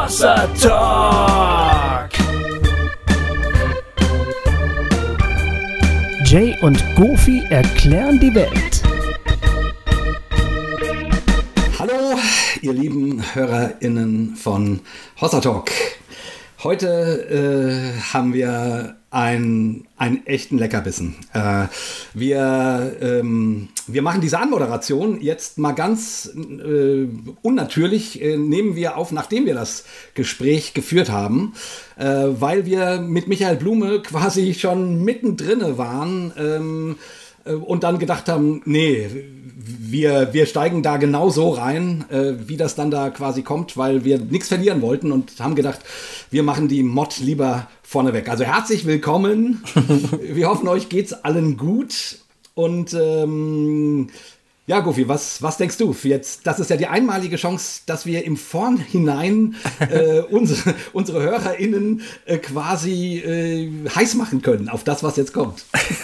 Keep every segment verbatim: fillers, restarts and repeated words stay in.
Hossa Talk. Jay und Goofy erklären die Welt. Hallo, ihr lieben HörerInnen von Hossa Talk. Heute äh, haben wir ein, einen echten Leckerbissen. Äh, wir, ähm, wir machen diese Anmoderation jetzt mal ganz äh, unnatürlich, äh, nehmen wir auf, nachdem wir das Gespräch geführt haben, äh, weil wir mit Michael Blume quasi schon mittendrin waren ähm, äh, und dann gedacht haben, nee, wir, wir steigen da genau so rein, äh, wie das dann da quasi kommt, weil wir nichts verlieren wollten und haben gedacht, wir machen die Mod lieber vorneweg. Also herzlich willkommen. Wir hoffen, euch geht's allen gut. Und ähm, ja, Goofy, was, was denkst du? Jetzt, das ist ja die einmalige Chance, dass wir im Vornhinein äh, unsere, unsere HörerInnen äh, quasi äh, heiß machen können auf das, was jetzt kommt.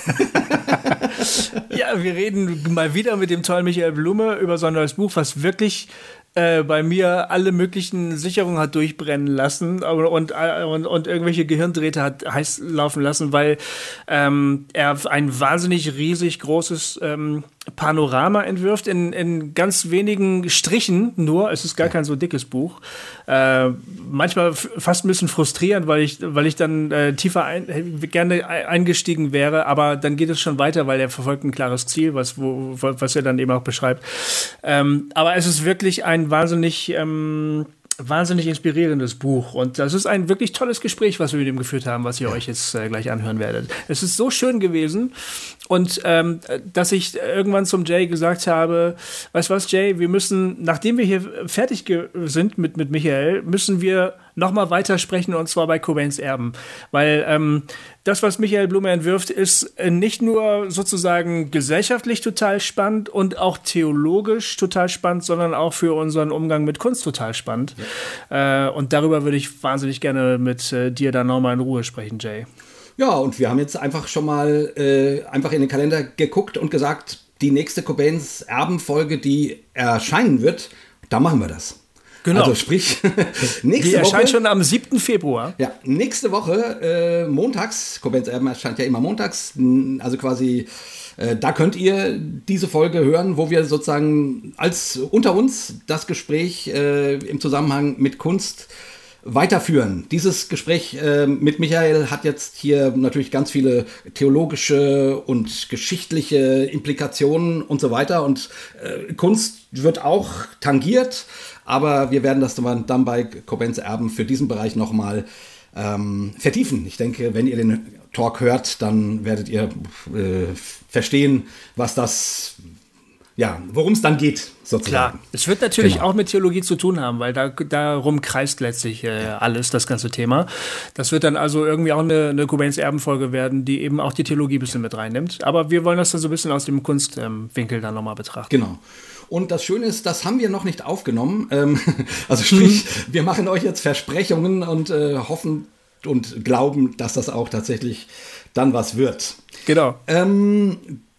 Ja, wir reden mal wieder mit dem tollen Michael Blume über so ein neues Buch, was wirklich äh, bei mir alle möglichen Sicherungen hat durchbrennen lassen und, und, und, und irgendwelche Gehirndrähte hat heiß laufen lassen, weil ähm, er ein wahnsinnig riesig großes ähm, Panorama entwirft, in, in ganz wenigen Strichen nur. Es ist gar kein so dickes Buch. Äh, manchmal f- fast ein bisschen frustrierend, weil ich, weil ich dann äh, tiefer ein, gerne eingestiegen wäre, aber dann geht es schon weiter, weil er verfolgt ein klares Ziel, was, wo, was er dann eben auch beschreibt. Ähm, aber es ist wirklich ein wahnsinnig ähm, wahnsinnig inspirierendes Buch und das ist ein wirklich tolles Gespräch, was wir mit ihm geführt haben, was ihr euch jetzt äh, gleich anhören werdet. Es ist so schön gewesen und ähm, dass ich irgendwann zum Jay gesagt habe, weißt du was, Jay, wir müssen, nachdem wir hier fertig ge- sind mit, mit Michael, müssen wir nochmal weitersprechen und zwar bei Cobains Erben, weil ähm, das, was Michael Blume entwirft, ist nicht nur sozusagen gesellschaftlich total spannend und auch theologisch total spannend, sondern auch für unseren Umgang mit Kunst total spannend. Ja. Äh, und darüber würde ich wahnsinnig gerne mit äh, dir dann nochmal in Ruhe sprechen, Jay. Ja, und wir haben jetzt einfach schon mal äh, einfach in den Kalender geguckt und gesagt, die nächste Cobains Erben-Folge, die erscheinen wird, da machen wir das. Genau. Also sprich, nächste Die erscheint Woche, schon am siebten Februar. Ja, nächste Woche, äh, montags, Cobains Erben erscheint ja immer montags, also quasi, äh, da könnt ihr diese Folge hören, wo wir sozusagen als unter uns das Gespräch äh, im Zusammenhang mit Kunst weiterführen. Dieses Gespräch äh, mit Michael hat jetzt hier natürlich ganz viele theologische und geschichtliche Implikationen und so weiter und äh, Kunst wird auch tangiert, aber wir werden das dann bei Cobains Erben für diesen Bereich nochmal ähm, vertiefen. Ich denke, wenn ihr den Talk hört, dann werdet ihr äh, verstehen, was das, ja, worum es dann geht, sozusagen. Klar, es wird natürlich Genau. auch mit Theologie zu tun haben, weil da, darum kreist letztlich äh, alles, das ganze Thema. Das wird dann also irgendwie auch eine, eine Cobains Erben-Folge werden, die eben auch die Theologie ein bisschen mit reinnimmt. Aber wir wollen das dann so ein bisschen aus dem Kunstwinkel ähm, dann nochmal betrachten. Genau. Und das Schöne ist, das haben wir noch nicht aufgenommen. Ähm, also sprich, mhm. wir machen euch jetzt Versprechungen und äh, hoffen und glauben, dass das auch tatsächlich dann was wird. Genau. Ähm,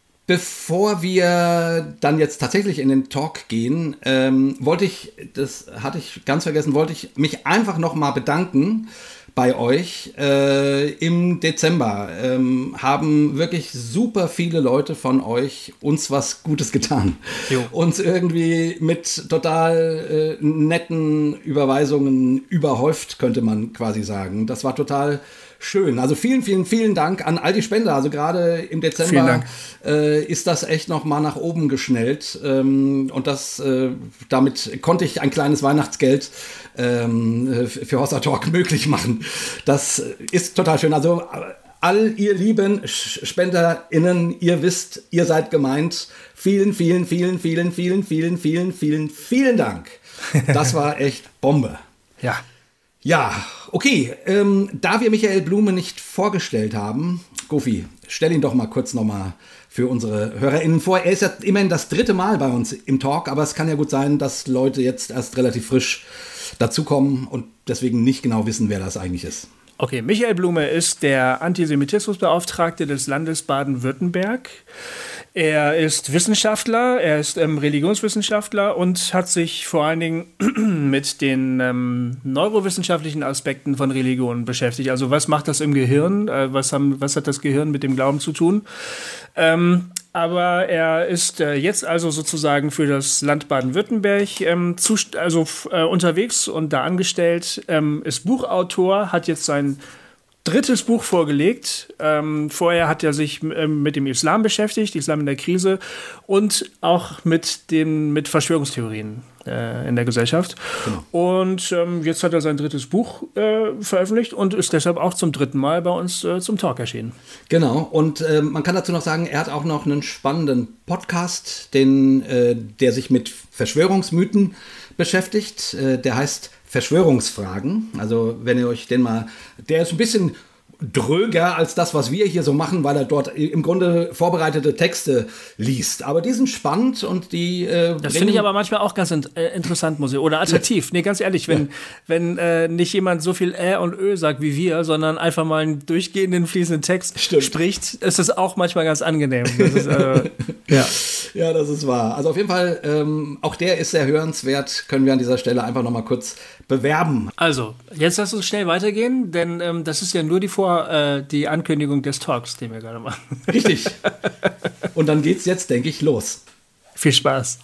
bevor wir dann jetzt tatsächlich in den Talk gehen, ähm, wollte ich, das hatte ich ganz vergessen, wollte ich mich einfach noch mal bedanken bei euch. Äh, im Dezember ähm, haben wirklich super viele Leute von euch uns was Gutes getan. Jo. Uns irgendwie mit total äh, netten Überweisungen überhäuft, könnte man quasi sagen. Das war total schön. Also vielen, vielen, vielen Dank an all die Spender. Also gerade im Dezember äh, ist das echt noch mal nach oben geschnellt. Ähm, und das, äh, damit konnte ich ein kleines Weihnachtsgeld ähm, für Hossa Talk möglich machen. Das ist total schön. Also all ihr lieben SpenderInnen, ihr wisst, ihr seid gemeint. Vielen, vielen, vielen, vielen, vielen, vielen, vielen, vielen, vielen Dank. Das war echt Bombe. Ja. Ja, okay. Ähm, da wir Michael Blume nicht vorgestellt haben, Goofy, stell ihn doch mal kurz nochmal für unsere HörerInnen vor. Er ist ja immerhin das dritte Mal bei uns im Talk, aber es kann ja gut sein, dass Leute jetzt erst relativ frisch dazukommen und deswegen nicht genau wissen, wer das eigentlich ist. Okay, Michael Blume ist der Antisemitismusbeauftragte des Landes Baden-Württemberg. Er ist Wissenschaftler, er ist ähm, Religionswissenschaftler und hat sich vor allen Dingen mit den ähm, neurowissenschaftlichen Aspekten von Religion beschäftigt. Also was macht das im Gehirn? Äh, was, haben, was hat das Gehirn mit dem Glauben zu tun? Ähm, aber er ist äh, jetzt also sozusagen für das Land Baden-Württemberg ähm, zust- also, äh, unterwegs und da angestellt, ähm, ist Buchautor, hat jetzt sein drittes Buch vorgelegt. Ähm, vorher hat er sich ähm, mit dem Islam beschäftigt, Islam in der Krise und auch mit den mit Verschwörungstheorien äh, in der Gesellschaft. Genau. Und ähm, jetzt hat er sein drittes Buch äh, veröffentlicht und ist deshalb auch zum dritten Mal bei uns äh, zum Talk erschienen. Genau. Und äh, man kann dazu noch sagen, er hat auch noch einen spannenden Podcast, den, äh, der sich mit Verschwörungsmythen beschäftigt. Äh, der heißt Verschwörungsfragen. Also wenn ihr euch den mal, der ist ein bisschen dröger als das, was wir hier so machen, weil er dort im Grunde vorbereitete Texte liest. Aber die sind spannend und die äh, Das finde ich aber manchmal auch ganz in, äh, interessant, muss ich, oder attraktiv. Nee, ganz ehrlich, wenn, ja. wenn äh, nicht jemand so viel Ä und Ö sagt wie wir, sondern einfach mal einen durchgehenden, fließenden Text Stimmt. spricht, ist es auch manchmal ganz angenehm. Das ist, äh, ja. ja, das ist wahr. Also auf jeden Fall, ähm, auch der ist sehr hörenswert, können wir an dieser Stelle einfach nochmal kurz bewerben. Also, jetzt lass uns schnell weitergehen, denn ähm, das ist ja nur die Vor, äh, die Ankündigung des Talks, den wir gerade machen. Richtig. Und dann geht's jetzt, denke ich, los. Viel Spaß.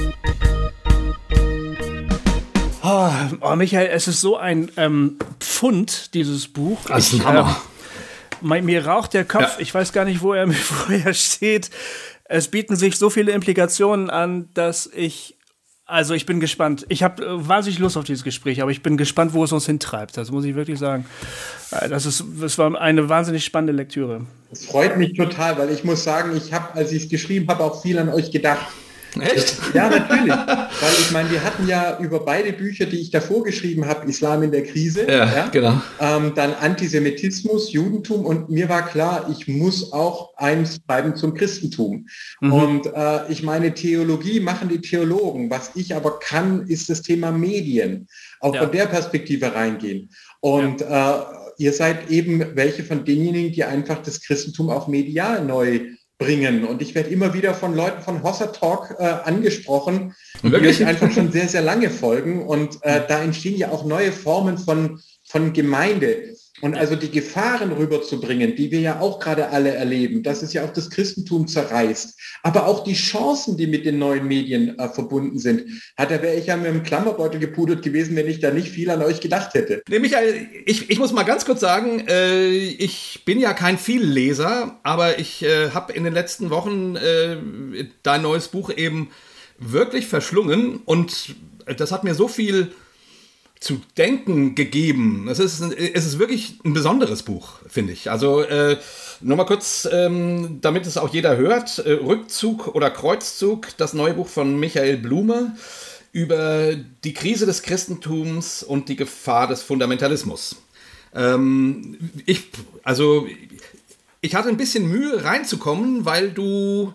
Oh, oh Michael, es ist so ein ähm, Pfund, dieses Buch. Das ist ein Hammer. Ähm, mir raucht der Kopf, ja. Ich weiß gar nicht, wo er, wo er steht. Es bieten sich so viele Implikationen an, dass ich Also ich bin gespannt. Ich habe äh, wahnsinnig Lust auf dieses Gespräch, aber ich bin gespannt, wo es uns hintreibt. Das muss ich wirklich sagen. Äh, das ist, das war eine wahnsinnig spannende Lektüre. Es freut mich total, weil ich muss sagen, ich habe, als ich es geschrieben habe, auch viel an euch gedacht. Echt? Ja, natürlich. Weil ich meine, wir hatten ja über beide Bücher, die ich davor geschrieben habe, Islam in der Krise, ja, ja? genau. Ähm, dann Antisemitismus, Judentum und mir war klar, ich muss auch eins schreiben zum Christentum. Mhm. Und äh, ich meine, Theologie machen die Theologen. Was ich aber kann, ist das Thema Medien. Auch ja. von der Perspektive reingehen. Und ja. äh, ihr seid eben welche von denjenigen, die einfach das Christentum auch medial neu bringen. Und ich werde immer wieder von Leuten von Hossa Talk äh, angesprochen, die euch einfach schon sehr, sehr lange folgen. Und äh, da entstehen ja auch neue Formen von, von Gemeinde. Und also die Gefahren rüberzubringen, die wir ja auch gerade alle erleben, dass es ja auch das Christentum zerreißt, aber auch die Chancen, die mit den neuen Medien äh, verbunden sind. Hat, da wäre ich ja mit dem Klammerbeutel gepudert gewesen, wenn ich da nicht viel an euch gedacht hätte. Nee, Michael, ich, ich muss mal ganz kurz sagen, äh, ich bin ja kein Vielleser, aber ich äh, habe in den letzten Wochen äh, dein neues Buch eben wirklich verschlungen und das hat mir so viel zu denken gegeben. Es ist, es ist wirklich ein besonderes Buch, finde ich. Also äh, nur mal kurz, ähm, damit es auch jeder hört, äh, Rückzug oder Kreuzzug, das neue Buch von Michael Blume über die Krise des Christentums und die Gefahr des Fundamentalismus. Ähm, ich, also, ich hatte ein bisschen Mühe reinzukommen, weil du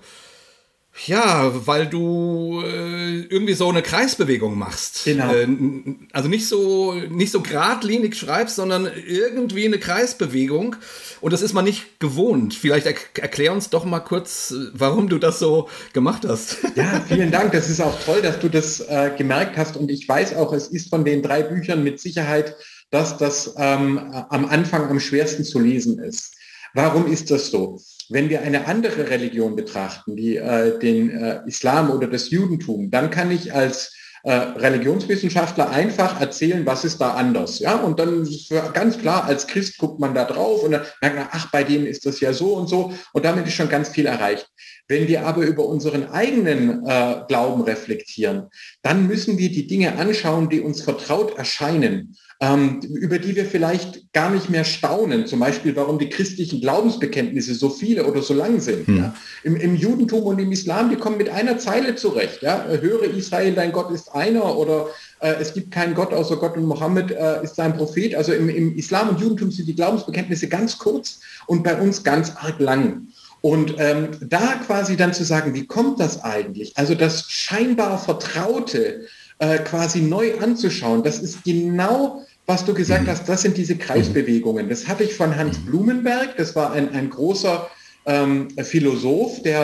Ja, weil du äh, irgendwie so eine Kreisbewegung machst. Genau. Äh, also nicht so, nicht so geradlinig schreibst, sondern irgendwie eine Kreisbewegung. Und das ist man nicht gewohnt. Vielleicht er- erklär uns doch mal kurz, warum du das so gemacht hast. Ja, vielen Dank. Das ist auch toll, dass du das äh, gemerkt hast. Und ich weiß auch, es ist von den drei Büchern mit Sicherheit, dass das ähm, am Anfang am schwersten zu lesen ist. Warum ist das so? Wenn wir eine andere Religion betrachten, wie äh, den äh, Islam oder das Judentum, dann kann ich als äh, Religionswissenschaftler einfach erzählen, was ist da anders. Ja? Und dann ist ganz klar, als Christ guckt man da drauf und dann merkt man, ach, bei denen ist das ja so und so. Und damit ist schon ganz viel erreicht. Wenn wir aber über unseren eigenen äh, Glauben reflektieren, dann müssen wir die Dinge anschauen, die uns vertraut erscheinen. Ähm, über die wir vielleicht gar nicht mehr staunen. Zum Beispiel, warum die christlichen Glaubensbekenntnisse so viele oder so lang sind. Hm. Ja. Im, Im Judentum und im Islam, die kommen mit einer Zeile zurecht. Ja. Höre Israel, dein Gott ist einer, oder äh, es gibt keinen Gott außer Gott und Mohammed äh, ist sein Prophet. Also im, im Islam und Judentum sind die Glaubensbekenntnisse ganz kurz und bei uns ganz arg lang. Und ähm, da quasi dann zu sagen, wie kommt das eigentlich? Also das scheinbar Vertraute äh, quasi neu anzuschauen, das ist genau, was du gesagt hast, das sind diese Kreisbewegungen. Das habe ich von Hans Blumenberg, das war ein, ein großer ähm, Philosoph, der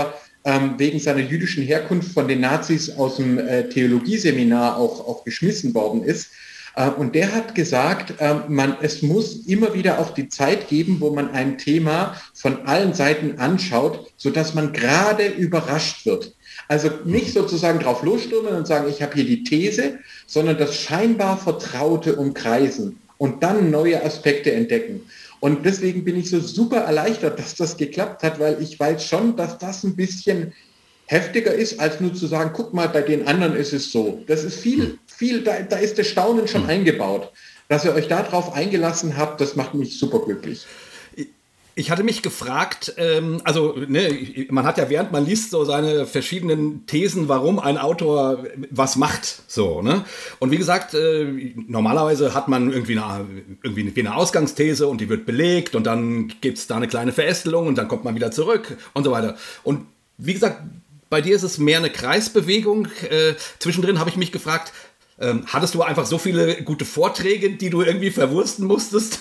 ähm, wegen seiner jüdischen Herkunft von den Nazis aus dem äh, Theologieseminar auch, auch geschmissen worden ist. Äh, und der hat gesagt, äh, man, es muss immer wieder auch die Zeit geben, wo man ein Thema von allen Seiten anschaut, sodass man gerade überrascht wird. Also nicht sozusagen drauf losstürmen und sagen, ich habe hier die These, sondern das scheinbar Vertraute umkreisen und dann neue Aspekte entdecken. Und deswegen bin ich so super erleichtert, dass das geklappt hat, weil ich weiß schon, dass das ein bisschen heftiger ist, als nur zu sagen, guck mal, bei den anderen ist es so. Das ist viel, viel, da, da ist das Staunen schon eingebaut. Dass ihr euch darauf eingelassen habt, das macht mich super glücklich. Ich hatte mich gefragt, ähm, also ne, man hat ja, während man liest, so seine verschiedenen Thesen, warum ein Autor was macht, so, ne? Und wie gesagt, äh, normalerweise hat man irgendwie eine, irgendwie eine Ausgangsthese und die wird belegt und dann gibt es da eine kleine Verästelung und dann kommt man wieder zurück und so weiter. Und wie gesagt, bei dir ist es mehr eine Kreisbewegung. Äh, zwischendrin habe ich mich gefragt, ähm, hattest du einfach so viele gute Vorträge, die du irgendwie verwursten musstest?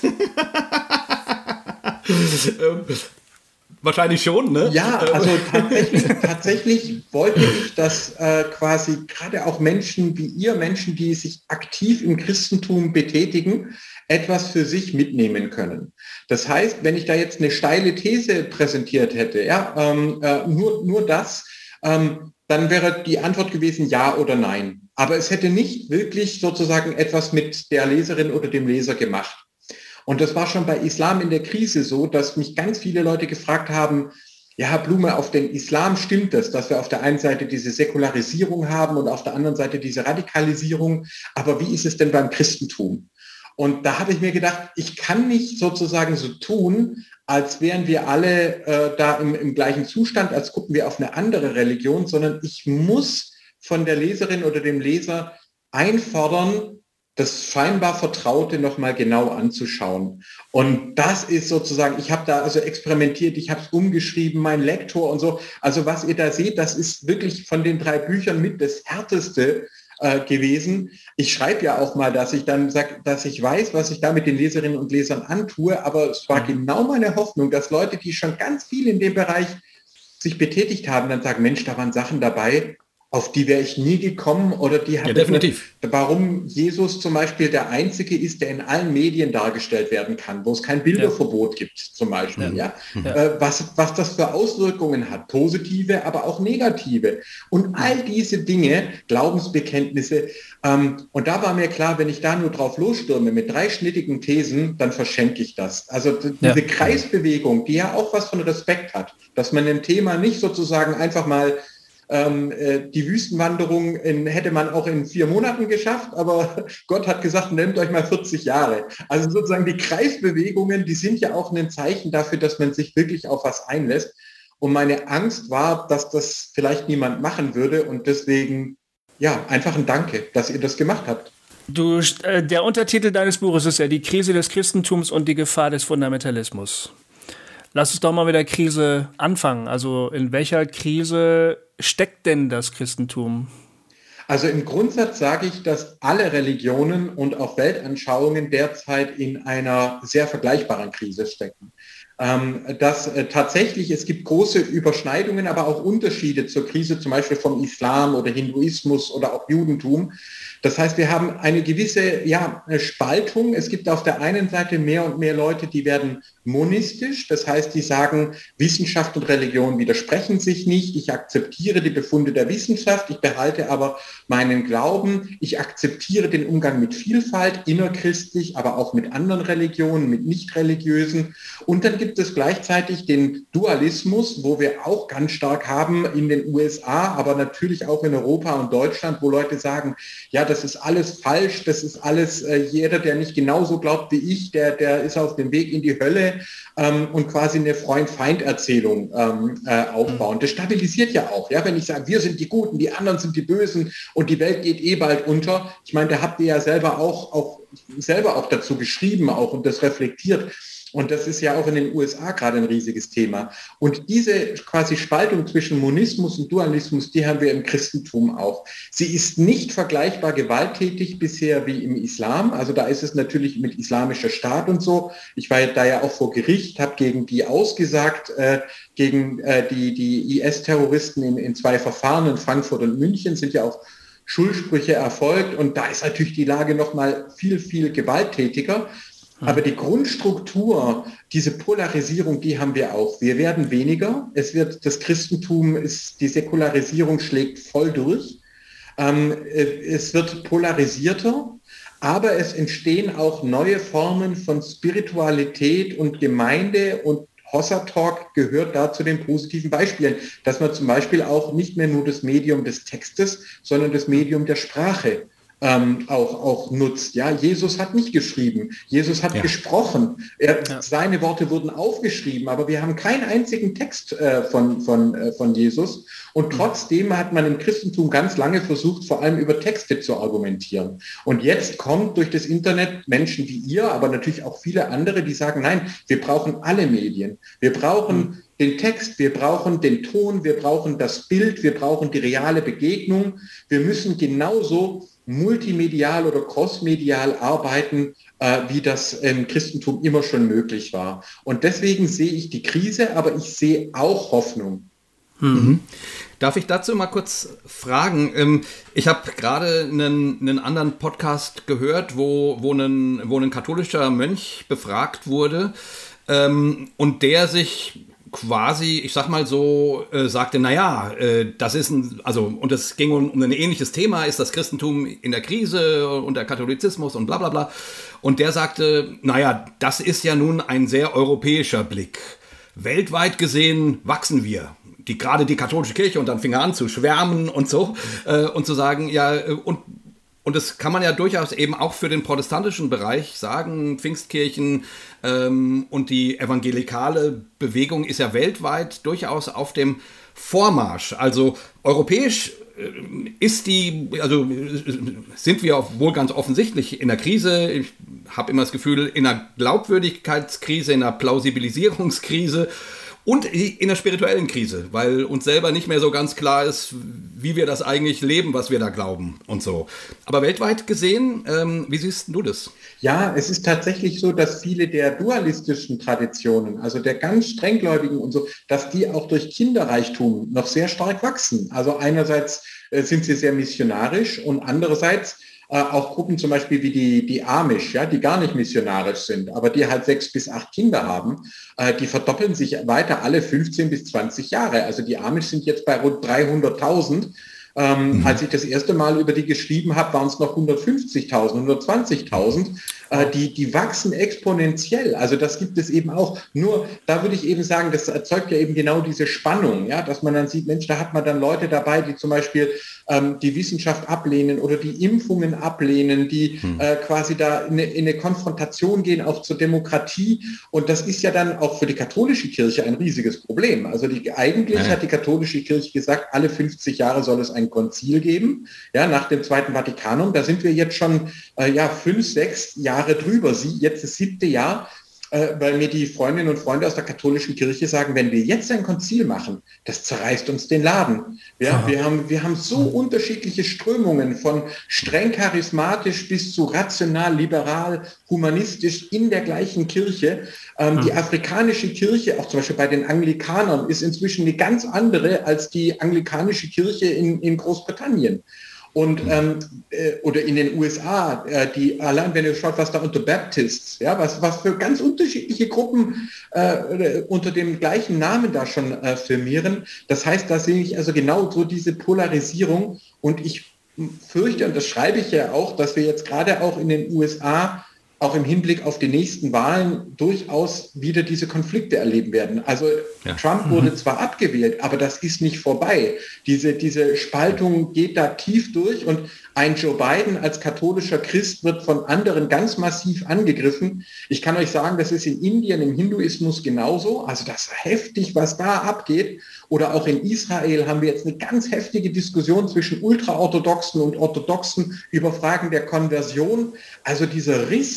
ähm, wahrscheinlich schon, ne? Ja, also tatsächlich, tatsächlich wollte ich, dass äh, quasi gerade auch Menschen wie ihr, Menschen, die sich aktiv im Christentum betätigen, etwas für sich mitnehmen können. Das heißt, wenn ich da jetzt eine steile These präsentiert hätte, ja, ähm, äh, nur, nur das, ähm, dann wäre die Antwort gewesen ja oder nein. Aber es hätte nicht wirklich sozusagen etwas mit der Leserin oder dem Leser gemacht. Und das war schon bei Islam in der Krise so, dass mich ganz viele Leute gefragt haben, ja, Herr Blume, auf den Islam stimmt es, dass wir auf der einen Seite diese Säkularisierung haben und auf der anderen Seite diese Radikalisierung. Aber wie ist es denn beim Christentum? Und da habe ich mir gedacht, ich kann nicht sozusagen so tun, als wären wir alle äh, da im, im gleichen Zustand, als gucken wir auf eine andere Religion, sondern ich muss von der Leserin oder dem Leser einfordern, das scheinbar Vertraute nochmal genau anzuschauen. Und das ist sozusagen, ich habe da also experimentiert, ich habe es umgeschrieben, mein Lektor und so. Also was ihr da seht, das ist wirklich von den drei Büchern mit das Härteste äh, gewesen. Ich schreibe ja auch mal, dass ich dann sage, dass ich weiß, was ich da mit den Leserinnen und Lesern antue, aber es war genau meine Hoffnung, dass Leute, die schon ganz viel in dem Bereich sich betätigt haben, dann sagen, Mensch, da waren Sachen dabei, auf die wäre ich nie gekommen oder die haben. Ja, definitiv. Warum Jesus zum Beispiel der Einzige ist, der in allen Medien dargestellt werden kann, wo es kein Bilderverbot ja. gibt zum Beispiel. Ja. Ja. Äh, was, was das für Auswirkungen hat, positive, aber auch negative. Und all diese Dinge, Glaubensbekenntnisse, ähm, und da war mir klar, wenn ich da nur drauf losstürme mit drei schnittigen Thesen, dann verschenke ich das. Also diese ja. Kreisbewegung, die ja auch was von Respekt hat, dass man ein Thema nicht sozusagen einfach mal Ähm, äh, die Wüstenwanderung in, hätte man auch in vier Monaten geschafft, aber Gott hat gesagt, nehmt euch mal vierzig Jahre. Also sozusagen die Kreisbewegungen, die sind ja auch ein Zeichen dafür, dass man sich wirklich auf was einlässt. Und meine Angst war, dass das vielleicht niemand machen würde und deswegen, ja, einfach ein Danke, dass ihr das gemacht habt. Du, äh, der Untertitel deines Buches ist ja die Krise des Christentums und die Gefahr des Fundamentalismus. Lass uns doch mal mit der Krise anfangen. Also in welcher Krise steckt denn das Christentum? Also im Grundsatz sage ich, dass alle Religionen und auch Weltanschauungen derzeit in einer sehr vergleichbaren Krise stecken. Ähm, dass äh, tatsächlich, es gibt große Überschneidungen, aber auch Unterschiede zur Krise, zum Beispiel vom Islam oder Hinduismus oder auch Judentum. Das heißt, wir haben eine gewisse ja, Spaltung. Es gibt auf der einen Seite mehr und mehr Leute, die werden monistisch. Das heißt, die sagen, Wissenschaft und Religion widersprechen sich nicht. Ich akzeptiere die Befunde der Wissenschaft. Ich behalte aber meinen Glauben. Ich akzeptiere den Umgang mit Vielfalt, innerchristlich, aber auch mit anderen Religionen, mit nicht-religiösen. Und dann gibt es gleichzeitig den Dualismus, wo wir auch ganz stark haben in den U S A, aber natürlich auch in Europa und Deutschland, wo Leute sagen, ja, das ist alles falsch, das ist alles, äh, jeder, der nicht genauso glaubt wie ich, der, der ist auf dem Weg in die Hölle ähm, und quasi eine Freund-Feind-Erzählung ähm, äh, aufbauen. Das stabilisiert ja auch, ja, wenn ich sage, wir sind die Guten, die anderen sind die Bösen und die Welt geht eh bald unter. Ich meine, da habt ihr ja selber auch, auch selber auch dazu geschrieben auch und das reflektiert. Und das ist ja auch in den U S A gerade ein riesiges Thema. Und diese quasi Spaltung zwischen Monismus und Dualismus, die haben wir im Christentum auch. Sie ist nicht vergleichbar gewalttätig bisher wie im Islam. Also da ist es natürlich mit islamischer Staat und so. Ich war da ja auch vor Gericht, habe gegen die ausgesagt, äh, gegen äh, die, die I S-Terroristen in, in zwei Verfahren in Frankfurt und München, sind ja auch Schuldsprüche erfolgt. Und da ist natürlich die Lage noch mal viel, viel gewalttätiger. Aber die Grundstruktur, diese Polarisierung, die haben wir auch. Wir werden weniger. Es wird, das Christentum ist, die Säkularisierung schlägt voll durch. Ähm, es wird polarisierter, aber es entstehen auch neue Formen von Spiritualität und Gemeinde, und Hossa Talk gehört da zu den positiven Beispielen, dass man zum Beispiel auch nicht mehr nur das Medium des Textes, sondern das Medium der Sprache Ähm, auch, auch nutzt. Ja, Jesus hat nicht geschrieben, Jesus hat ja. gesprochen. Er, ja. Seine Worte wurden aufgeschrieben, aber wir haben keinen einzigen Text äh, von, von, äh, von Jesus. Und trotzdem hat man im Christentum ganz lange versucht, vor allem über Texte zu argumentieren. Und jetzt kommt durch das Internet Menschen wie ihr, aber natürlich auch viele andere, die sagen, nein, wir brauchen alle Medien. Wir brauchen mhm. den Text, wir brauchen den Ton, wir brauchen das Bild, wir brauchen die reale Begegnung. Wir müssen genauso multimedial oder crossmedial arbeiten, äh, wie das im Christentum immer schon möglich war. Und deswegen sehe ich die Krise, aber ich sehe auch Hoffnung. Mhm. Darf ich dazu mal kurz fragen? Ähm, ich habe gerade einen, einen anderen Podcast gehört, wo, wo, ein, wo ein katholischer Mönch befragt wurde, ähm, und der sich quasi, ich sag mal so, äh, sagte, naja, äh, das ist ein, also, und es ging um, um ein ähnliches Thema, ist das Christentum in der Krise und der Katholizismus und bla bla bla. Und der sagte, naja, das ist ja nun ein sehr europäischer Blick. Weltweit gesehen wachsen wir. Die, gerade die katholische Kirche, und dann fing er an zu schwärmen und so, äh, und zu sagen, ja, und Und das kann man ja durchaus eben auch für den protestantischen Bereich sagen. Pfingstkirchen ähm, und die evangelikale Bewegung ist ja weltweit durchaus auf dem Vormarsch. Also europäisch äh, ist die, also sind wir wohl ganz offensichtlich in der Krise. Ich habe immer das Gefühl, in einer Glaubwürdigkeitskrise, in einer Plausibilisierungskrise. Und in der spirituellen Krise, weil uns selber nicht mehr so ganz klar ist, wie wir das eigentlich leben, was wir da glauben und so. Aber weltweit gesehen, ähm, wie siehst du das? Ja, es ist tatsächlich so, dass viele der dualistischen Traditionen, also der ganz strenggläubigen und so, dass die auch durch Kinderreichtum noch sehr stark wachsen. Also einerseits äh, sind sie sehr missionarisch und andererseits Äh, auch Gruppen zum Beispiel wie die, die Amish, ja, die gar nicht missionarisch sind, aber die halt sechs bis acht Kinder haben, äh, die verdoppeln sich weiter alle fünfzehn bis zwanzig Jahre. Also die Amish sind jetzt bei rund dreihunderttausend. Ähm, mhm. Als ich das erste Mal über die geschrieben habe, waren es noch hundertfünfzigtausend, hundertzwanzigtausend. Äh, die, die wachsen exponentiell. Also das gibt es eben auch. Nur, da würde ich eben sagen, das erzeugt ja eben genau diese Spannung, ja, dass man dann sieht, Mensch, da hat man dann Leute dabei, die zum Beispiel ähm, die Wissenschaft ablehnen oder die Impfungen ablehnen, die mhm. äh, quasi da in eine, in eine Konfrontation gehen, auch zur Demokratie. Und das ist ja dann auch für die katholische Kirche ein riesiges Problem. Also die, eigentlich ja. hat die katholische Kirche gesagt, alle fünfzig Jahre soll es ein Konzil geben, ja, nach dem Zweiten Vatikanum. Da sind wir jetzt schon äh, ja, fünf, sechs Jahre drüber. Sie, jetzt das siebte Jahr, äh, weil mir die Freundinnen und Freunde aus der katholischen Kirche sagen, wenn wir jetzt ein Konzil machen, das zerreißt uns den Laden. Ja, wir haben, wir haben so unterschiedliche Strömungen von streng charismatisch bis zu rational, liberal, humanistisch in der gleichen Kirche. Ähm, die afrikanische Kirche, auch zum Beispiel bei den Anglikanern, ist inzwischen eine ganz andere als die anglikanische Kirche in, in Großbritannien. Und ähm, äh, oder in den U S A, äh, die allein wenn ihr schaut, was da unter Baptists, ja, was, was für ganz unterschiedliche Gruppen äh, unter dem gleichen Namen da schon äh, firmieren. Das heißt, da sehe ich also genau so diese Polarisierung, und ich fürchte, und das schreibe ich ja auch, dass wir jetzt gerade auch in den U S A auch im Hinblick auf die nächsten Wahlen durchaus wieder diese Konflikte erleben werden. Also ja. Trump wurde mhm. zwar abgewählt, aber das ist nicht vorbei. Diese, diese Spaltung geht da tief durch, und ein Joe Biden als katholischer Christ wird von anderen ganz massiv angegriffen. Ich kann euch sagen, das ist in Indien, im Hinduismus genauso. Also das ist heftig, was da abgeht. Oder auch in Israel haben wir jetzt eine ganz heftige Diskussion zwischen Ultraorthodoxen und Orthodoxen über Fragen der Konversion. Also dieser Riss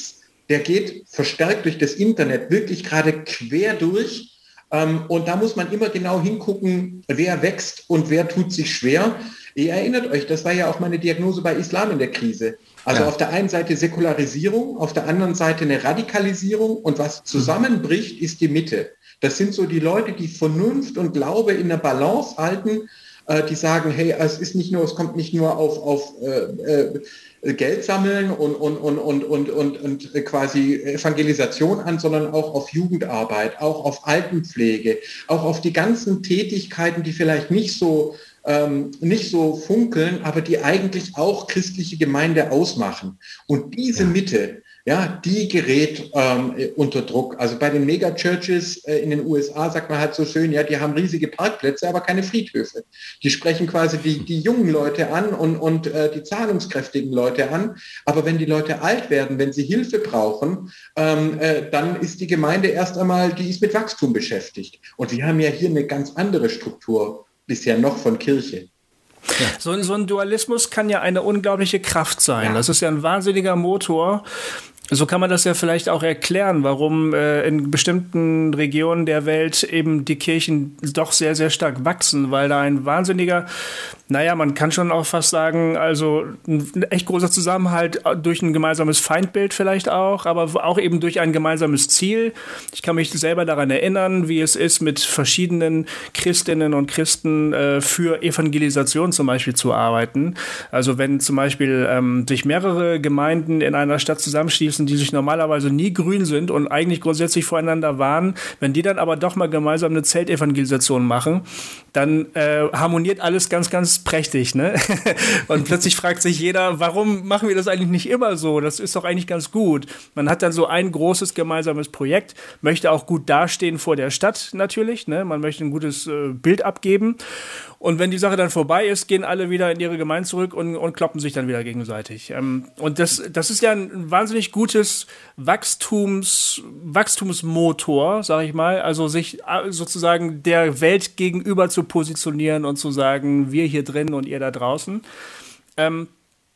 der geht verstärkt durch das Internet wirklich gerade quer durch. Ähm, und da muss man immer genau hingucken, wer wächst und wer tut sich schwer. Ihr erinnert euch, das war ja auch meine Diagnose bei Islam in der Krise. Also ja. Auf der einen Seite Säkularisierung, auf der anderen Seite eine Radikalisierung und was zusammenbricht, ist die Mitte. Das sind so die Leute, die Vernunft und Glaube in der Balance halten, äh, die sagen, hey, es ist nicht nur, es kommt nicht nur auf, auf äh, äh, Geld sammeln und, und, und, und, und, und, und quasi Evangelisation an, sondern auch auf Jugendarbeit, auch auf Altenpflege, auch auf die ganzen Tätigkeiten, die vielleicht nicht so Ähm, nicht so funkeln, aber die eigentlich auch christliche Gemeinde ausmachen. Und diese ja. Mitte, ja, die gerät ähm, unter Druck. Also bei den Megachurches äh, in den U S A sagt man halt so schön, ja, die haben riesige Parkplätze, aber keine Friedhöfe. Die sprechen quasi die, die jungen Leute an und, und äh, die zahlungskräftigen Leute an. Aber wenn die Leute alt werden, wenn sie Hilfe brauchen, ähm, äh, dann ist die Gemeinde erst einmal, die ist mit Wachstum beschäftigt. Und wir haben ja hier eine ganz andere Struktur bisher noch von Kirche. Ja. So, so ein Dualismus kann ja eine unglaubliche Kraft sein. Ja. Das ist ja ein wahnsinniger Motor. So kann man das ja vielleicht auch erklären, warum äh, in bestimmten Regionen der Welt eben die Kirchen doch sehr, sehr stark wachsen, weil da ein wahnsinniger, naja, man kann schon auch fast sagen, also ein echt großer Zusammenhalt durch ein gemeinsames Feindbild vielleicht auch, aber auch eben durch ein gemeinsames Ziel. Ich kann mich selber daran erinnern, wie es ist, mit verschiedenen Christinnen und Christen äh, für Evangelisation zum Beispiel zu arbeiten. Also wenn zum Beispiel ähm, sich mehrere Gemeinden in einer Stadt zusammenschließen, die sich normalerweise nie grün sind und eigentlich grundsätzlich voreinander waren, wenn die dann aber doch mal gemeinsam eine Zeltevangelisation machen, dann äh, harmoniert alles ganz, ganz prächtig, ne? Und plötzlich fragt sich jeder, warum machen wir das eigentlich nicht immer so? Das ist doch eigentlich ganz gut. Man hat dann so ein großes gemeinsames Projekt, möchte auch gut dastehen vor der Stadt natürlich, ne? Man möchte ein gutes äh, Bild abgeben. Und wenn die Sache dann vorbei ist, gehen alle wieder in ihre Gemeinde zurück und, und kloppen sich dann wieder gegenseitig. Ähm, und das, das ist ja ein wahnsinnig gutes Wachstums, Wachstumsmotor, sage ich mal. Also sich sozusagen der Welt gegenüber zu positionieren und zu sagen, wir hier drin und ihr da draußen. Ähm,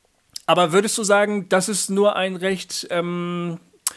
aber würdest du sagen, das ist nur ein recht ähm,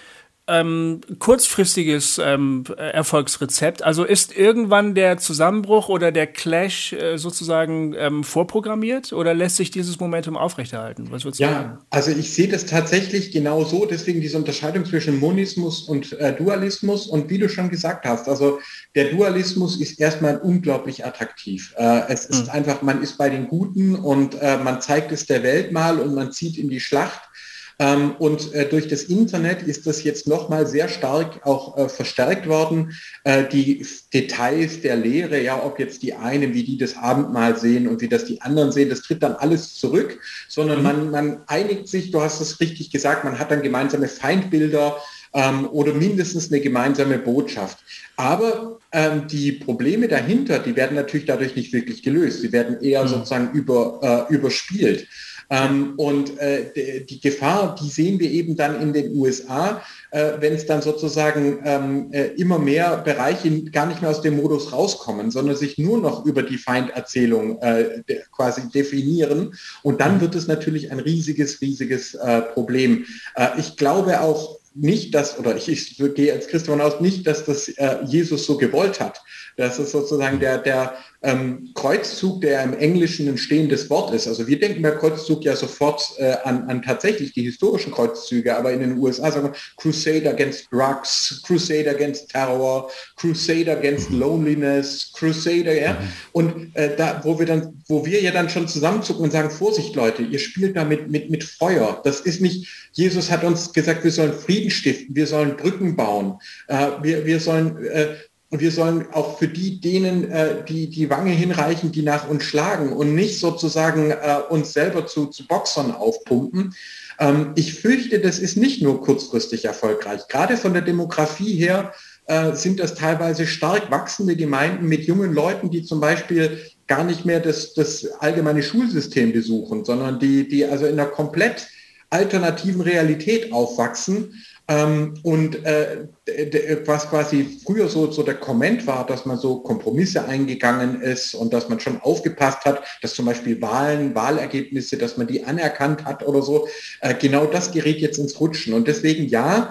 Ähm, kurzfristiges ähm, Erfolgsrezept? Also ist irgendwann der Zusammenbruch oder der Clash äh, sozusagen ähm, vorprogrammiert oder lässt sich dieses Momentum aufrechterhalten? Was würdest du ja, sagen? Also ich sehe das tatsächlich genau so, deswegen diese Unterscheidung zwischen Monismus und äh, Dualismus und wie du schon gesagt hast, also der Dualismus ist erstmal unglaublich attraktiv. Äh, es ist mhm. einfach, man ist bei den Guten und äh, man zeigt es der Welt mal und man zieht in die Schlacht. Ähm, und äh, durch das Internet ist das jetzt nochmal sehr stark auch äh, verstärkt worden. Äh, die Details der Lehre, ja, ob jetzt die einen, wie die das Abendmahl sehen und wie das die anderen sehen, das tritt dann alles zurück, sondern mhm. man, man einigt sich, du hast es richtig gesagt, man hat dann gemeinsame Feindbilder ähm, oder mindestens eine gemeinsame Botschaft. Aber ähm, die Probleme dahinter, die werden natürlich dadurch nicht wirklich gelöst. Sie werden eher mhm. sozusagen über, äh, überspielt. Ähm, und äh, die, die Gefahr, die sehen wir eben dann in den U S A, äh, wenn es dann sozusagen ähm, äh, immer mehr Bereiche gar nicht mehr aus dem Modus rauskommen, sondern sich nur noch über die Feinderzählung äh, de, quasi definieren. Und dann wird es natürlich ein riesiges, riesiges äh, Problem. Äh, ich glaube auch nicht, dass, oder ich, ich gehe als Christ davon aus, nicht, dass das äh, Jesus so gewollt hat. Das ist sozusagen der, der ähm, Kreuzzug, der im Englischen ein stehendes Wort ist. Also wir denken bei Kreuzzug ja sofort äh, an, an tatsächlich die historischen Kreuzzüge, aber in den U S A sagen wir Crusade against Drugs, Crusade against Terror, Crusade against Loneliness, Crusade, ja. Und äh, da, wo wir dann, wo wir ja dann schon zusammenzucken und sagen, Vorsicht Leute, ihr spielt da mit, mit, mit Feuer. Das ist nicht, Jesus hat uns gesagt, wir sollen Frieden stiften, wir sollen Brücken bauen, äh, wir, wir sollen äh, Und wir sollen auch für die, denen äh, die die Wange hinreichen, die nach uns schlagen und nicht sozusagen äh, uns selber zu, zu Boxern aufpumpen. Ähm, ich fürchte, das ist nicht nur kurzfristig erfolgreich. Gerade von der Demografie her äh, sind das teilweise stark wachsende Gemeinden mit jungen Leuten, die zum Beispiel gar nicht mehr das, das allgemeine Schulsystem besuchen, sondern die, die also in einer komplett alternativen Realität aufwachsen. Ähm, und äh, was quasi früher so, so der Komment war, dass man so Kompromisse eingegangen ist und dass man schon aufgepasst hat, dass zum Beispiel Wahlen, Wahlergebnisse, dass man die anerkannt hat oder so, äh, genau das gerät jetzt ins Rutschen. Und deswegen ja,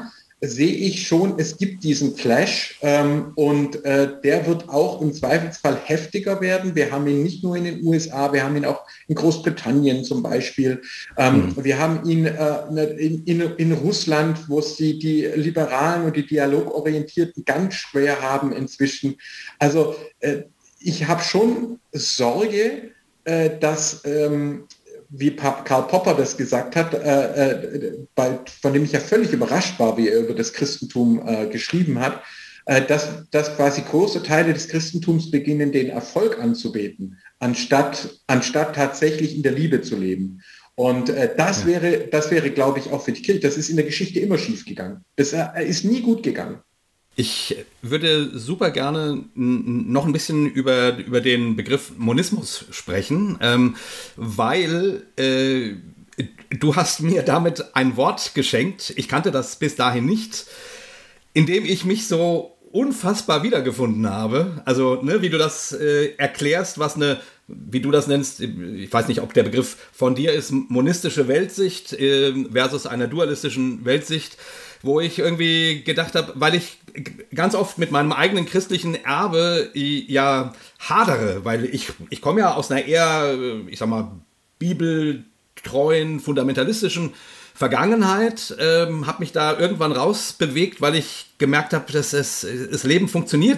sehe ich schon, es gibt diesen Clash ähm, und äh, der wird auch im Zweifelsfall heftiger werden. Wir haben ihn nicht nur in den U S A, wir haben ihn auch in Großbritannien zum Beispiel. Ähm, mhm. Wir haben ihn äh, in, in, in Russland, wo es die, die Liberalen und die Dialogorientierten ganz schwer haben inzwischen. Also äh, ich habe schon Sorge, äh, dass ähm, wie Karl Popper das gesagt hat, äh, äh, bei, von dem ich ja völlig überrascht war, wie er über das Christentum äh, geschrieben hat, äh, dass, dass quasi große Teile des Christentums beginnen, den Erfolg anzubeten, anstatt, anstatt tatsächlich in der Liebe zu leben. Und äh, das ja. wäre, das wäre, glaube ich, auch für die Kirche, das ist in der Geschichte immer schief gegangen. Das äh, ist nie gut gegangen. Ich würde super gerne noch ein bisschen über, über den Begriff Monismus sprechen, ähm, weil äh, du hast mir damit ein Wort geschenkt, ich kannte das bis dahin nicht, in dem ich mich so unfassbar wiedergefunden habe. Also, ne, wie du das äh, erklärst, was eine, wie du das nennst, ich weiß nicht, ob der Begriff von dir ist, monistische Weltsicht äh, versus einer dualistischen Weltsicht, wo ich irgendwie gedacht habe, weil ich ganz oft mit meinem eigenen christlichen Erbe ja hadere, weil ich, ich komme ja aus einer eher, ich sag mal, bibeltreuen, fundamentalistischen Vergangenheit, ähm, habe mich da irgendwann rausbewegt, weil ich gemerkt habe, dass es, das Leben funktioniert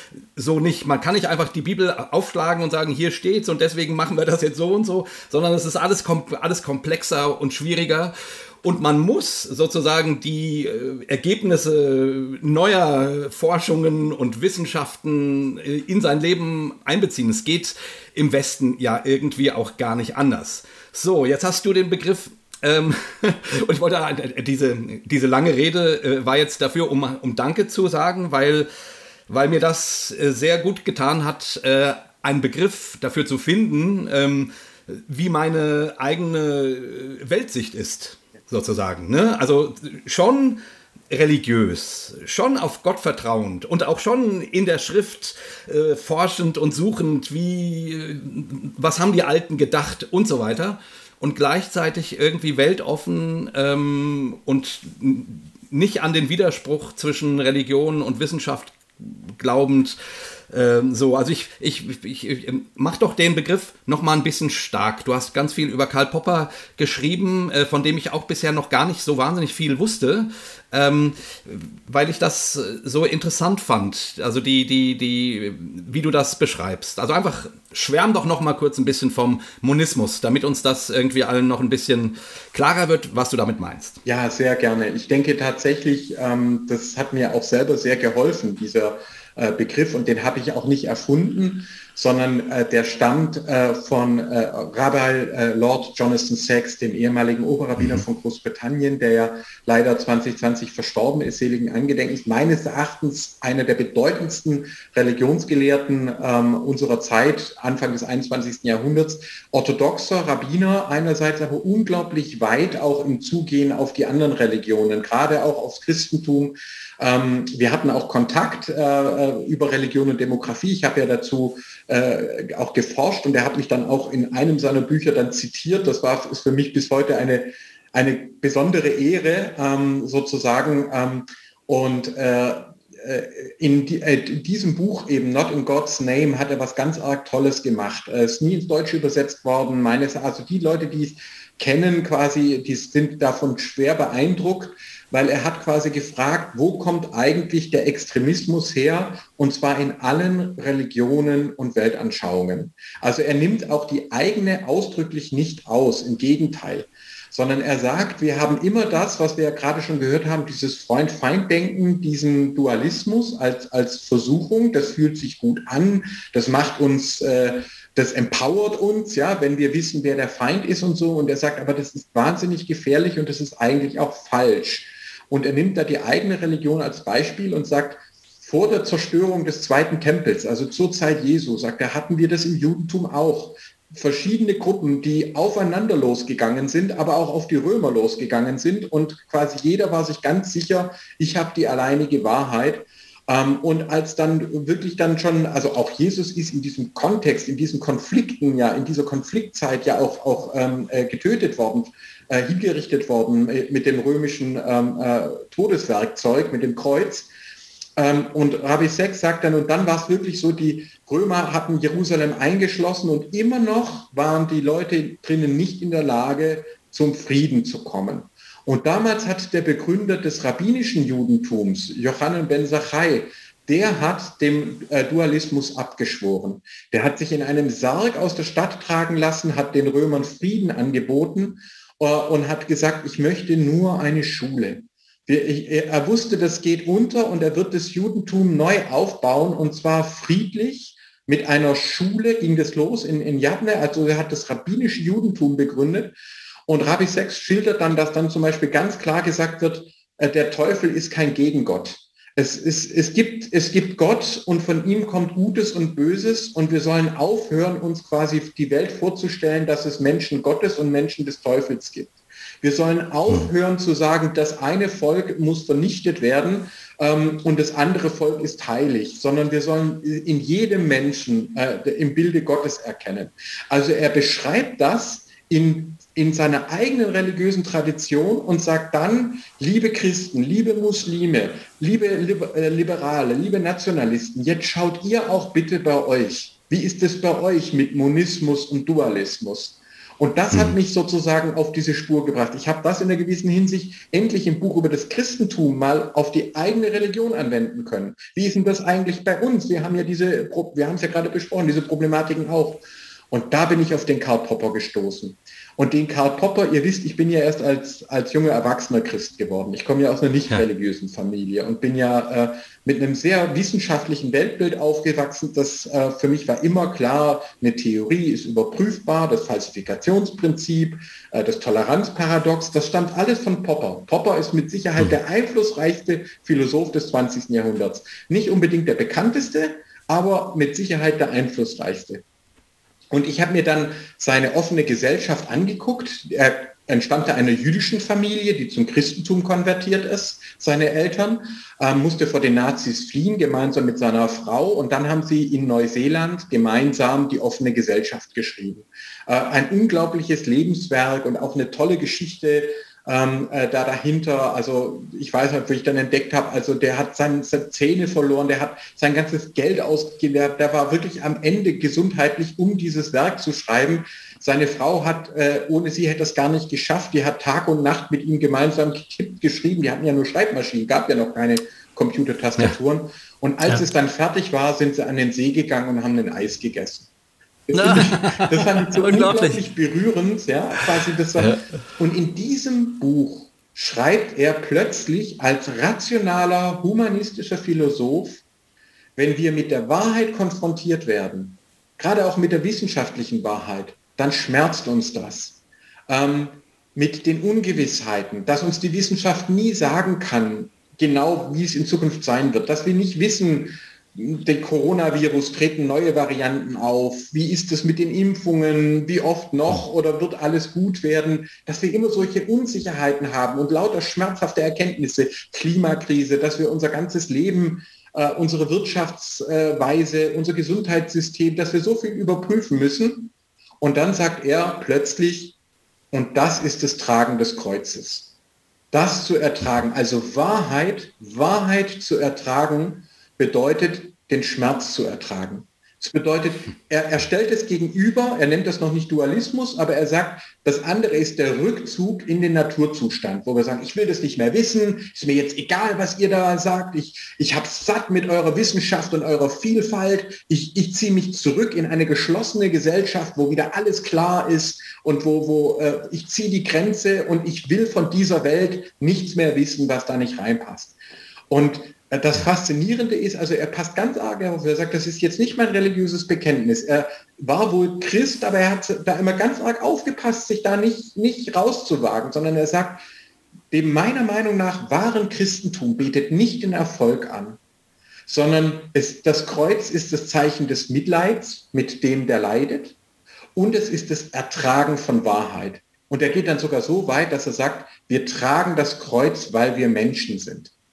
so nicht. Man kann nicht einfach die Bibel aufschlagen und sagen, hier steht's und deswegen machen wir das jetzt so und so, sondern es ist alles, alles komplexer und schwieriger. Und man muss sozusagen die äh, Ergebnisse neuer Forschungen und Wissenschaften äh, in sein Leben einbeziehen. Es geht im Westen ja irgendwie auch gar nicht anders. So, jetzt hast du den Begriff, ähm, und ich wollte, äh, diese, diese lange Rede äh, war jetzt dafür, um, um Danke zu sagen, weil, weil mir das äh, sehr gut getan hat, äh, einen Begriff dafür zu finden, ähm, wie meine eigene Weltsicht ist. Sozusagen, ne? Also schon religiös, schon auf Gott vertrauend und auch schon in der Schrift äh, forschend und suchend, wie, äh, was haben die Alten gedacht und so weiter. Und gleichzeitig irgendwie weltoffen ähm, und nicht an den Widerspruch zwischen Religion und Wissenschaft glaubend. Ähm, so, also ich, ich, ich, ich mach doch den Begriff noch mal ein bisschen stark. Du hast ganz viel über Karl Popper geschrieben, äh, von dem ich auch bisher noch gar nicht so wahnsinnig viel wusste, ähm, weil ich das so interessant fand. Also die, die, die, wie du das beschreibst. Also einfach schwärm doch noch mal kurz ein bisschen vom Monismus, damit uns das irgendwie allen noch ein bisschen klarer wird, was du damit meinst. Ja, sehr gerne. Ich denke tatsächlich, ähm, das hat mir auch selber sehr geholfen, dieser Begriff, und den habe ich auch nicht erfunden, sondern äh, der stammt äh, von äh, Rabbi äh, Lord Jonathan Sacks, dem ehemaligen Oberrabbiner von Großbritannien, der ja leider zwanzig zwanzig verstorben ist, seligen Angedenkens, meines Erachtens einer der bedeutendsten Religionsgelehrten ähm, unserer Zeit, Anfang des einundzwanzigsten Jahrhunderts, orthodoxer Rabbiner einerseits, aber unglaublich weit auch im Zugehen auf die anderen Religionen, gerade auch aufs Christentum. Ähm, wir hatten auch Kontakt äh, über Religion und Demografie. Ich habe ja dazu äh, auch geforscht und er hat mich dann auch in einem seiner Bücher dann zitiert. Das war ist für mich bis heute eine, eine besondere Ehre ähm, sozusagen. Ähm, und äh, in, die, äh, in diesem Buch eben Not in God's Name hat er was ganz arg Tolles gemacht. Es ist nie ins Deutsche übersetzt worden. Meines, also die Leute, die es kennen quasi, die sind davon schwer beeindruckt, weil er hat quasi gefragt, wo kommt eigentlich der Extremismus her, und zwar in allen Religionen und Weltanschauungen. Also er nimmt auch die eigene ausdrücklich nicht aus, im Gegenteil, sondern er sagt, wir haben immer das, was wir ja gerade schon gehört haben, dieses Freund-Feind-Denken, diesen Dualismus als, als Versuchung, das fühlt sich gut an, das macht uns... Äh, Das empowert uns, ja, wenn wir wissen, wer der Feind ist und so. Und er sagt, aber das ist wahnsinnig gefährlich und das ist eigentlich auch falsch. Und er nimmt da die eigene Religion als Beispiel und sagt, vor der Zerstörung des zweiten Tempels, also zur Zeit Jesu, sagt er, hatten wir das im Judentum auch. Verschiedene Gruppen, die aufeinander losgegangen sind, aber auch auf die Römer losgegangen sind. Und quasi jeder war sich ganz sicher, ich habe die alleinige Wahrheit. Ähm, und als dann wirklich dann schon, also auch Jesus ist in diesem Kontext, in diesen Konflikten, ja, in dieser Konfliktzeit ja auch, auch ähm, äh, getötet worden, äh, hingerichtet worden äh, mit dem römischen ähm, äh, Todeswerkzeug, mit dem Kreuz. Ähm, und Rabbi Sacks sagt dann, und dann war es wirklich so, die Römer hatten Jerusalem eingeschlossen und immer noch waren die Leute drinnen nicht in der Lage, zum Frieden zu kommen. Und damals hat der Begründer des rabbinischen Judentums, Jochanan ben Zakai, der hat dem äh, Dualismus abgeschworen. Der hat sich in einem Sarg aus der Stadt tragen lassen, hat den Römern Frieden angeboten äh, und hat gesagt, ich möchte nur eine Schule. Wir, ich, er wusste, das geht unter und er wird das Judentum neu aufbauen und zwar friedlich. Mit einer Schule ging das los in, in Jabne, also er hat das rabbinische Judentum begründet. Und Rabbi Sacks schildert dann, dass dann zum Beispiel ganz klar gesagt wird, äh, der Teufel ist kein Gegengott. Es, ist, es, gibt, es gibt Gott und von ihm kommt Gutes und Böses und wir sollen aufhören, uns quasi die Welt vorzustellen, dass es Menschen Gottes und Menschen des Teufels gibt. Wir sollen aufhören zu sagen, das eine Volk muss vernichtet werden ähm, und das andere Volk ist heilig, sondern wir sollen in jedem Menschen äh, im Bilde Gottes erkennen. Also er beschreibt das in, in seiner eigenen religiösen Tradition und sagt dann, liebe Christen, liebe Muslime, liebe Liberale, liebe Nationalisten, jetzt schaut ihr auch bitte bei euch. Wie ist es bei euch mit Monismus und Dualismus? Und das hat mich sozusagen auf diese Spur gebracht. Ich habe das in einer gewissen Hinsicht endlich im Buch über das Christentum mal auf die eigene Religion anwenden können. Wie ist denn das eigentlich bei uns? Wir haben ja diese, wir haben es ja gerade besprochen, diese Problematiken auch. Und da bin ich auf den Karl Popper gestoßen. Und den Karl Popper, ihr wisst, ich bin ja erst als, als junger Erwachsener Christ geworden. Ich komme ja aus einer nicht religiösen Familie und bin ja äh, mit einem sehr wissenschaftlichen Weltbild aufgewachsen. Das äh, für mich war immer klar, eine Theorie ist überprüfbar, das Falsifikationsprinzip, äh, das Toleranzparadox, das stammt alles von Popper. Popper ist mit Sicherheit der einflussreichste Philosoph des zwanzigsten Jahrhunderts. Nicht unbedingt der bekannteste, aber mit Sicherheit der einflussreichste. Und ich habe mir dann seine offene Gesellschaft angeguckt. Er entstammte einer jüdischen Familie, die zum Christentum konvertiert ist, seine Eltern, äh, musste vor den Nazis fliehen, gemeinsam mit seiner Frau. Und dann haben sie in Neuseeland gemeinsam die offene Gesellschaft geschrieben. Äh, ein unglaubliches Lebenswerk und auch eine tolle Geschichte ähm, äh, da dahinter. Also ich weiß nicht, wie ich dann entdeckt habe, also der hat seine, seine Zähne verloren, der hat sein ganzes Geld ausgegeben, der, der war wirklich am Ende gesundheitlich, um dieses Werk zu schreiben. Seine Frau hat, äh, ohne sie hätte es gar nicht geschafft, die hat Tag und Nacht mit ihm gemeinsam getippt, geschrieben, die hatten ja nur Schreibmaschinen, gab ja noch keine Computertastaturen. Ja. Und als ja. es dann fertig war, sind sie an den See gegangen und haben ein Eis gegessen. Das, ich, das fand ich so unglaublich. unglaublich berührend, ja, quasi das war. Ja. Und in diesem Buch schreibt er plötzlich als rationaler, humanistischer Philosoph, wenn wir mit der Wahrheit konfrontiert werden, gerade auch mit der wissenschaftlichen Wahrheit, dann schmerzt uns das. Ähm, mit den Ungewissheiten, dass uns die Wissenschaft nie sagen kann, genau wie es in Zukunft sein wird, dass wir nicht wissen, der Coronavirus treten neue Varianten auf, wie ist es mit den Impfungen, wie oft noch oder wird alles gut werden, dass wir immer solche Unsicherheiten haben und lauter schmerzhafte Erkenntnisse, Klimakrise, dass wir unser ganzes Leben, äh, unsere Wirtschaftsweise, unser Gesundheitssystem, dass wir so viel überprüfen müssen. Und dann sagt er plötzlich, und das ist das Tragen des Kreuzes. Das zu ertragen, also Wahrheit, Wahrheit zu ertragen, bedeutet, den Schmerz zu ertragen. Das bedeutet, er, er stellt es gegenüber, er nennt das noch nicht Dualismus, aber er sagt, das andere ist der Rückzug in den Naturzustand, wo wir sagen, ich will das nicht mehr wissen, ist mir jetzt egal, was ihr da sagt, ich, ich habe es satt mit eurer Wissenschaft und eurer Vielfalt, ich, ich ziehe mich zurück in eine geschlossene Gesellschaft, wo wieder alles klar ist und wo, wo äh, ich ziehe die Grenze und ich will von dieser Welt nichts mehr wissen, was da nicht reinpasst. Und das Faszinierende ist, also er passt ganz arg auf, er sagt, das ist jetzt nicht mein religiöses Bekenntnis. Er war wohl Christ, aber er hat da immer ganz arg aufgepasst, sich da nicht, nicht rauszuwagen, sondern er sagt, dem meiner Meinung nach wahren Christentum betet nicht den Erfolg an, sondern es, das Kreuz ist das Zeichen des Mitleids mit dem, der leidet, und es ist das Ertragen von Wahrheit. Und er geht dann sogar so weit, dass er sagt, wir tragen das Kreuz, weil wir Menschen sind.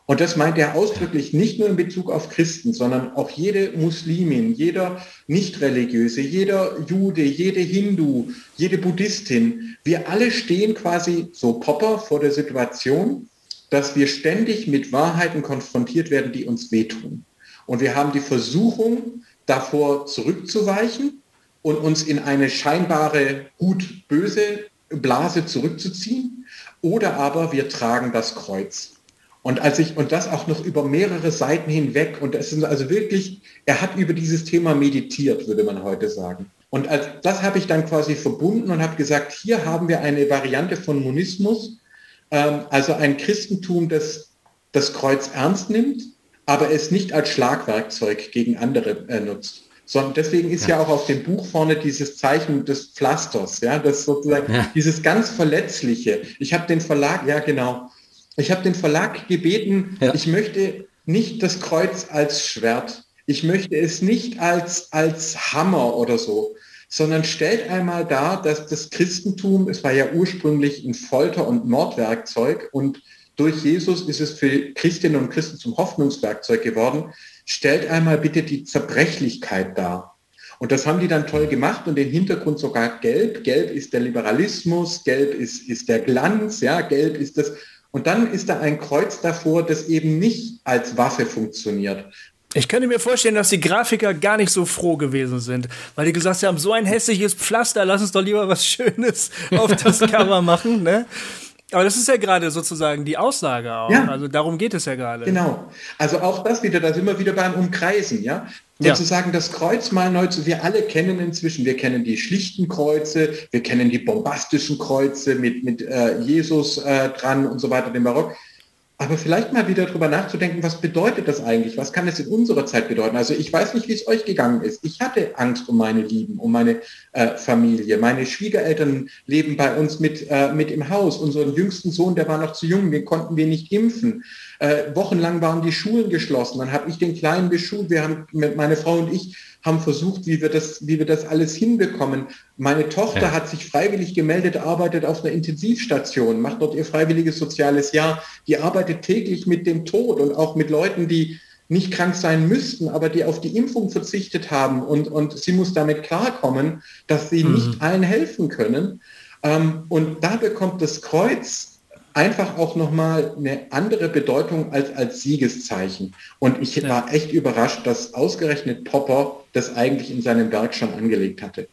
Und das meint er ausdrücklich nicht nur in Bezug auf Christen, sondern auch jede Muslimin, jeder Nicht-Religiöse, jeder Jude, jede Hindu, jede Buddhistin. Wir alle stehen quasi, so Popper, vor der Situation, dass wir ständig mit Wahrheiten konfrontiert werden, die uns wehtun. Und wir haben die Versuchung, davor zurückzuweichen und uns in eine scheinbare gut-böse Blase zurückzuziehen. Oder aber wir tragen das Kreuz. Und als ich, und das auch noch über mehrere Seiten hinweg, und es ist also wirklich, er hat über dieses Thema meditiert, würde man heute sagen. Und als, das habe ich dann quasi verbunden und habe gesagt, hier haben wir eine Variante von Monismus, ähm, also ein Christentum, das das Kreuz ernst nimmt, aber es nicht als Schlagwerkzeug gegen andere äh, nutzt. Sondern deswegen ist ja. ja auch auf dem Buch vorne dieses Zeichen des Pflasters, ja, das sozusagen, ja. dieses ganz Verletzliche. Ich habe den Verlag, ja genau, ich habe den Verlag gebeten, ja. ich möchte nicht das Kreuz als Schwert, ich möchte es nicht als, als Hammer oder so, sondern stellt einmal dar, dass das Christentum, es war ja ursprünglich ein Folter- und Mordwerkzeug und durch Jesus ist es für Christinnen und Christen zum Hoffnungswerkzeug geworden. Stellt einmal bitte die Zerbrechlichkeit dar. Und das haben die dann toll gemacht und den Hintergrund sogar gelb. Gelb ist der Liberalismus, gelb ist, ist der Glanz, ja, gelb ist das. Und dann ist da ein Kreuz davor, das eben nicht als Waffe funktioniert. Ich könnte mir vorstellen, dass die Grafiker gar nicht so froh gewesen sind, weil die gesagt haben, so ein hässliches Pflaster, lass uns doch lieber was Schönes auf das Cover machen, ne? Aber das ist ja gerade sozusagen die Aussage auch. Ja. Also darum geht es ja gerade. Genau. Also auch das wieder, da sind wir wieder beim Umkreisen, ja. Sozusagen ja. das Kreuz mal neu zu, wir alle kennen inzwischen, wir kennen die schlichten Kreuze, wir kennen die bombastischen Kreuze mit, mit äh, Jesus äh, dran und so weiter, dem Barock. Aber vielleicht mal wieder drüber nachzudenken, was bedeutet das eigentlich? Was kann es in unserer Zeit bedeuten? Also ich weiß nicht, wie es euch gegangen ist. Ich hatte Angst um meine Lieben, um meine äh, Familie. Meine Schwiegereltern leben bei uns mit, äh, mit im Haus. Unseren jüngsten Sohn, der war noch zu jung, den konnten wir nicht impfen. Äh, wochenlang waren die Schulen geschlossen. Dann habe ich den Kleinen beschult. Wir haben, meine Frau und ich haben versucht, wie wir das, wie wir das alles hinbekommen. Meine Tochter ja. hat sich freiwillig gemeldet, arbeitet auf einer Intensivstation, macht dort ihr freiwilliges soziales Jahr. Die arbeitet täglich mit dem Tod und auch mit Leuten, die nicht krank sein müssten, aber die auf die Impfung verzichtet haben. Und, und sie muss damit klarkommen, dass sie mhm. nicht allen helfen können. Ähm, und da bekommt das Kreuz einfach auch nochmal eine andere Bedeutung als als Siegeszeichen. Und ich ja. war echt überrascht, dass ausgerechnet Popper das eigentlich in seinem Werk schon angelegt hatte.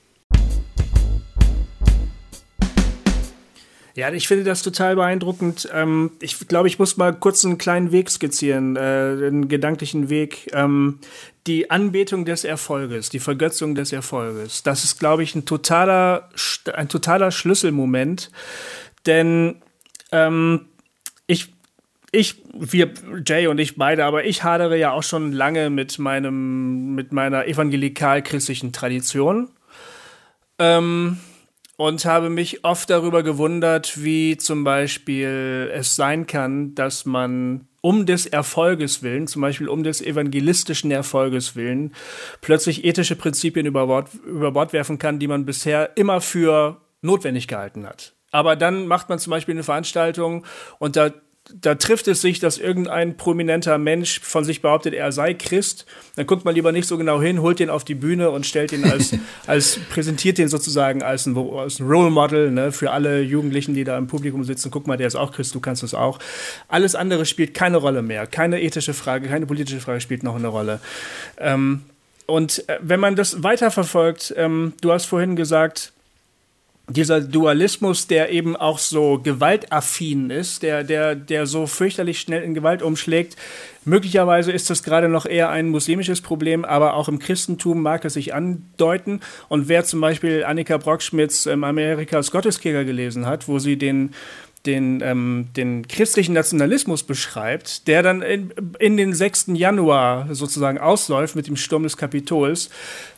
Ja, ich finde das total beeindruckend. Ähm, ich glaube, ich muss mal kurz einen kleinen Weg skizzieren, äh, einen gedanklichen Weg. Ähm, die Anbetung des Erfolges, die Vergötzung des Erfolges, das ist, glaube ich, ein totaler, ein totaler Schlüsselmoment. Denn ähm, ich, ich, wir, Jay und ich beide, aber ich hadere ja auch schon lange mit meinem, mit meiner evangelikal-christlichen Tradition. Ähm, Und habe mich oft darüber gewundert, wie zum Beispiel es sein kann, dass man um des Erfolges willen, zum Beispiel um des evangelistischen Erfolges willen, plötzlich ethische Prinzipien über Bord, über Bord werfen kann, die man bisher immer für notwendig gehalten hat. Aber dann macht man zum Beispiel eine Veranstaltung und da Da trifft es sich, dass irgendein prominenter Mensch von sich behauptet, er sei Christ. Dann guckt man lieber nicht so genau hin, holt den auf die Bühne und stellt ihn als, als präsentiert den sozusagen als ein, als ein Role Model, ne, für alle Jugendlichen, die da im Publikum sitzen. Guck mal, der ist auch Christ, du kannst es auch. Alles andere spielt keine Rolle mehr. Keine ethische Frage, keine politische Frage spielt noch eine Rolle. Ähm, und äh, wenn man das weiterverfolgt, ähm, du hast vorhin gesagt, dieser Dualismus, der eben auch so gewaltaffin ist, der, der, der so fürchterlich schnell in Gewalt umschlägt. Möglicherweise ist das gerade noch eher ein muslimisches Problem, aber auch im Christentum mag es sich andeuten. Und wer zum Beispiel Annika Brockschmidts ähm, Amerikas Gotteskrieger gelesen hat, wo sie den den, ähm, den christlichen Nationalismus beschreibt, der dann in, in den sechsten Januar sozusagen ausläuft mit dem Sturm des Kapitols,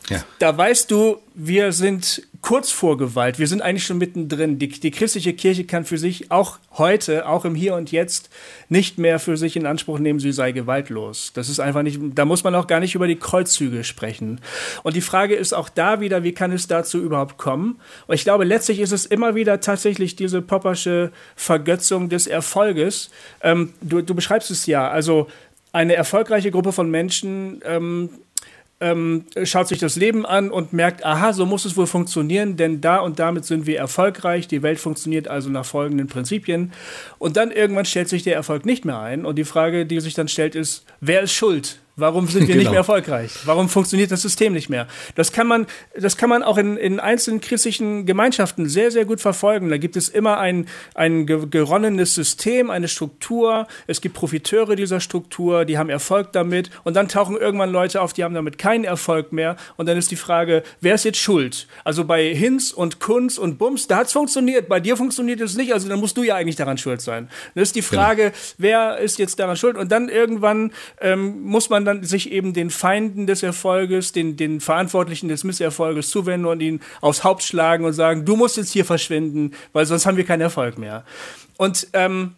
Ja. Da weißt du, wir sind kurz vor Gewalt, wir sind eigentlich schon mittendrin. Die, die christliche Kirche kann für sich auch heute, auch im Hier und Jetzt, nicht mehr für sich in Anspruch nehmen, sie sei gewaltlos. Das ist einfach nicht, da muss man auch gar nicht über die Kreuzzüge sprechen. Und die Frage ist auch da wieder, wie kann es dazu überhaupt kommen? Und ich glaube, letztlich ist es immer wieder tatsächlich diese poppersche Vergötzung des Erfolges. Ähm, du, du beschreibst es ja, also eine erfolgreiche Gruppe von Menschen ähm, Ähm, schaut sich das Leben an und merkt, aha, so muss es wohl funktionieren, denn da und damit sind wir erfolgreich, die Welt funktioniert also nach folgenden Prinzipien. Und dann irgendwann stellt sich der Erfolg nicht mehr ein und die Frage, die sich dann stellt, ist, wer ist schuld? Warum sind wir genau. nicht mehr erfolgreich? Warum funktioniert das System nicht mehr? Das kann man, das kann man auch in, in einzelnen christlichen Gemeinschaften sehr, sehr gut verfolgen. Da gibt es immer ein, ein geronnenes System, eine Struktur. Es gibt Profiteure dieser Struktur, die haben Erfolg damit. Und dann tauchen irgendwann Leute auf, die haben damit keinen Erfolg mehr. Und dann ist die Frage, wer ist jetzt schuld? Also bei Hinz und Kunz und Bums, da hat es funktioniert. Bei dir funktioniert es nicht. Also dann musst du ja eigentlich daran schuld sein. Das ist die Frage, genau. wer ist jetzt daran schuld? Und dann irgendwann ähm, muss man dann sich eben den Feinden des Erfolges, den, den Verantwortlichen des Misserfolges zuwenden und ihn aufs Haupt schlagen und sagen, du musst jetzt hier verschwinden, weil sonst haben wir keinen Erfolg mehr. Und ähm,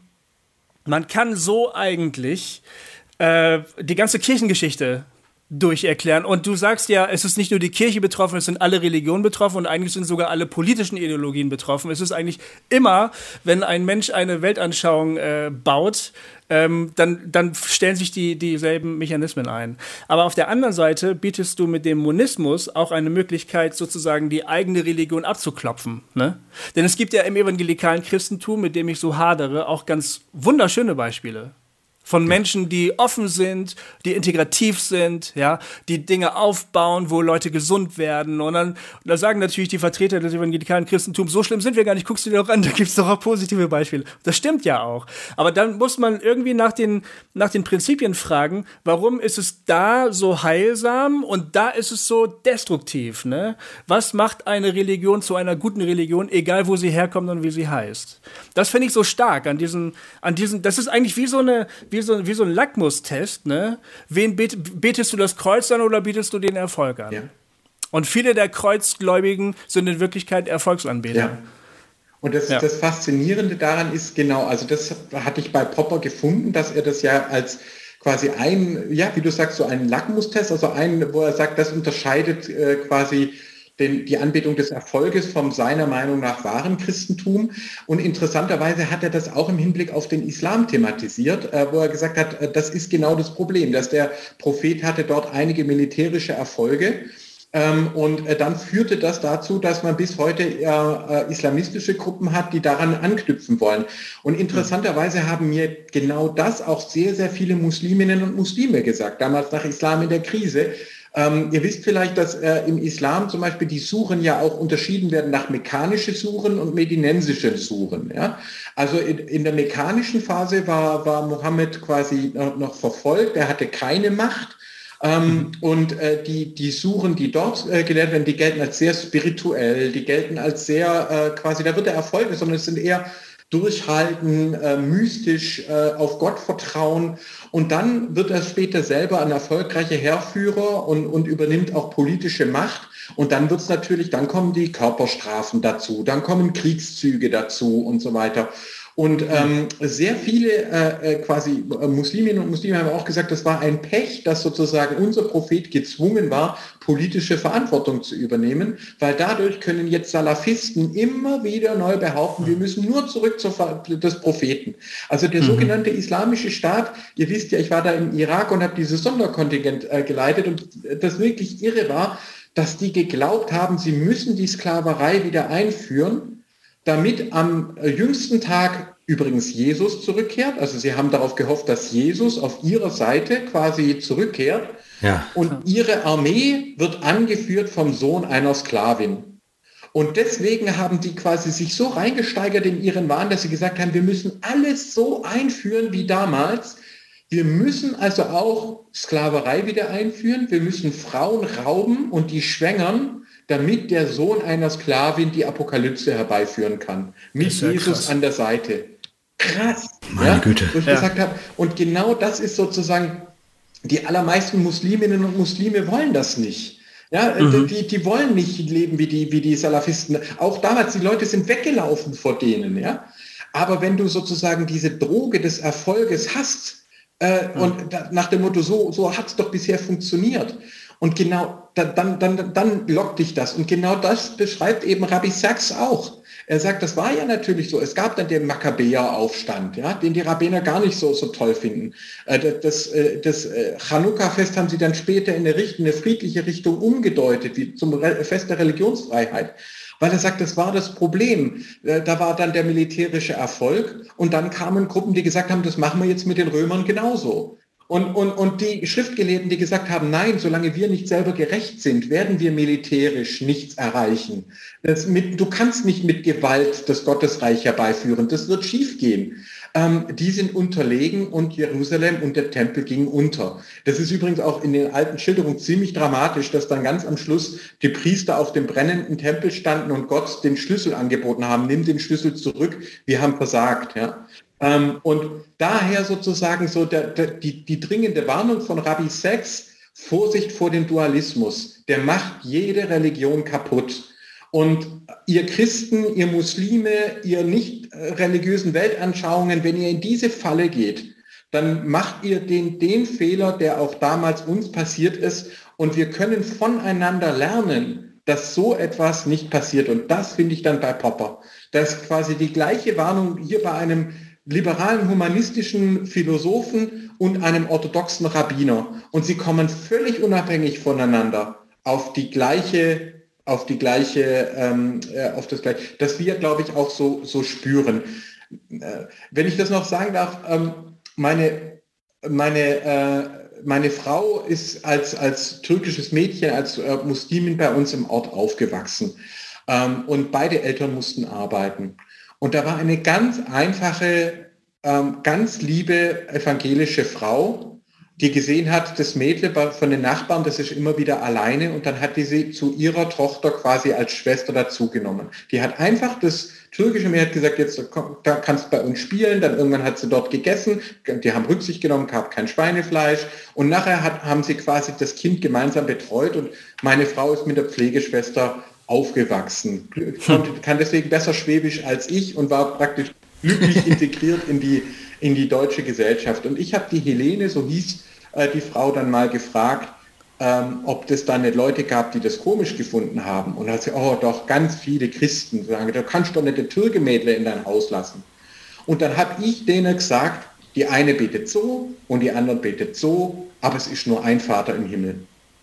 man kann so eigentlich äh, die ganze Kirchengeschichte durcherklären. Und du sagst ja, es ist nicht nur die Kirche betroffen, es sind alle Religionen betroffen und eigentlich sind sogar alle politischen Ideologien betroffen. Es ist eigentlich immer, wenn ein Mensch eine Weltanschauung äh, baut, ähm, dann, dann stellen sich die, dieselben Mechanismen ein. Aber auf der anderen Seite bietest du mit dem Monismus auch eine Möglichkeit, sozusagen die eigene Religion abzuklopfen. Ne? Denn es gibt ja im evangelikalen Christentum, mit dem ich so hadere, auch ganz wunderschöne Beispiele. Von Menschen, die offen sind, die integrativ sind, ja, die Dinge aufbauen, wo Leute gesund werden. Und dann da sagen natürlich die Vertreter des evangelikalen Christentums, so schlimm sind wir gar nicht, guckst du dir doch an, da gibt's doch auch positive Beispiele. Das stimmt ja auch. Aber dann muss man irgendwie nach den, nach den Prinzipien fragen, warum ist es da so heilsam und da ist es so destruktiv, ne? Was macht eine Religion zu einer guten Religion, egal wo sie herkommt und wie sie heißt? Das finde ich so stark an diesen, an diesen, das ist eigentlich wie so eine, wie so, wie so ein Lackmustest, ne? Wen bet, betest du das Kreuz an oder bietest du den Erfolg an? Ja. Und viele der Kreuzgläubigen sind in Wirklichkeit Erfolgsanbeter. Ja. Und das, ja. das Faszinierende daran ist genau, also das hatte ich bei Popper gefunden, dass er das ja als quasi ein, ja, wie du sagst, so einen Lackmustest, also einen, wo er sagt, das unterscheidet äh, quasi Den, die Anbetung des Erfolges vom seiner Meinung nach wahren Christentum. Und interessanterweise hat er das auch im Hinblick auf den Islam thematisiert, äh, wo er gesagt hat, äh, das ist genau das Problem, dass der Prophet hatte dort einige militärische Erfolge. Ähm, und äh, dann führte das dazu, dass man bis heute äh, islamistische Gruppen hat, die daran anknüpfen wollen. Und interessanterweise haben mir genau das auch sehr, sehr viele Musliminnen und Muslime gesagt, damals nach Islam in der Krise. Ähm, ihr wisst vielleicht, dass äh, im Islam zum Beispiel die Suren ja auch unterschieden werden nach mekanische Suren und medinensische Suren. Ja? Also in, in der mekanischen Phase war, war Mohammed quasi noch, noch verfolgt, er hatte keine Macht. Ähm, mhm. Und äh, die, die Suren, die dort äh, gelehrt werden, die gelten als sehr spirituell, die gelten als sehr äh, quasi, da wird der Erfolg, sondern es sind eher durchhalten, äh, mystisch, äh, auf Gott vertrauen. Und dann wird er später selber ein erfolgreicher Heerführer und, und übernimmt auch politische Macht. Und dann wird es natürlich, dann kommen die Körperstrafen dazu, dann kommen Kriegszüge dazu und so weiter. Und ähm, sehr viele äh, quasi äh, Musliminnen und Muslime haben auch gesagt, das war ein Pech, dass sozusagen unser Prophet gezwungen war, politische Verantwortung zu übernehmen, weil dadurch können jetzt Salafisten immer wieder neu behaupten, wir müssen nur zurück zur Ver- des Propheten. Also der mhm. sogenannte Islamische Staat, ihr wisst ja, ich war da im Irak und habe dieses Sonderkontingent äh, geleitet und das wirklich irre war, dass die geglaubt haben, sie müssen die Sklaverei wieder einführen, damit am jüngsten Tag übrigens Jesus zurückkehrt. Also sie haben darauf gehofft, dass Jesus auf ihrer Seite quasi zurückkehrt. Ja. Und ihre Armee wird angeführt vom Sohn einer Sklavin. Und deswegen haben die quasi sich so reingesteigert in ihren Wahn, dass sie gesagt haben, wir müssen alles so einführen wie damals. Wir müssen also auch Sklaverei wieder einführen. Wir müssen Frauen rauben und die schwängern, damit der Sohn einer Sklavin die Apokalypse herbeiführen kann. Mit ja Jesus krass. An der Seite. Krass. Meine ja, Güte. wo ich ja. gesagt habe. Und genau das ist sozusagen, die allermeisten Musliminnen und Muslime wollen das nicht. Ja, mhm. die, die wollen nicht leben wie die, wie die Salafisten. Auch damals, die Leute sind weggelaufen vor denen, ja. Aber wenn du sozusagen diese Droge des Erfolges hast, äh, mhm. und da, nach dem Motto, so, so hat es doch bisher funktioniert. Und genau, dann, dann, dann lockt dich das. Und genau das beschreibt eben Rabbi Sachs auch. Er sagt, das war ja natürlich so. Es gab dann den Makkabäer-Aufstand, ja, den die Rabbiner gar nicht so, so toll finden. Das, das Chanukka-Fest haben sie dann später in eine, Richtung, eine friedliche Richtung umgedeutet, wie zum Fest der Religionsfreiheit. Weil er sagt, das war das Problem. Da war dann der militärische Erfolg und dann kamen Gruppen, die gesagt haben, das machen wir jetzt mit den Römern genauso. Und, und, und die Schriftgelehrten, die gesagt haben, nein, solange wir nicht selber gerecht sind, werden wir militärisch nichts erreichen. Das mit, du kannst nicht mit Gewalt das Gottesreich herbeiführen, das wird schiefgehen. Ähm, die sind unterlegen und Jerusalem und der Tempel gingen unter. Das ist übrigens auch in den alten Schilderungen ziemlich dramatisch, dass dann ganz am Schluss die Priester auf dem brennenden Tempel standen und Gott den Schlüssel angeboten haben, nimm den Schlüssel zurück, wir haben versagt, ja. Ähm, und daher sozusagen so der, der, die, die dringende Warnung von Rabbi Sachs, Vorsicht vor dem Dualismus, der macht jede Religion kaputt. Und ihr Christen, ihr Muslime, ihr nicht religiösen Weltanschauungen, wenn ihr in diese Falle geht, dann macht ihr den, den Fehler, der auch damals uns passiert ist. Und wir können voneinander lernen, dass so etwas nicht passiert. Und das finde ich dann bei Popper. Das ist quasi die gleiche Warnung hier bei einem liberalen humanistischen Philosophen und einem orthodoxen Rabbiner. Und sie kommen völlig unabhängig voneinander auf die gleiche, auf die gleiche, ähm, auf das gleiche, das wir, glaube ich, auch so, so spüren. Äh, wenn ich das noch sagen darf, ähm, meine, meine, äh, meine Frau ist als, als türkisches Mädchen, als äh, Muslimin bei uns im Ort aufgewachsen. Ähm, und beide Eltern mussten arbeiten. Und da war eine ganz einfache, ähm, ganz liebe evangelische Frau, die gesehen hat, das Mädchen von den Nachbarn, das ist immer wieder alleine, und dann hat die sie zu ihrer Tochter quasi als Schwester dazugenommen. Die hat einfach das türkische Mädchen gesagt, jetzt da kannst du bei uns spielen, dann irgendwann hat sie dort gegessen, die haben Rücksicht genommen, gab kein Schweinefleisch, und nachher hat, haben sie quasi das Kind gemeinsam betreut, und meine Frau ist mit der Pflegeschwester aufgewachsen, kann deswegen besser Schwäbisch als ich und war praktisch glücklich integriert in die, in die deutsche Gesellschaft. Und ich habe die Helene, so hieß äh, die Frau, dann mal gefragt, ähm, ob es da nicht Leute gab, die das komisch gefunden haben. Und da hat sie, oh doch, ganz viele Christen sagen, du kannst doch nicht den Türkemädle in dein Haus lassen. Und dann habe ich denen gesagt, die eine betet so und die andere betet so, aber es ist nur ein Vater im Himmel.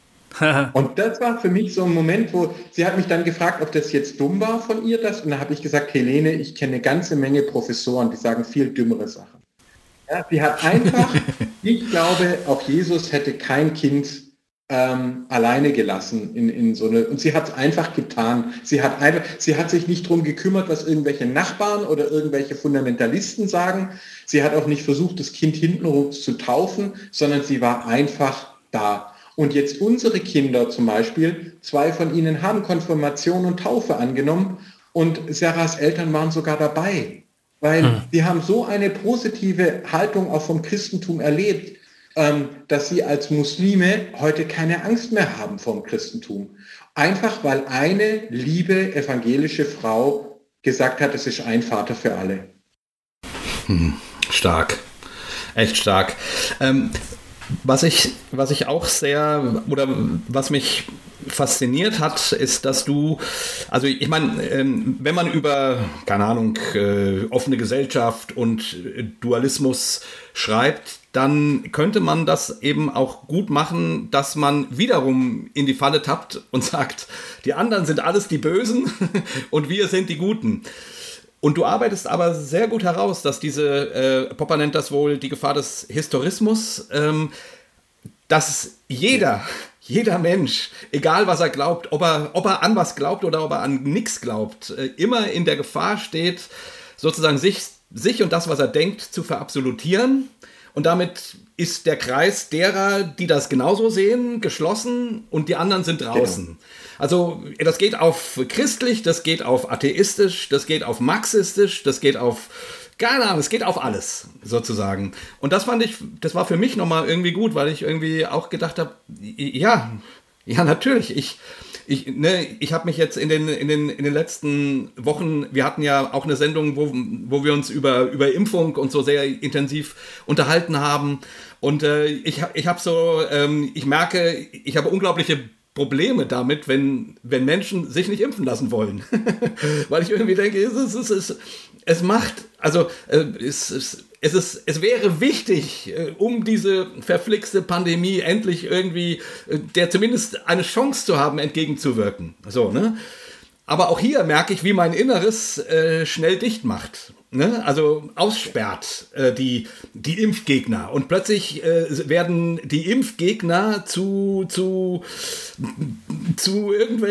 Und das war für mich so ein Moment, wo sie hat mich dann gefragt, ob das jetzt dumm war von ihr, das. Und dann habe ich gesagt, Helene, ich kenne eine ganze Menge Professoren, die sagen viel dümmere Sachen. Ja, sie hat einfach, ich glaube, auch Jesus hätte kein Kind ähm, alleine gelassen in, in so eine, und sie hat es einfach getan. Sie hat einfach, sie hat sich nicht darum gekümmert, was irgendwelche Nachbarn oder irgendwelche Fundamentalisten sagen. Sie hat auch nicht versucht, das Kind hintenrum zu taufen, sondern sie war einfach da. Und jetzt unsere Kinder zum Beispiel, zwei von ihnen haben Konfirmation und Taufe angenommen und Sarahs Eltern waren sogar dabei, weil hm. sie haben so eine positive Haltung auch vom Christentum erlebt, ähm, dass sie als Muslime heute keine Angst mehr haben vom Christentum. Einfach weil eine liebe evangelische Frau gesagt hat, es ist ein Vater für alle. Hm. Stark, echt stark. Ähm, Was ich, was ich auch sehr, oder was mich fasziniert hat, ist, dass du, also ich meine, wenn man über, keine Ahnung, offene Gesellschaft und Dualismus schreibt, dann könnte man das eben auch gut machen, dass man wiederum in die Falle tappt und sagt, die anderen sind alles die Bösen und wir sind die Guten. Und du arbeitest aber sehr gut heraus, dass diese, äh, Popper nennt das wohl die Gefahr des Historismus, ähm, dass jeder, jeder Mensch, egal was er glaubt, ob er, ob er an was glaubt oder ob er an nichts glaubt, äh, immer in der Gefahr steht, sozusagen sich, sich und das, was er denkt, zu verabsolutieren. Und damit ist der Kreis derer, die das genauso sehen, geschlossen und die anderen sind draußen. Genau. Also das geht auf christlich, das geht auf atheistisch, das geht auf marxistisch, das geht auf, keine Ahnung, es geht auf alles sozusagen. Und das fand ich, das war für mich nochmal irgendwie gut, weil ich irgendwie auch gedacht habe, ja, Ja, natürlich. Ich, ich, ne, ich habe mich jetzt in den, in, den, in den letzten Wochen, wir hatten ja auch eine Sendung, wo, wo wir uns über, über Impfung und so sehr intensiv unterhalten haben. Und äh, ich, ich habe so, ähm, ich merke, ich habe unglaubliche Probleme damit, wenn, wenn Menschen sich nicht impfen lassen wollen. Weil ich irgendwie denke, es, ist, es, ist, es macht, also äh, es, es, es, ist, es wäre wichtig, äh, um diese verflixte Pandemie endlich irgendwie, äh, der zumindest eine Chance zu haben, entgegenzuwirken. So, ne? Aber auch hier merke ich, wie mein Inneres äh, schnell dicht macht. Ne? Also aussperrt äh, die, die Impfgegner. Und plötzlich äh, werden die Impfgegner zu, zu, zu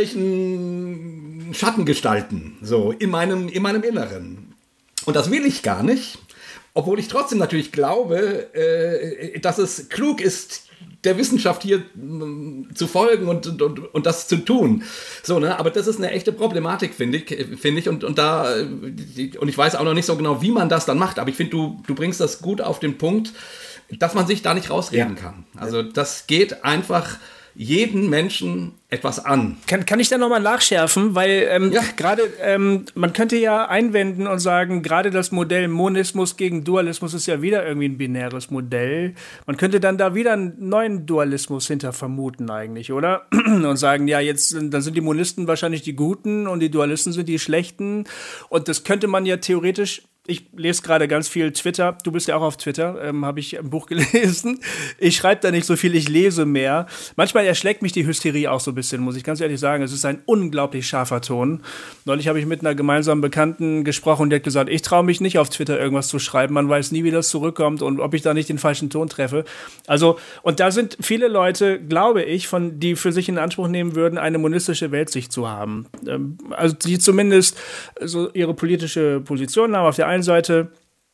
irgendwelchen Schattengestalten, so in meinem, in meinem Inneren. Und das will ich gar nicht, obwohl ich trotzdem natürlich glaube, äh, dass es klug ist, der Wissenschaft hier mh, zu folgen und, und, und das zu tun. So, ne? Aber das ist eine echte Problematik, finde ich. Find ich. Und, und, da, und ich weiß auch noch nicht so genau, wie man das dann macht. Aber ich finde, du, du bringst das gut auf den Punkt, dass man sich da nicht rausreden ja. kann. Also das geht einfach jeden Menschen etwas an. Kann, kann ich da nochmal nachschärfen? Weil ähm, ja. gerade, ähm, man könnte ja einwenden und sagen, gerade das Modell Monismus gegen Dualismus ist ja wieder irgendwie ein binäres Modell. Man könnte dann da wieder einen neuen Dualismus hinter vermuten eigentlich, oder? Und sagen, ja, jetzt dann sind die Monisten wahrscheinlich die Guten und die Dualisten sind die Schlechten. Und das könnte man ja theoretisch, ich lese gerade ganz viel Twitter, du bist ja auch auf Twitter, ähm, habe ich ein Buch gelesen. Ich schreibe da nicht so viel, ich lese mehr. Manchmal erschlägt mich die Hysterie auch so ein bisschen, muss ich ganz ehrlich sagen. Es ist ein unglaublich scharfer Ton. Neulich habe ich mit einer gemeinsamen Bekannten gesprochen, die hat gesagt, ich traue mich nicht auf Twitter irgendwas zu schreiben, man weiß nie, wie das zurückkommt und ob ich da nicht den falschen Ton treffe. Also, und da sind viele Leute, glaube ich, von die für sich in Anspruch nehmen würden, eine monistische Weltsicht zu haben. Ähm, also die zumindest so ihre politische Position haben auf der einen Seite,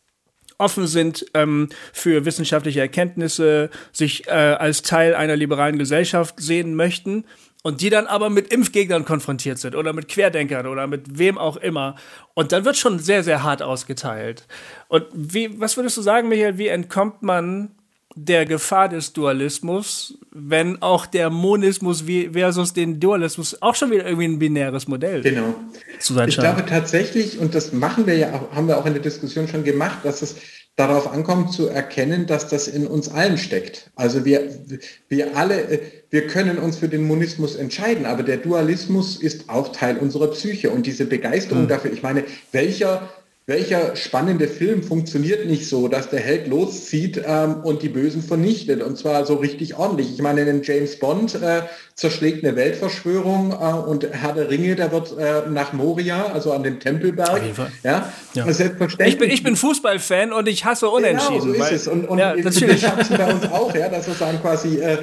offen sind ähm, für wissenschaftliche Erkenntnisse, sich äh, als Teil einer liberalen Gesellschaft sehen möchten und die dann aber mit Impfgegnern konfrontiert sind oder mit Querdenkern oder mit wem auch immer. Und dann wird schon sehr, sehr hart ausgeteilt. Und wie, was würdest du sagen, Michael, wie entkommt man der Gefahr des Dualismus, wenn auch der Monismus versus den Dualismus auch schon wieder irgendwie ein binäres Modell genau. zu sein Ich scheint? glaube tatsächlich, und das machen wir ja auch, haben wir auch in der Diskussion schon gemacht, dass es darauf ankommt zu erkennen, dass das in uns allen steckt. Also wir, wir alle, wir können uns für den Monismus entscheiden, aber der Dualismus ist auch Teil unserer Psyche und diese Begeisterung mhm. dafür, ich meine, welcher Welcher spannende Film funktioniert nicht so, dass der Held loszieht ähm, und die Bösen vernichtet, und zwar so richtig ordentlich. Ich meine, den James Bond äh, zerschlägt eine Weltverschwörung äh, und Herr der Ringe, der wird äh, nach Moria, also an dem Tempelberg. Ja, ja. Selbstverständlich. Ich bin, ich bin Fußballfan und ich hasse Unentschieden. Genau, so ist weil, es. Und, und ja, wir schaffen bei uns auch, ja, dass wir sagen quasi, äh,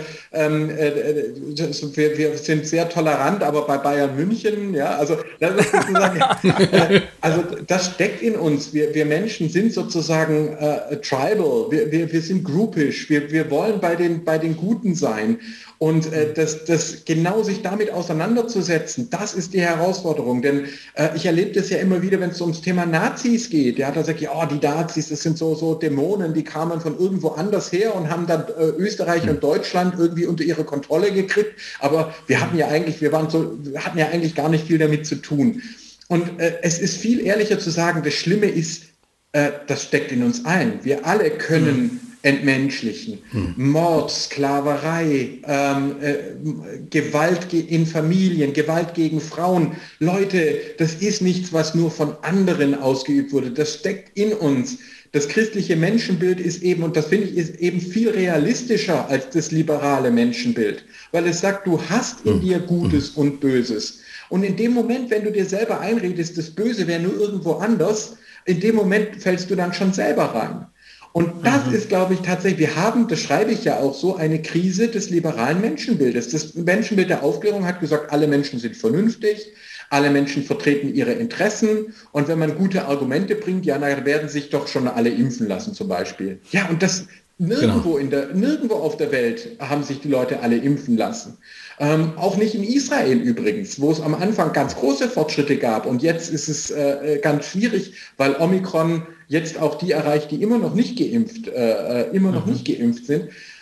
äh, wir, wir sind sehr tolerant, aber bei Bayern München, ja, also das ist sozusagen, äh, also das steckt in uns. Wir, wir Menschen sind sozusagen äh, tribal, wir, wir, wir sind groupisch, wir, wir wollen bei den, bei den Guten sein. Und äh, das, das genau sich damit auseinanderzusetzen, das ist die Herausforderung. Denn äh, ich erlebe das ja immer wieder, wenn es ums Thema Nazis geht. Ja, da sagt ja, oh, die Nazis, das sind so, so Dämonen, die kamen von irgendwo anders her und haben dann äh, Österreich und Deutschland irgendwie unter ihre Kontrolle gekriegt. Aber wir hatten ja eigentlich, wir waren so, wir hatten ja eigentlich gar nicht viel damit zu tun. Und äh, es ist viel ehrlicher zu sagen, das Schlimme ist, äh, das steckt in uns allen. Wir alle können entmenschlichen. Hm. Mord, Sklaverei, ähm, äh, Gewalt in Familien, Gewalt gegen Frauen. Leute, das ist nichts, was nur von anderen ausgeübt wurde. Das steckt in uns. Das christliche Menschenbild ist eben, und das finde ich, ist eben viel realistischer als das liberale Menschenbild, weil es sagt, du hast in dir Gutes und Böses. Und in dem Moment, wenn du dir selber einredest, das Böse wäre nur irgendwo anders, in dem Moment fällst du dann schon selber rein. Und das mhm. ist, glaube ich, tatsächlich, wir haben, das schreibe ich ja auch so, eine Krise des liberalen Menschenbildes. Das Menschenbild der Aufklärung hat gesagt, alle Menschen sind vernünftig, alle Menschen vertreten ihre Interessen, und wenn man gute Argumente bringt, ja, dann werden sich doch schon alle impfen lassen zum Beispiel. Ja, und das nirgendwo, genau. in der, nirgendwo auf der Welt haben sich die Leute alle impfen lassen. Ähm, auch nicht in Israel übrigens, wo es am Anfang ganz große Fortschritte gab, und jetzt ist es äh, ganz schwierig, weil Omikron jetzt auch die erreicht, die immer noch nicht geimpft, äh, immer noch mhm. nicht geimpft sind.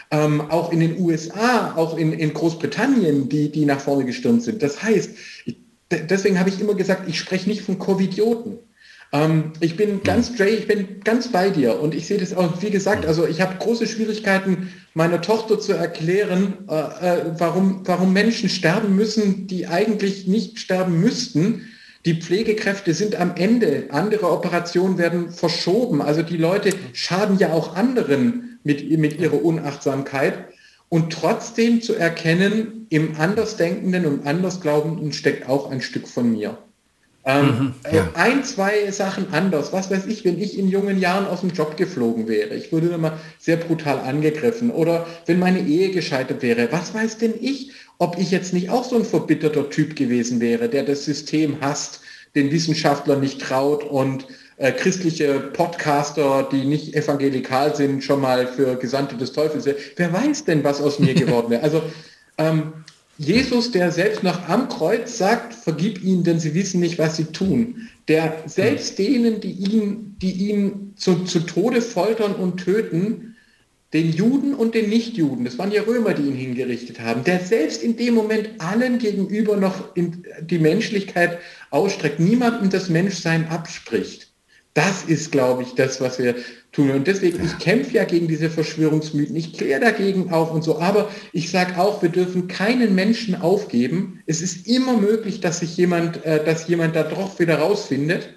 ähm, auch in den U S A, auch in, in Großbritannien, die, die nach vorne gestürmt sind. Das heißt, ich, deswegen habe ich immer gesagt, ich spreche nicht von Covidioten. Ähm, ich bin ganz straight, ich bin ganz bei dir und ich sehe das auch, wie gesagt, also ich habe große Schwierigkeiten, meiner Tochter zu erklären, äh, warum, warum Menschen sterben müssen, die eigentlich nicht sterben müssten. Die Pflegekräfte sind am Ende, andere Operationen werden verschoben, also die Leute schaden ja auch anderen mit, mit ihrer Unachtsamkeit und trotzdem zu erkennen, im Andersdenkenden und Andersglaubenden steckt auch ein Stück von mir. Ähm, mhm, ja. Ein, zwei Sachen anders. Was weiß ich, wenn ich in jungen Jahren aus dem Job geflogen wäre. Ich wurde immer sehr brutal angegriffen. Oder wenn meine Ehe gescheitert wäre. Was weiß denn ich, ob ich jetzt nicht auch so ein verbitterter Typ gewesen wäre, der das System hasst, den Wissenschaftlern nicht traut und äh, christliche Podcaster, die nicht evangelikal sind, schon mal für Gesandte des Teufels. Wer weiß denn, was aus mir geworden wäre? Also ähm, Jesus, der selbst noch am Kreuz sagt, vergib ihnen, denn sie wissen nicht, was sie tun. Der selbst denen, die ihn, die ihn zu, zu Tode foltern und töten, den Juden und den Nichtjuden, das waren ja Römer, die ihn hingerichtet haben, der selbst in dem Moment allen gegenüber noch in die Menschlichkeit ausstreckt, niemandem das Menschsein abspricht. Das ist, glaube ich, das, was wir tun. Und deswegen, ich kämpfe ja gegen diese Verschwörungsmythen, ich kläre dagegen auf und so, aber ich sage auch, wir dürfen keinen Menschen aufgeben. Es ist immer möglich, dass sich jemand, äh, dass jemand da doch wieder rausfindet.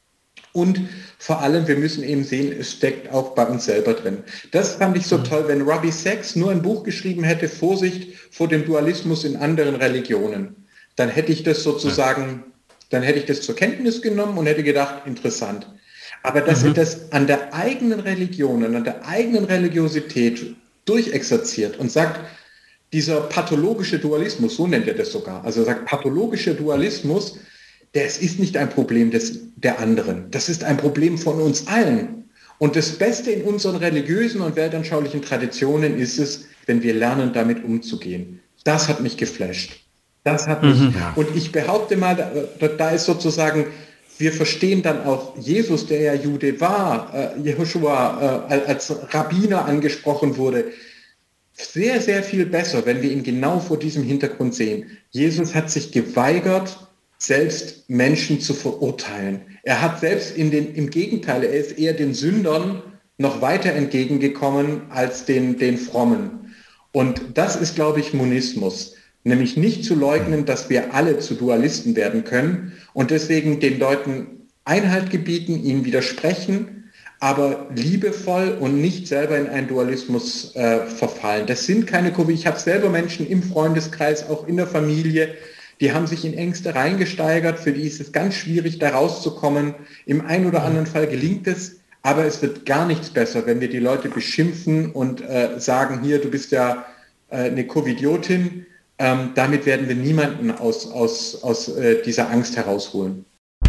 Und vor allem, wir müssen eben sehen, es steckt auch bei uns selber drin. Das fand ich so mhm. toll, wenn Robbie Sachs nur ein Buch geschrieben hätte, Vorsicht vor dem Dualismus in anderen Religionen. Dann hätte ich das sozusagen, dann hätte ich das zur Kenntnis genommen und hätte gedacht, interessant. Aber dass mhm. er das an der eigenen Religion und an der eigenen Religiosität durchexerziert und sagt, dieser pathologische Dualismus, so nennt er das sogar, also er sagt, pathologischer Dualismus, das ist nicht ein Problem des, der anderen, das ist ein Problem von uns allen. Und das Beste in unseren religiösen und weltanschaulichen Traditionen ist es, wenn wir lernen, damit umzugehen. Das hat mich geflasht. Das hat mich, mhm. und ich behaupte mal, da, da ist sozusagen, wir verstehen dann auch Jesus, der ja Jude war, äh, Jehoshua äh, als Rabbiner angesprochen wurde, sehr, sehr viel besser, wenn wir ihn genau vor diesem Hintergrund sehen. Jesus hat sich geweigert, selbst Menschen zu verurteilen. Er hat selbst in den, im Gegenteil, er ist eher den Sündern noch weiter entgegengekommen als den, den Frommen. Und das ist, glaube ich, Monismus. Nämlich nicht zu leugnen, dass wir alle zu Dualisten werden können und deswegen den Leuten Einhalt gebieten, ihnen widersprechen, aber liebevoll und nicht selber in einen Dualismus äh, verfallen. Das sind keine Kurve. Ich habe selber Menschen im Freundeskreis, auch in der Familie, die haben sich in Ängste reingesteigert, für die ist es ganz schwierig, da rauszukommen. Im einen oder anderen Fall gelingt es, aber es wird gar nichts besser, wenn wir die Leute beschimpfen und äh, sagen, hier, du bist ja äh, eine Covidiotin. Ähm, damit werden wir niemanden aus, aus, aus äh, dieser Angst herausholen.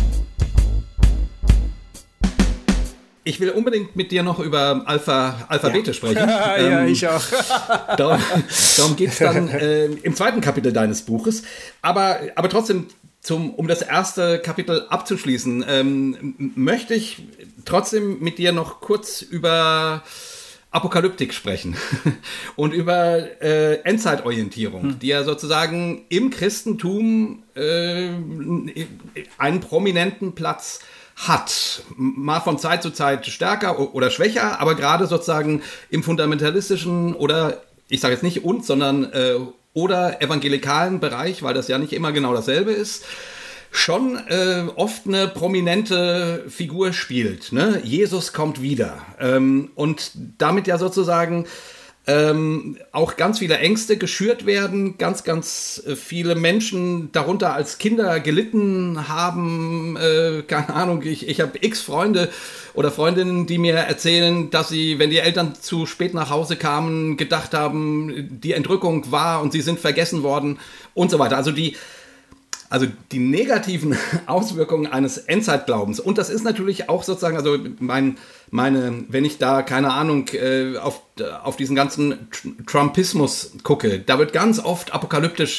Ich will unbedingt mit dir noch über Alpha, Alphabete ja. sprechen. ja, ähm, ich auch. darum darum geht es dann äh, im zweiten Kapitel deines Buches. Aber, aber trotzdem, zum, um das erste Kapitel abzuschließen, ähm, möchte ich trotzdem mit dir noch kurz über Apokalyptik sprechen und über äh, Endzeitorientierung, hm. die ja sozusagen im Christentum äh, einen prominenten Platz hat. Mal von Zeit zu Zeit stärker oder schwächer, aber gerade sozusagen im fundamentalistischen oder, ich sage jetzt nicht uns, sondern äh, oder evangelikalen Bereich, weil das ja nicht immer genau dasselbe ist, schon äh, oft eine prominente Figur spielt. Ne? Jesus kommt wieder. Ähm, und damit ja sozusagen ähm, auch ganz viele Ängste geschürt werden, ganz, ganz viele Menschen darunter als Kinder gelitten haben. Äh, keine Ahnung, ich, ich habe x Freunde oder Freundinnen, die mir erzählen, dass sie, wenn die Eltern zu spät nach Hause kamen, gedacht haben, die Entrückung war und sie sind vergessen worden und so weiter. Also die Also die negativen Auswirkungen eines Endzeitglaubens. Und das ist natürlich auch sozusagen, also mein, meine, wenn ich da, keine Ahnung, äh, auf, auf diesen ganzen Trumpismus gucke, da wird ganz oft apokalyptisch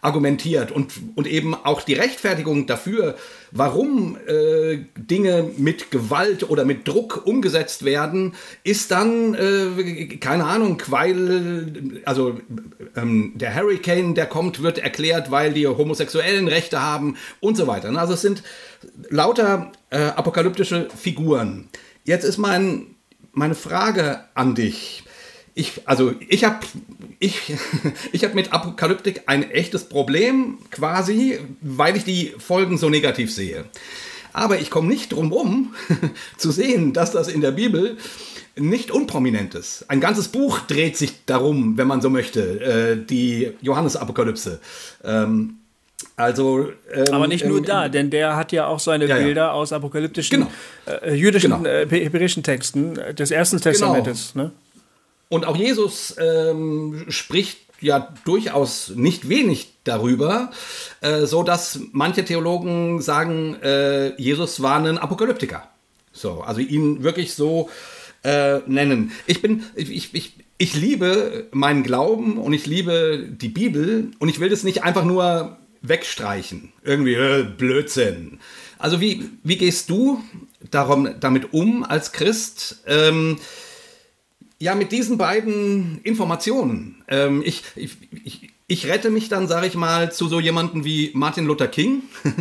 argumentiert und, und eben auch die Rechtfertigung dafür, warum äh, Dinge mit Gewalt oder mit Druck umgesetzt werden, ist dann, äh, keine Ahnung, weil, also ähm, der Hurricane, der kommt, wird erklärt, weil die homosexuellen Rechte haben und so weiter. Also es sind lauter äh, apokalyptische Figuren. Jetzt ist mein, meine Frage an dich. Ich, also ich habe ich, ich hab mit Apokalyptik ein echtes Problem quasi, weil ich die Folgen so negativ sehe. Aber ich komme nicht drum rum zu sehen, dass das in der Bibel nicht unprominent ist. Ein ganzes Buch dreht sich darum, wenn man so möchte, äh, die Johannesapokalypse. Ähm, Also, ähm, aber nicht nur ähm, da, denn der hat ja auch seine ja, ja. Bilder aus apokalyptischen, genau. äh, jüdischen, genau. äh, hebräischen Texten des Ersten Testamentes. Genau. Ne? Und auch Jesus ähm, spricht ja durchaus nicht wenig darüber, äh, so dass manche Theologen sagen, äh, Jesus war ein Apokalyptiker. So, also ihn wirklich so äh, nennen. Ich bin, ich, ich, ich liebe meinen Glauben und ich liebe die Bibel und ich will das nicht einfach nur wegstreichen. Irgendwie äh, Blödsinn. Also wie, wie gehst du darum, damit um als Christ? Ähm, ja, mit diesen beiden Informationen. Ähm, ich, ich, ich, ich rette mich dann, sage ich mal, zu so jemanden wie Martin Luther King,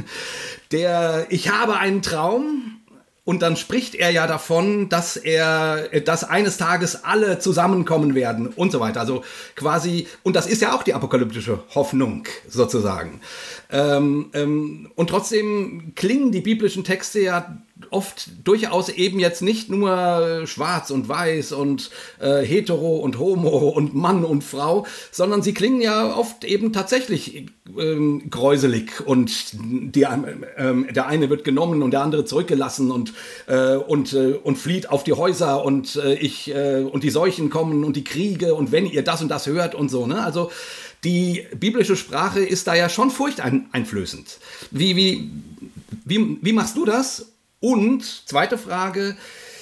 der, ich habe einen Traum. Und dann spricht er ja davon, dass er, dass eines Tages alle zusammenkommen werden und so weiter. Also quasi, und das ist ja auch die apokalyptische Hoffnung sozusagen. Ähm, ähm, und trotzdem klingen die biblischen Texte ja oft durchaus eben jetzt nicht nur schwarz und weiß und äh, hetero und homo und Mann und Frau, sondern sie klingen ja oft eben tatsächlich ähm, gräuselig und die, ähm, der eine wird genommen und der andere zurückgelassen und, äh, und, äh, und flieht auf die Häuser und, äh, ich, äh, und die Seuchen kommen und die Kriege und wenn ihr das und das hört und so, ne? Also die biblische Sprache ist da ja schon furchteinflößend. Wie, wie, wie, wie machst du das? Und zweite Frage,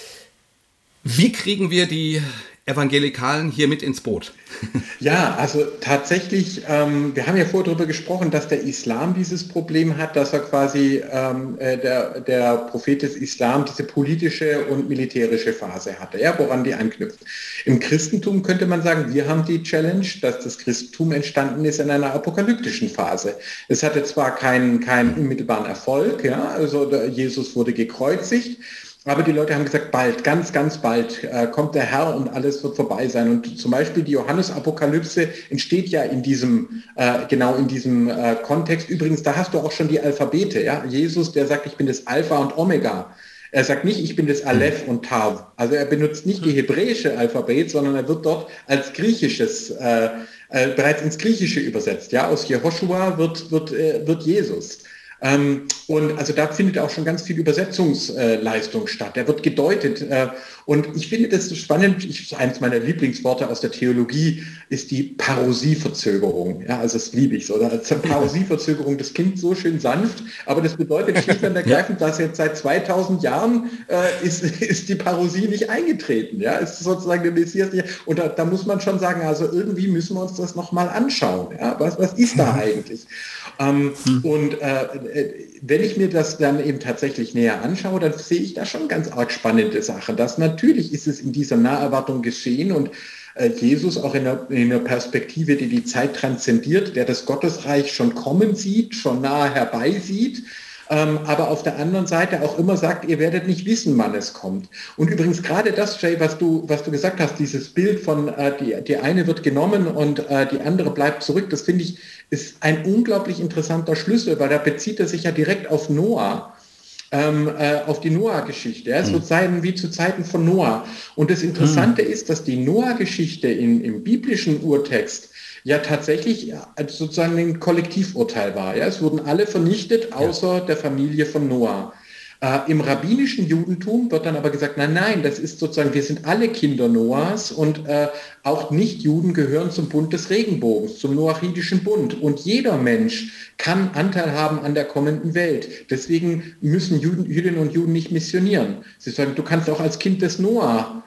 wie kriegen wir die Evangelikalen hier mit ins Boot? Ja, also tatsächlich, ähm, wir haben ja vorher darüber gesprochen, dass der Islam dieses Problem hat, dass er quasi ähm, äh, der, der Prophet des Islam diese politische und militärische Phase hatte, ja, woran die anknüpft. Im Christentum könnte man sagen, wir haben die Challenge, dass das Christentum entstanden ist in einer apokalyptischen Phase. Es hatte zwar keinen, keinen unmittelbaren Erfolg, ja, also der Jesus wurde gekreuzigt, aber die Leute haben gesagt, bald, ganz, ganz bald äh, kommt der Herr und alles wird vorbei sein. Und zum Beispiel die Johannesapokalypse entsteht ja in diesem, äh, genau in diesem äh, Kontext. Übrigens, da hast du auch schon die Alphabete. Ja? Jesus, der sagt, ich bin das Alpha und Omega. Er sagt nicht, ich bin das Aleph und Tav. Also er benutzt nicht die hebräische Alphabet, sondern er wird dort als griechisches, äh, äh, bereits ins Griechische übersetzt. Ja? Aus Jehoshua wird, wird, äh, wird Jesus. Ähm, und also da findet auch schon ganz viel Übersetzungsleistung äh, statt. Der wird gedeutet. Äh, und ich finde das so spannend. Ich, eines meiner Lieblingsworte aus der Theologie ist die Parosieverzögerung. Ja, also das liebe ich so. Also Parosieverzögerung, das klingt so schön sanft, aber das bedeutet schlicht und ergreifend, dass jetzt seit zweitausend Jahren äh, ist, ist die Parosie nicht eingetreten. Ja, ist sozusagen der Messias nicht. Und da, da muss man schon sagen, also irgendwie müssen wir uns das nochmal anschauen. Ja, was, was ist da eigentlich? Ähm, hm. Und äh, wenn ich mir das dann eben tatsächlich näher anschaue, dann sehe ich da schon ganz arg spannende Sachen. Das natürlich ist es in dieser Naherwartung geschehen und äh, Jesus auch in einer, in einer Perspektive, die die Zeit transzendiert, der das Gottesreich schon kommen sieht, schon nahe herbei sieht. Ähm, aber auf der anderen Seite auch immer sagt, ihr werdet nicht wissen, wann es kommt. Und übrigens gerade das, Jay, was du, was du gesagt hast, dieses Bild von äh, die, die eine wird genommen und äh, die andere bleibt zurück, das finde ich, ist ein unglaublich interessanter Schlüssel, weil da bezieht er sich ja direkt auf Noah. Ähm, äh, auf die Noah-Geschichte. Ja? Es mhm. wird sein wie zu Zeiten von Noah. Und das Interessante mhm. ist, dass die Noah-Geschichte in, im biblischen Urtext ja tatsächlich sozusagen ein Kollektivurteil war. Ja? Es wurden alle vernichtet, außer ja. der Familie von Noah. Äh, Im rabbinischen Judentum wird dann aber gesagt, nein, nein, das ist sozusagen, wir sind alle Kinder Noahs und äh, auch Nicht-Juden gehören zum Bund des Regenbogens, zum noachidischen Bund. Und jeder Mensch kann Anteil haben an der kommenden Welt. Deswegen müssen Juden, Jüdinnen und Juden nicht missionieren. Sie sagen, du kannst auch als Kind des Noah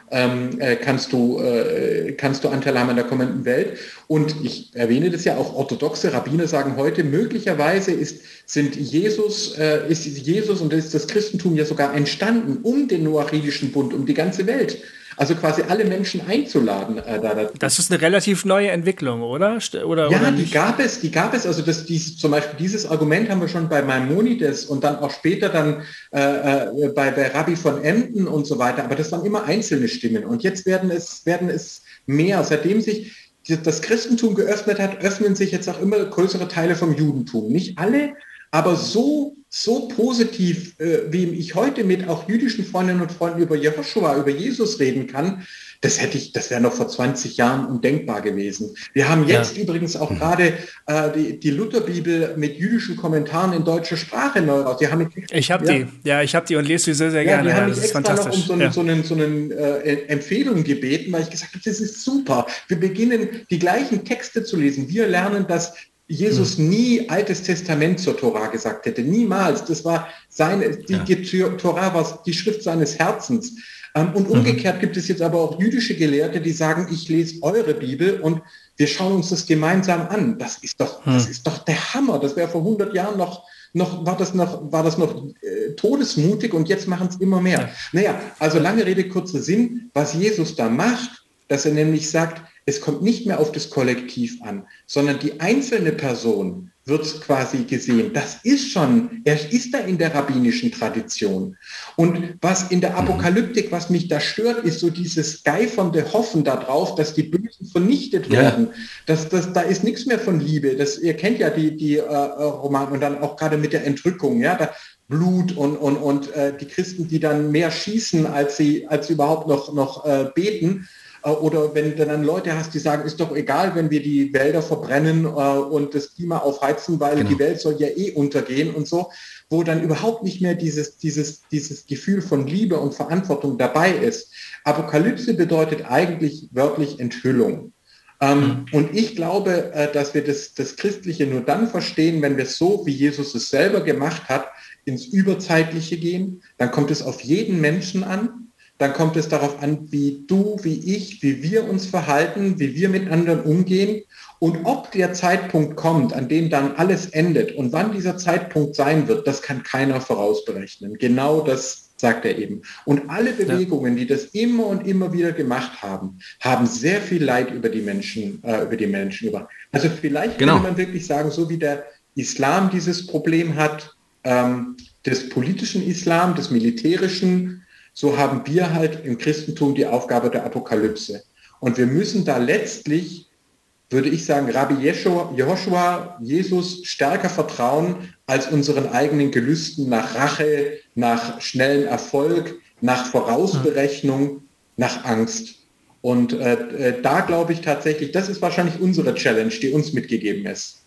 ähm, äh, kannst du, äh, kannst du Anteil haben an der kommenden Welt. Und ich erwähne das ja, auch orthodoxe Rabbiner sagen heute, möglicherweise ist, sind Jesus, äh, ist Jesus und ist das Christentum ja sogar entstanden um den noachidischen Bund, um die ganze Welt. Also quasi alle Menschen einzuladen. Äh, da, das ist eine relativ neue Entwicklung, oder? oder ja, oder die gab es, die gab es. Also das, dies, zum Beispiel dieses Argument haben wir schon bei Maimonides und dann auch später dann äh, äh, bei, bei Rabbi von Emden und so weiter. Aber das waren immer einzelne Stimmen. Und jetzt werden es, werden es mehr. Seitdem sich das Christentum geöffnet hat, öffnen sich jetzt auch immer größere Teile vom Judentum. Nicht alle, aber so, so positiv, äh, wie ich heute mit auch jüdischen Freundinnen und Freunden über Jehoschua, über Jesus reden kann, das hätte ich, das wäre noch vor zwanzig Jahren undenkbar gewesen. Wir haben jetzt ja. übrigens auch gerade äh, die, die Lutherbibel mit jüdischen Kommentaren in deutscher Sprache neu raus. Die haben mich, ich habe ja, die, ja, ich habe die und lese sie sehr, sehr ja, gerne. Die haben ja, mich das extra ist fantastisch. noch um so, ja. so eine, so eine äh, Empfehlung gebeten, weil ich gesagt habe, das ist super. Wir beginnen die gleichen Texte zu lesen. Wir lernen, dass Jesus nie Altes Testament zur Tora gesagt hätte. Niemals. Das war seine, die, ja. die Tora war die Schrift seines Herzens. Ähm, und umgekehrt mhm. gibt es jetzt aber auch jüdische Gelehrte, die sagen, ich lese eure Bibel und wir schauen uns das gemeinsam an. Das ist doch, mhm. das ist doch der Hammer. Das wäre vor hundert Jahren noch, noch, war das noch, war das noch äh, todesmutig und jetzt machen es immer mehr. Ja. Naja, also lange Rede, kurzer Sinn. Was Jesus da macht, dass er nämlich sagt, es kommt nicht mehr auf das Kollektiv an, sondern die einzelne Person wird quasi gesehen. Das ist schon, er ist da in der rabbinischen Tradition. Und was in der Apokalyptik, was mich da stört, ist so dieses geifernde Hoffen darauf, dass die Bösen vernichtet werden. Ja. Das, das, da ist nichts mehr von Liebe. Das, ihr kennt ja die, die äh, Romane und dann auch gerade mit der Entrückung, ja, da, Blut und, und, und äh, die Christen, die dann mehr schießen, als sie, als sie überhaupt noch, noch äh, beten. Oder wenn du dann Leute hast, die sagen, ist doch egal, wenn wir die Wälder verbrennen äh, und das Klima aufheizen, weil genau. die Welt soll ja eh untergehen und so, wo dann überhaupt nicht mehr dieses, dieses, dieses Gefühl von Liebe und Verantwortung dabei ist. Apokalypse bedeutet eigentlich wörtlich Enthüllung. Ähm, mhm. Und ich glaube, äh, dass wir das, das Christliche nur dann verstehen, wenn wir so, wie Jesus es selber gemacht hat, ins Überzeitliche gehen. Dann kommt es auf jeden Menschen an. Dann kommt es darauf an, wie du, wie ich, wie wir uns verhalten, wie wir mit anderen umgehen und ob der Zeitpunkt kommt, an dem dann alles endet und wann dieser Zeitpunkt sein wird, das kann keiner vorausberechnen. Genau das sagt er eben. Und alle Bewegungen, die das immer und immer wieder gemacht haben, haben sehr viel Leid über die Menschen, äh, über die Menschen über. Also vielleicht genau. könnte man wirklich sagen, so wie der Islam dieses Problem hat, ähm, des politischen Islam, des militärischen, so haben wir halt im Christentum die Aufgabe der Apokalypse. Und wir müssen da letztlich, würde ich sagen, Rabbi Jehoschua, Jesus stärker vertrauen als unseren eigenen Gelüsten nach Rache, nach schnellen Erfolg, nach Vorausberechnung, nach Angst. Und äh, da glaube ich tatsächlich, das ist wahrscheinlich unsere Challenge, die uns mitgegeben ist.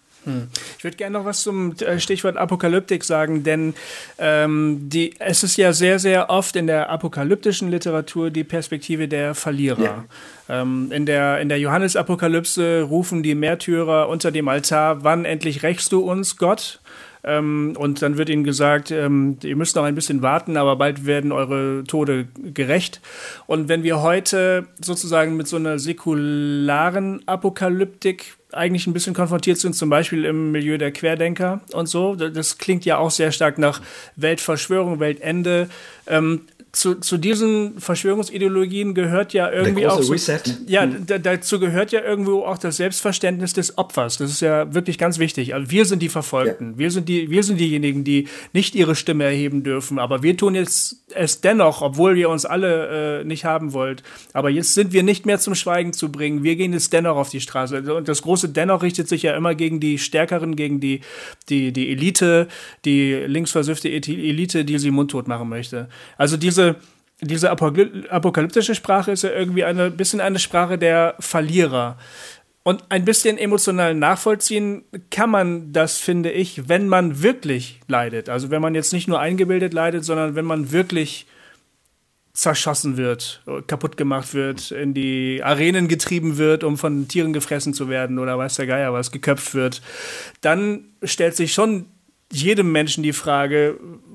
Ich würde gerne noch was zum Stichwort Apokalyptik sagen, denn ähm, die, es ist ja sehr, sehr oft in der apokalyptischen Literatur die Perspektive der Verlierer. Ja. Ähm, in der, in der Johannesapokalypse rufen die Märtyrer unter dem Altar, wann endlich rächst du uns, Gott? Ähm, und dann wird ihnen gesagt, ähm, ihr müsst noch ein bisschen warten, aber bald werden eure Tode gerächt. Und wenn wir heute sozusagen mit so einer säkularen Apokalyptik eigentlich ein bisschen konfrontiert sind, zum Beispiel im Milieu der Querdenker und so, das klingt ja auch sehr stark nach Weltverschwörung, Weltende. Ähm, Zu, zu diesen Verschwörungsideologien gehört ja irgendwie auch so, Reset. Ja, da, dazu gehört ja irgendwo auch das Selbstverständnis des Opfers. Das ist ja wirklich ganz wichtig. Also wir sind die Verfolgten. Ja. Wir sind die, wir sind diejenigen, die nicht ihre Stimme erheben dürfen. Aber wir tun jetzt es dennoch, obwohl ihr uns alle äh, nicht haben wollt. Aber jetzt sind wir nicht mehr zum Schweigen zu bringen. Wir gehen jetzt dennoch auf die Straße. Und das große Dennoch richtet sich ja immer gegen die Stärkeren, gegen die, die, die Elite, die linksversüffte Elite, die sie mundtot machen möchte. Also diese Diese apokalyptische Sprache ist ja irgendwie ein bisschen eine Sprache der Verlierer. Und ein bisschen emotional nachvollziehen kann man das, finde ich, wenn man wirklich leidet. Also wenn man jetzt nicht nur eingebildet leidet, sondern wenn man wirklich zerschossen wird, kaputt gemacht wird, in die Arenen getrieben wird, um von Tieren gefressen zu werden oder weiß der Geier was, geköpft wird. Dann stellt sich schon jedem Menschen die Frage,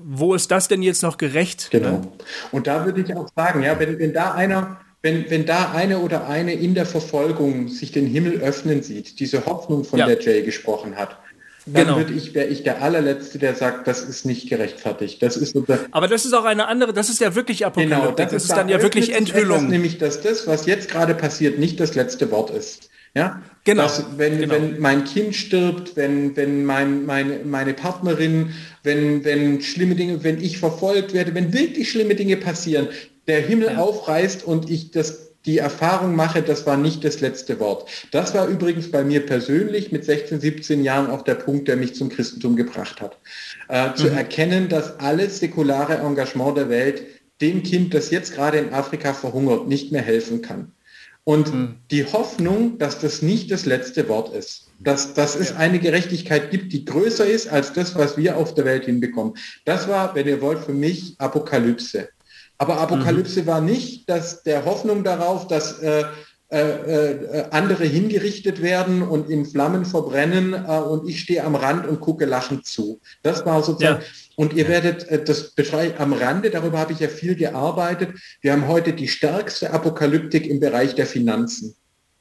wo ist das denn jetzt noch gerecht? Genau. Ne? Und da würde ich auch sagen, ja, wenn, wenn da einer, wenn, wenn da eine oder eine in der Verfolgung sich den Himmel öffnen sieht, diese Hoffnung, von ja. der Jay gesprochen hat, dann genau. würde ich, wäre ich der allerletzte, der sagt, das ist nicht gerechtfertigt. Das ist unter Aber das ist auch eine andere, das ist ja wirklich Apokalyptik, genau, das, das ist dann ja wirklich Enthüllung. Etwas, nämlich, dass das, was jetzt gerade passiert, nicht das letzte Wort ist. Ja? Genau. Dass, wenn, genau. wenn mein Kind stirbt, wenn, wenn mein, meine, meine Partnerin, wenn, wenn schlimme Dinge, wenn ich verfolgt werde, wenn wirklich schlimme Dinge passieren, der Himmel ja. aufreißt und ich das die Erfahrung mache, das war nicht das letzte Wort. Das war übrigens bei mir persönlich mit sechzehn, siebzehn Jahren auch der Punkt, der mich zum Christentum gebracht hat. Äh, zu mhm. erkennen, dass alles säkulare Engagement der Welt dem Kind, das jetzt gerade in Afrika verhungert, nicht mehr helfen kann. Und mhm. die Hoffnung, dass das nicht das letzte Wort ist, dass, dass es ja. eine Gerechtigkeit gibt, die größer ist als das, was wir auf der Welt hinbekommen. Das war, wenn ihr wollt, für mich Apokalypse. Aber Apokalypse mhm. war nicht, dass der Hoffnung darauf, dass äh, äh, äh, andere hingerichtet werden und in Flammen verbrennen äh, und ich stehe am Rand und gucke lachend zu. Das war sozusagen, ja. und ihr ja. werdet, äh, das beschreibe am Rande, darüber habe ich ja viel gearbeitet, wir haben heute die stärkste Apokalyptik im Bereich der Finanzen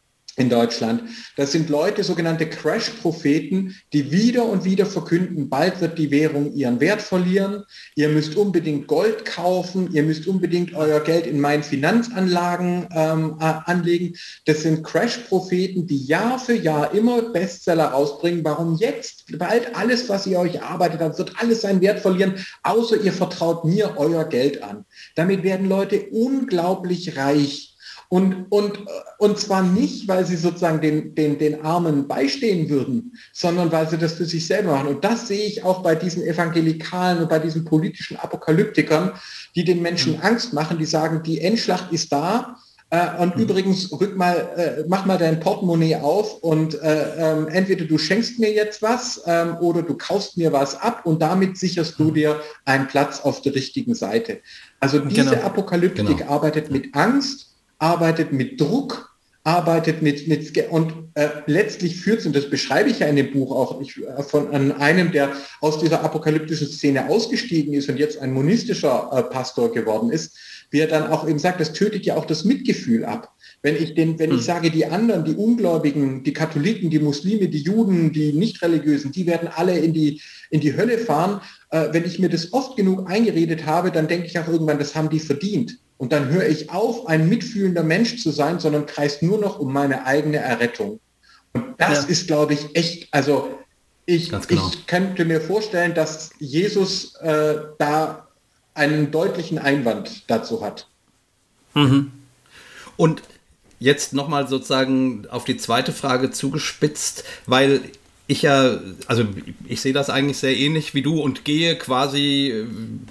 in Deutschland. Das sind Leute, sogenannte Crash-Propheten, die wieder und wieder verkünden, bald wird die Währung ihren Wert verlieren, ihr müsst unbedingt Gold kaufen, ihr müsst unbedingt euer Geld in meinen Finanzanlagen ähm, äh, anlegen. Das sind Crash-Propheten, die Jahr für Jahr immer Bestseller rausbringen. Warum jetzt? Bald alles, was ihr euch erarbeitet habt, wird alles seinen Wert verlieren, außer ihr vertraut mir euer Geld an. Damit werden Leute unglaublich reich. Und, und, und zwar nicht, weil sie sozusagen den, den, den Armen beistehen würden, sondern weil sie das für sich selber machen. Und das sehe ich auch bei diesen Evangelikalen und bei diesen politischen Apokalyptikern, die den Menschen mhm. Angst machen, die sagen, die Endschlacht ist da. Äh, und mhm. übrigens, rück mal, äh, mach mal dein Portemonnaie auf und äh, äh, entweder du schenkst mir jetzt was äh, oder du kaufst mir was ab und damit sicherst du dir einen Platz auf der richtigen Seite. Also diese genau. Apokalyptik genau. arbeitet mit Angst, arbeitet mit Druck, arbeitet mit, mit und äh, letztlich führt es, und das beschreibe ich ja in dem Buch auch, ich, äh, von an einem, der aus dieser apokalyptischen Szene ausgestiegen ist und jetzt ein monistischer äh, Pastor geworden ist, wie er dann auch eben sagt, das tötet ja auch das Mitgefühl ab. Wenn ich den, wenn mhm. ich sage, die anderen, die Ungläubigen, die Katholiken, die Muslime, die Juden, die Nicht-Religiösen, die werden alle in die, in die Hölle fahren. Äh, wenn ich mir das oft genug eingeredet habe, dann denke ich auch irgendwann, das haben die verdient. Und dann höre ich auf, ein mitfühlender Mensch zu sein, sondern kreist nur noch um meine eigene Errettung. Und das ja. ist, glaube ich, echt, also ich, genau. ich könnte mir vorstellen, dass Jesus äh, da einen deutlichen Einwand dazu hat. Mhm. Und jetzt nochmal sozusagen auf die zweite Frage zugespitzt, weil ich ja, also ich sehe das eigentlich sehr ähnlich wie du und gehe quasi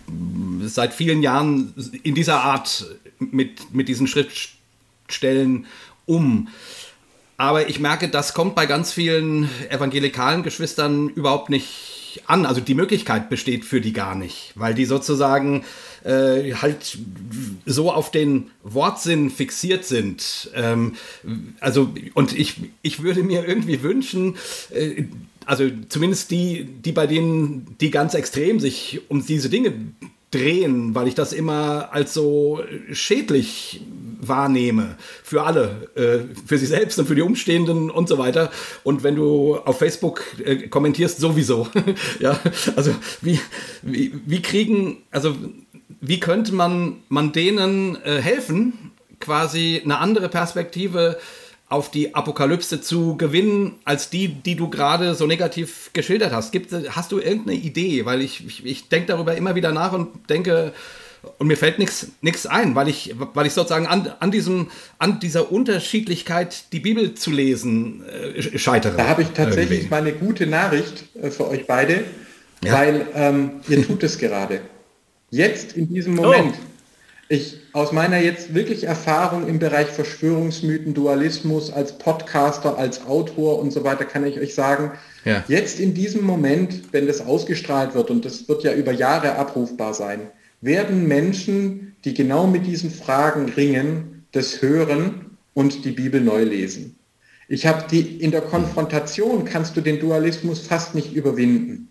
seit vielen Jahren in dieser Art mit, mit diesen Schriftstellen um. Aber ich merke, das kommt bei ganz vielen evangelikalen Geschwistern überhaupt nicht an. Also die Möglichkeit besteht für die gar nicht, weil die sozusagen äh, halt so auf den Wortsinn fixiert sind. Ähm, also und ich, ich würde mir irgendwie wünschen, äh, also zumindest die, die bei denen, die ganz extrem sich um diese Dinge drehen, weil ich das immer als so schädlich wahrnehme für alle, äh, für sich selbst und für die Umstehenden und so weiter. Und wenn du auf Facebook äh, kommentierst, sowieso. Ja, also wie, wie, wie kriegen, also wie könnte man, man denen äh, helfen, quasi eine andere Perspektive auf die Apokalypse zu gewinnen, als die, die du gerade so negativ geschildert hast. Gibt, hast du irgendeine Idee? Weil ich, ich, ich denke darüber immer wieder nach und denke, und mir fällt nichts ein, weil ich, weil ich sozusagen an, an, diesem, an dieser Unterschiedlichkeit, die Bibel zu lesen, äh, scheitere. Da habe ich tatsächlich irgendwie mal eine gute Nachricht äh, für euch beide, ja. weil ähm, ihr tut es gerade. Jetzt in diesem Moment. Oh. Ich, aus meiner jetzt wirklich Erfahrung im Bereich Verschwörungsmythen, Dualismus, als Podcaster, als Autor und so weiter, kann ich euch sagen, ja. jetzt in diesem Moment, wenn das ausgestrahlt wird, und das wird ja über Jahre abrufbar sein, werden Menschen, die genau mit diesen Fragen ringen, das hören und die Bibel neu lesen. Ich habe die, in der Konfrontation kannst du den Dualismus fast nicht überwinden.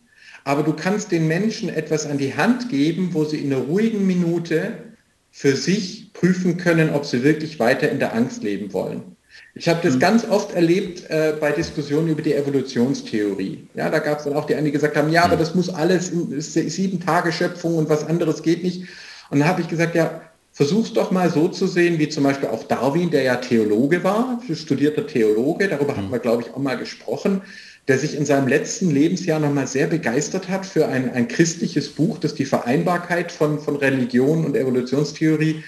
aber du kannst den Menschen etwas an die Hand geben, wo sie in einer ruhigen Minute für sich prüfen können, ob sie wirklich weiter in der Angst leben wollen. Ich habe das ganz oft erlebt äh, bei Diskussionen über die Evolutionstheorie. Ja, da gab es dann auch die einen, die gesagt haben, ja, aber das muss alles in sieben Tage Schöpfung und was anderes geht nicht. Und dann habe ich gesagt, ja, versuch's doch mal so zu sehen, wie zum Beispiel auch Darwin, der ja Theologe war, studierter Theologe, darüber mhm. hatten wir, glaube ich, auch mal gesprochen, der sich in seinem letzten Lebensjahr nochmal sehr begeistert hat für ein, ein christliches Buch, das die Vereinbarkeit von, von Religion und Evolutionstheorie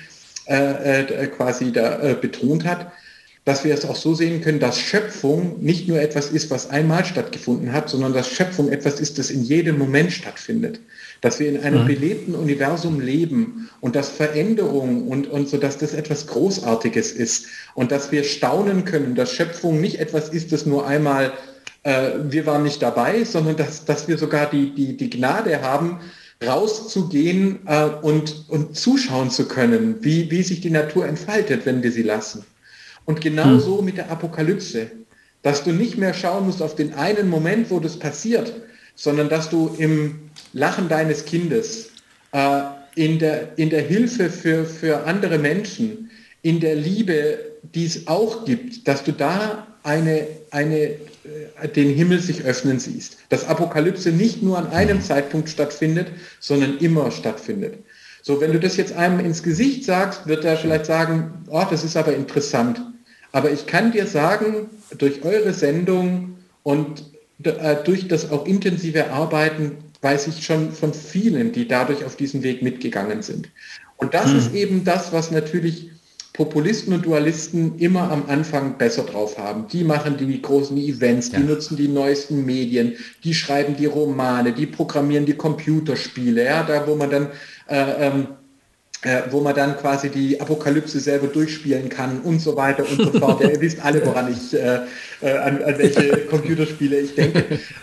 äh, äh, quasi da äh, betont hat, dass wir es auch so sehen können, dass Schöpfung nicht nur etwas ist, was einmal stattgefunden hat, sondern dass Schöpfung etwas ist, das in jedem Moment stattfindet. Dass wir in einem mhm. belebten Universum leben und dass Veränderung und, und so, dass das etwas Großartiges ist und dass wir staunen können, dass Schöpfung nicht etwas ist, das nur einmal, äh, wir waren nicht dabei, sondern dass, dass wir sogar die, die, die Gnade haben, rauszugehen äh, und, und zuschauen zu können, wie, wie sich die Natur entfaltet, wenn wir sie lassen. Und genauso mit der Apokalypse, dass du nicht mehr schauen musst auf den einen Moment, wo das passiert, sondern dass du im Lachen deines Kindes, äh, in der, in der Hilfe für, für andere Menschen, in der Liebe, die es auch gibt, dass du da eine, eine, äh, den Himmel sich öffnen siehst. Dass Apokalypse nicht nur an einem Zeitpunkt stattfindet, sondern immer stattfindet. So, wenn du das jetzt einem ins Gesicht sagst, wird er vielleicht sagen, oh, das ist aber interessant. Aber ich kann dir sagen, durch eure Sendung und äh, durch das auch intensive Arbeiten weiß ich schon von vielen, die dadurch auf diesen Weg mitgegangen sind. Und das hm. ist eben das, was natürlich Populisten und Dualisten immer am Anfang besser drauf haben. Die machen die großen Events, die ja. nutzen die neuesten Medien, die schreiben die Romane, die programmieren die Computerspiele, ja, da wo man dann äh, ähm, Äh, wo man dann quasi die Apokalypse selber durchspielen kann und so weiter und so fort. Ja, ihr wisst alle, woran ich, äh, äh, an, an welche Computerspiele ich denke.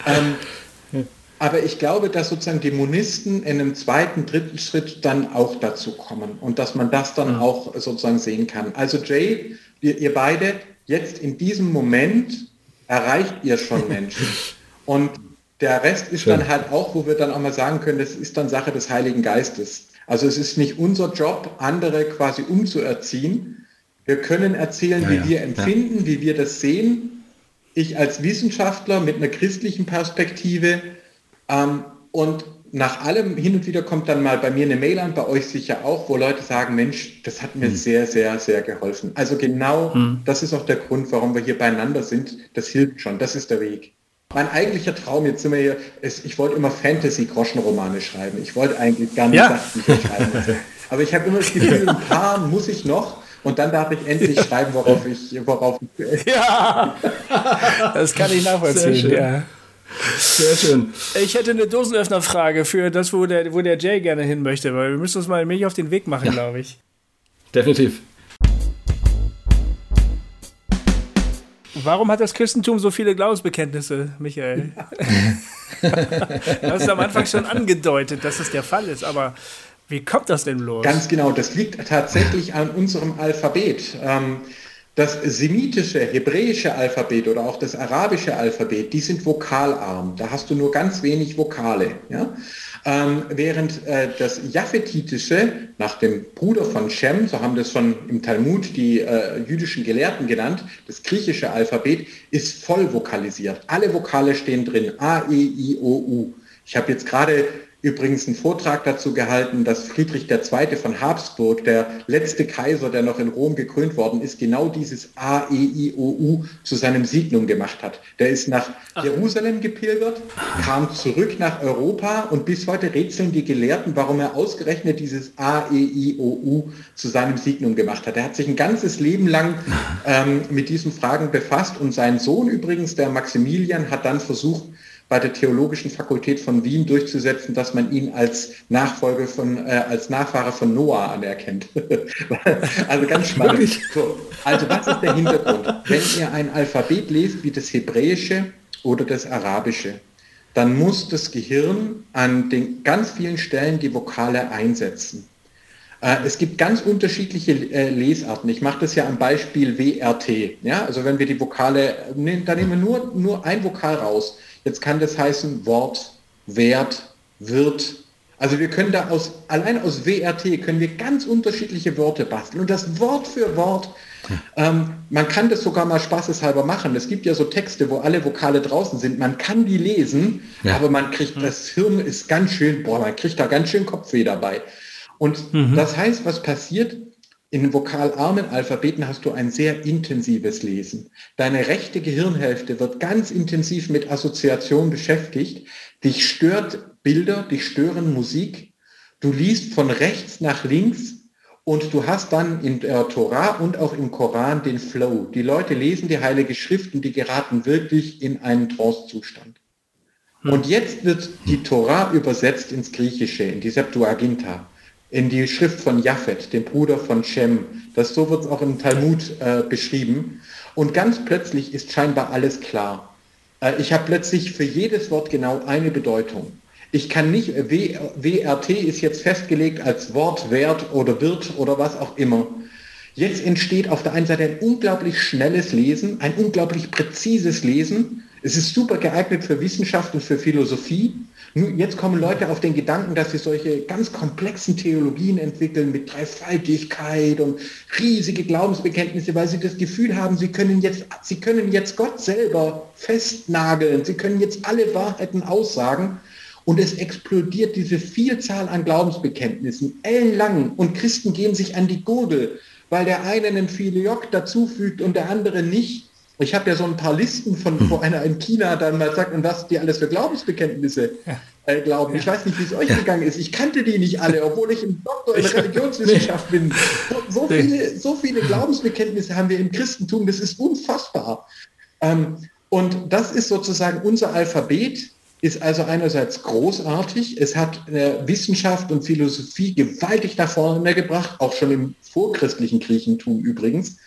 Ähm, aber ich glaube, dass sozusagen die Monisten in einem zweiten, dritten Schritt dann auch dazu kommen und dass man das dann auch sozusagen sehen kann. Also Jay, ihr, ihr beide, jetzt in diesem Moment erreicht ihr schon Menschen. Und der Rest ist Schön. Dann halt auch, wo wir dann auch mal sagen können, das ist dann Sache des Heiligen Geistes. Also es ist nicht unser Job, andere quasi umzuerziehen. Wir können erzählen, ja, wie ja. wir empfinden, ja. wie wir das sehen. Ich als Wissenschaftler mit einer christlichen Perspektive. Ähm, und nach allem hin und wieder kommt dann mal bei mir eine Mail an, bei euch sicher auch, wo Leute sagen, Mensch, das hat mir mhm. sehr, sehr, sehr geholfen. Also genau mhm. das ist auch der Grund, warum wir hier beieinander sind. Das hilft schon, das ist der Weg. Mein eigentlicher Traum, jetzt sind wir hier, ist, ich wollte immer Fantasy-Groschenromane schreiben. Ich wollte eigentlich gar nicht ja. Sachbücher schreiben. Aber ich habe immer das Gefühl, ein paar muss ich noch und dann darf ich endlich schreiben, worauf ich... Worauf ich ja, das kann ich nachvollziehen. Sehr schön. Ja. Sehr schön. Ich hätte eine Dosenöffnerfrage für das, wo der, wo der Jay gerne hin möchte, weil wir müssen uns mal mich auf den Weg machen, ja. glaube ich. Definitiv. Warum hat das Christentum so viele Glaubensbekenntnisse, Michael? Du hast am Anfang schon angedeutet, dass das der Fall ist, aber wie kommt das denn bloß? Ganz genau, das liegt tatsächlich an unserem Alphabet. Das semitische, hebräische Alphabet oder auch das arabische Alphabet, die sind vokalarm. Da hast du nur ganz wenig Vokale. Ja? Ähm, während äh, das Japhetitische, nach dem Bruder von Shem, so haben das schon im Talmud die äh, jüdischen Gelehrten genannt, das griechische Alphabet ist voll vokalisiert. Alle Vokale stehen drin, A, E, I, O, U. Ich habe jetzt gerade übrigens einen Vortrag dazu gehalten, dass Friedrich der Zweite von Habsburg, der letzte Kaiser, der noch in Rom gekrönt worden ist, genau dieses A, E, I, O, U zu seinem Signum gemacht hat. Der ist nach Jerusalem gepilgert, kam zurück nach Europa und bis heute rätseln die Gelehrten, warum er ausgerechnet dieses A, E, I, O, U zu seinem Signum gemacht hat. Er hat sich ein ganzes Leben lang ähm, mit diesen Fragen befasst und sein Sohn übrigens, der Maximilian, hat dann versucht, bei der Theologischen Fakultät von Wien durchzusetzen, dass man ihn als Nachfolger von, äh, als Nachfahre von Noah anerkennt. Also ganz spannend. So, also was ist der Hintergrund? Wenn ihr ein Alphabet lest wie das Hebräische oder das Arabische, dann muss das Gehirn an den ganz vielen Stellen die Vokale einsetzen. Äh, es gibt ganz unterschiedliche äh, Lesarten. Ich mache das ja am Beispiel W R T. Ja? Also wenn wir die Vokale, ne, da nehmen wir nur, nur ein Vokal raus. Jetzt kann das heißen Wort werd, wird. Also wir können da aus, allein aus W R T können wir ganz unterschiedliche Worte basteln und das Wort für Wort, ähm, man kann das sogar mal spaßeshalber machen. Es gibt ja so Texte, wo alle Vokale draußen sind, man kann die lesen, ja. aber man kriegt, das Hirn ist ganz schön, boah, man kriegt da ganz schön Kopfweh dabei. Und mhm. das heißt, was passiert? In vokalarmen Alphabeten hast du ein sehr intensives Lesen. Deine rechte Gehirnhälfte wird ganz intensiv mit Assoziation beschäftigt. Dich stört Bilder, dich stören Musik. Du liest von rechts nach links und du hast dann in der Tora und auch im Koran den Flow. Die Leute lesen die Heilige Schrift und die geraten wirklich in einen Trance-Zustand. Hm. Und jetzt wird die Tora übersetzt ins Griechische, in die Septuaginta, in die Schrift von Japhet, dem Bruder von Shem. Das, so wird es auch im Talmud äh, beschrieben. Und ganz plötzlich ist scheinbar alles klar. Äh, ich habe plötzlich für jedes Wort genau eine Bedeutung. Ich kann nicht, w, W R T ist jetzt festgelegt als Wort, Wert oder wird oder was auch immer. Jetzt entsteht auf der einen Seite ein unglaublich schnelles Lesen, ein unglaublich präzises Lesen. Es ist super geeignet für Wissenschaft und für Philosophie. Jetzt kommen Leute auf den Gedanken, dass sie solche ganz komplexen Theologien entwickeln mit Dreifaltigkeit und riesige Glaubensbekenntnisse, weil sie das Gefühl haben, sie können jetzt, sie können jetzt Gott selber festnageln, sie können jetzt alle Wahrheiten aussagen und es explodiert diese Vielzahl an Glaubensbekenntnissen, ellenlang, und Christen gehen sich an die Gurgel, weil der eine einen Filioque dazufügt und der andere nicht. Ich habe ja so ein paar Listen von, wo einer in China dann mal sagt, und was die alles für Glaubensbekenntnisse äh, glauben. Ich weiß nicht, wie es euch ja. gegangen ist. Ich kannte die nicht alle, obwohl ich ein Doktor in Religionswissenschaft bin. So viele, so viele Glaubensbekenntnisse haben wir im Christentum, das ist unfassbar. Ähm, und das ist sozusagen unser Alphabet, ist also einerseits großartig. Es hat äh, Wissenschaft und Philosophie gewaltig nach vorne gebracht, auch schon im vorchristlichen Griechentum übrigens.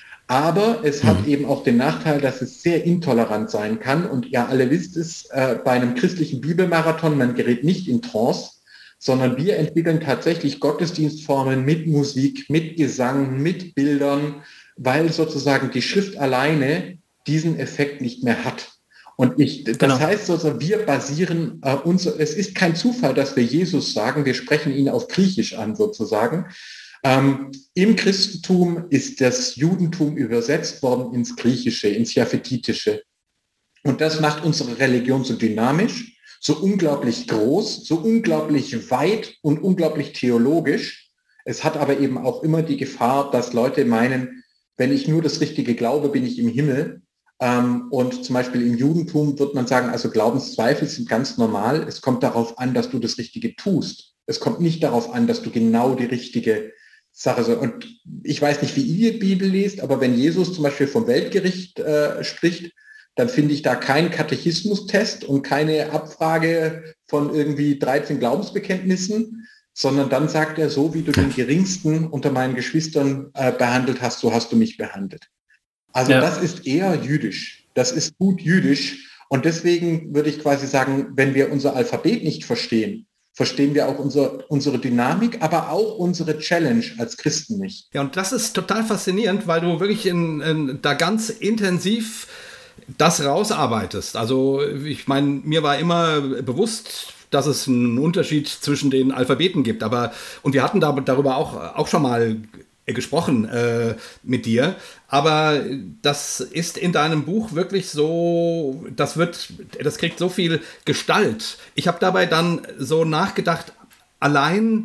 Aber es hat eben auch den Nachteil, dass es sehr intolerant sein kann. Und ja, alle wisst es, äh, bei einem christlichen Bibelmarathon, man gerät nicht in Trance, sondern wir entwickeln tatsächlich Gottesdienstformen mit Musik, mit Gesang, mit Bildern, weil sozusagen die Schrift alleine diesen Effekt nicht mehr hat. Und ich, das genau. heißt sozusagen, wir basieren, äh, unser, es ist kein Zufall, dass wir Jesus sagen, wir sprechen ihn auf Griechisch an sozusagen. Ähm, Im Christentum ist das Judentum übersetzt worden ins Griechische, ins Japhetitische. Und das macht unsere Religion so dynamisch, so unglaublich groß, so unglaublich weit und unglaublich theologisch. Es hat aber eben auch immer die Gefahr, dass Leute meinen, wenn ich nur das Richtige glaube, bin ich im Himmel. Ähm, und zum Beispiel im Judentum wird man sagen, also Glaubenszweifel sind ganz normal. Es kommt darauf an, dass du das Richtige tust. Es kommt nicht darauf an, dass du genau die richtige Sache so. Und ich weiß nicht, wie ihr Bibel lest, aber wenn Jesus zum Beispiel vom Weltgericht äh, spricht, dann finde ich da keinen Katechismustest und keine Abfrage von irgendwie dreizehn Glaubensbekenntnissen, sondern dann sagt er, so wie du den Geringsten unter meinen Geschwistern äh, behandelt hast, so hast du mich behandelt. Also ja. das ist eher jüdisch. Das ist gut jüdisch. Und deswegen würde ich quasi sagen, wenn wir unser Alphabet nicht verstehen, verstehen wir auch unser, unsere Dynamik, aber auch unsere Challenge als Christen nicht. Ja, und das ist total faszinierend, weil du wirklich in, in, da ganz intensiv das rausarbeitest. Also ich meine, mir war immer bewusst, dass es einen Unterschied zwischen den Alphabeten gibt. Aber, und wir hatten da, darüber auch, auch schon mal gesprochen äh, mit dir, aber das ist in deinem Buch wirklich so, das wird, das kriegt so viel Gestalt. Ich habe dabei dann so nachgedacht, allein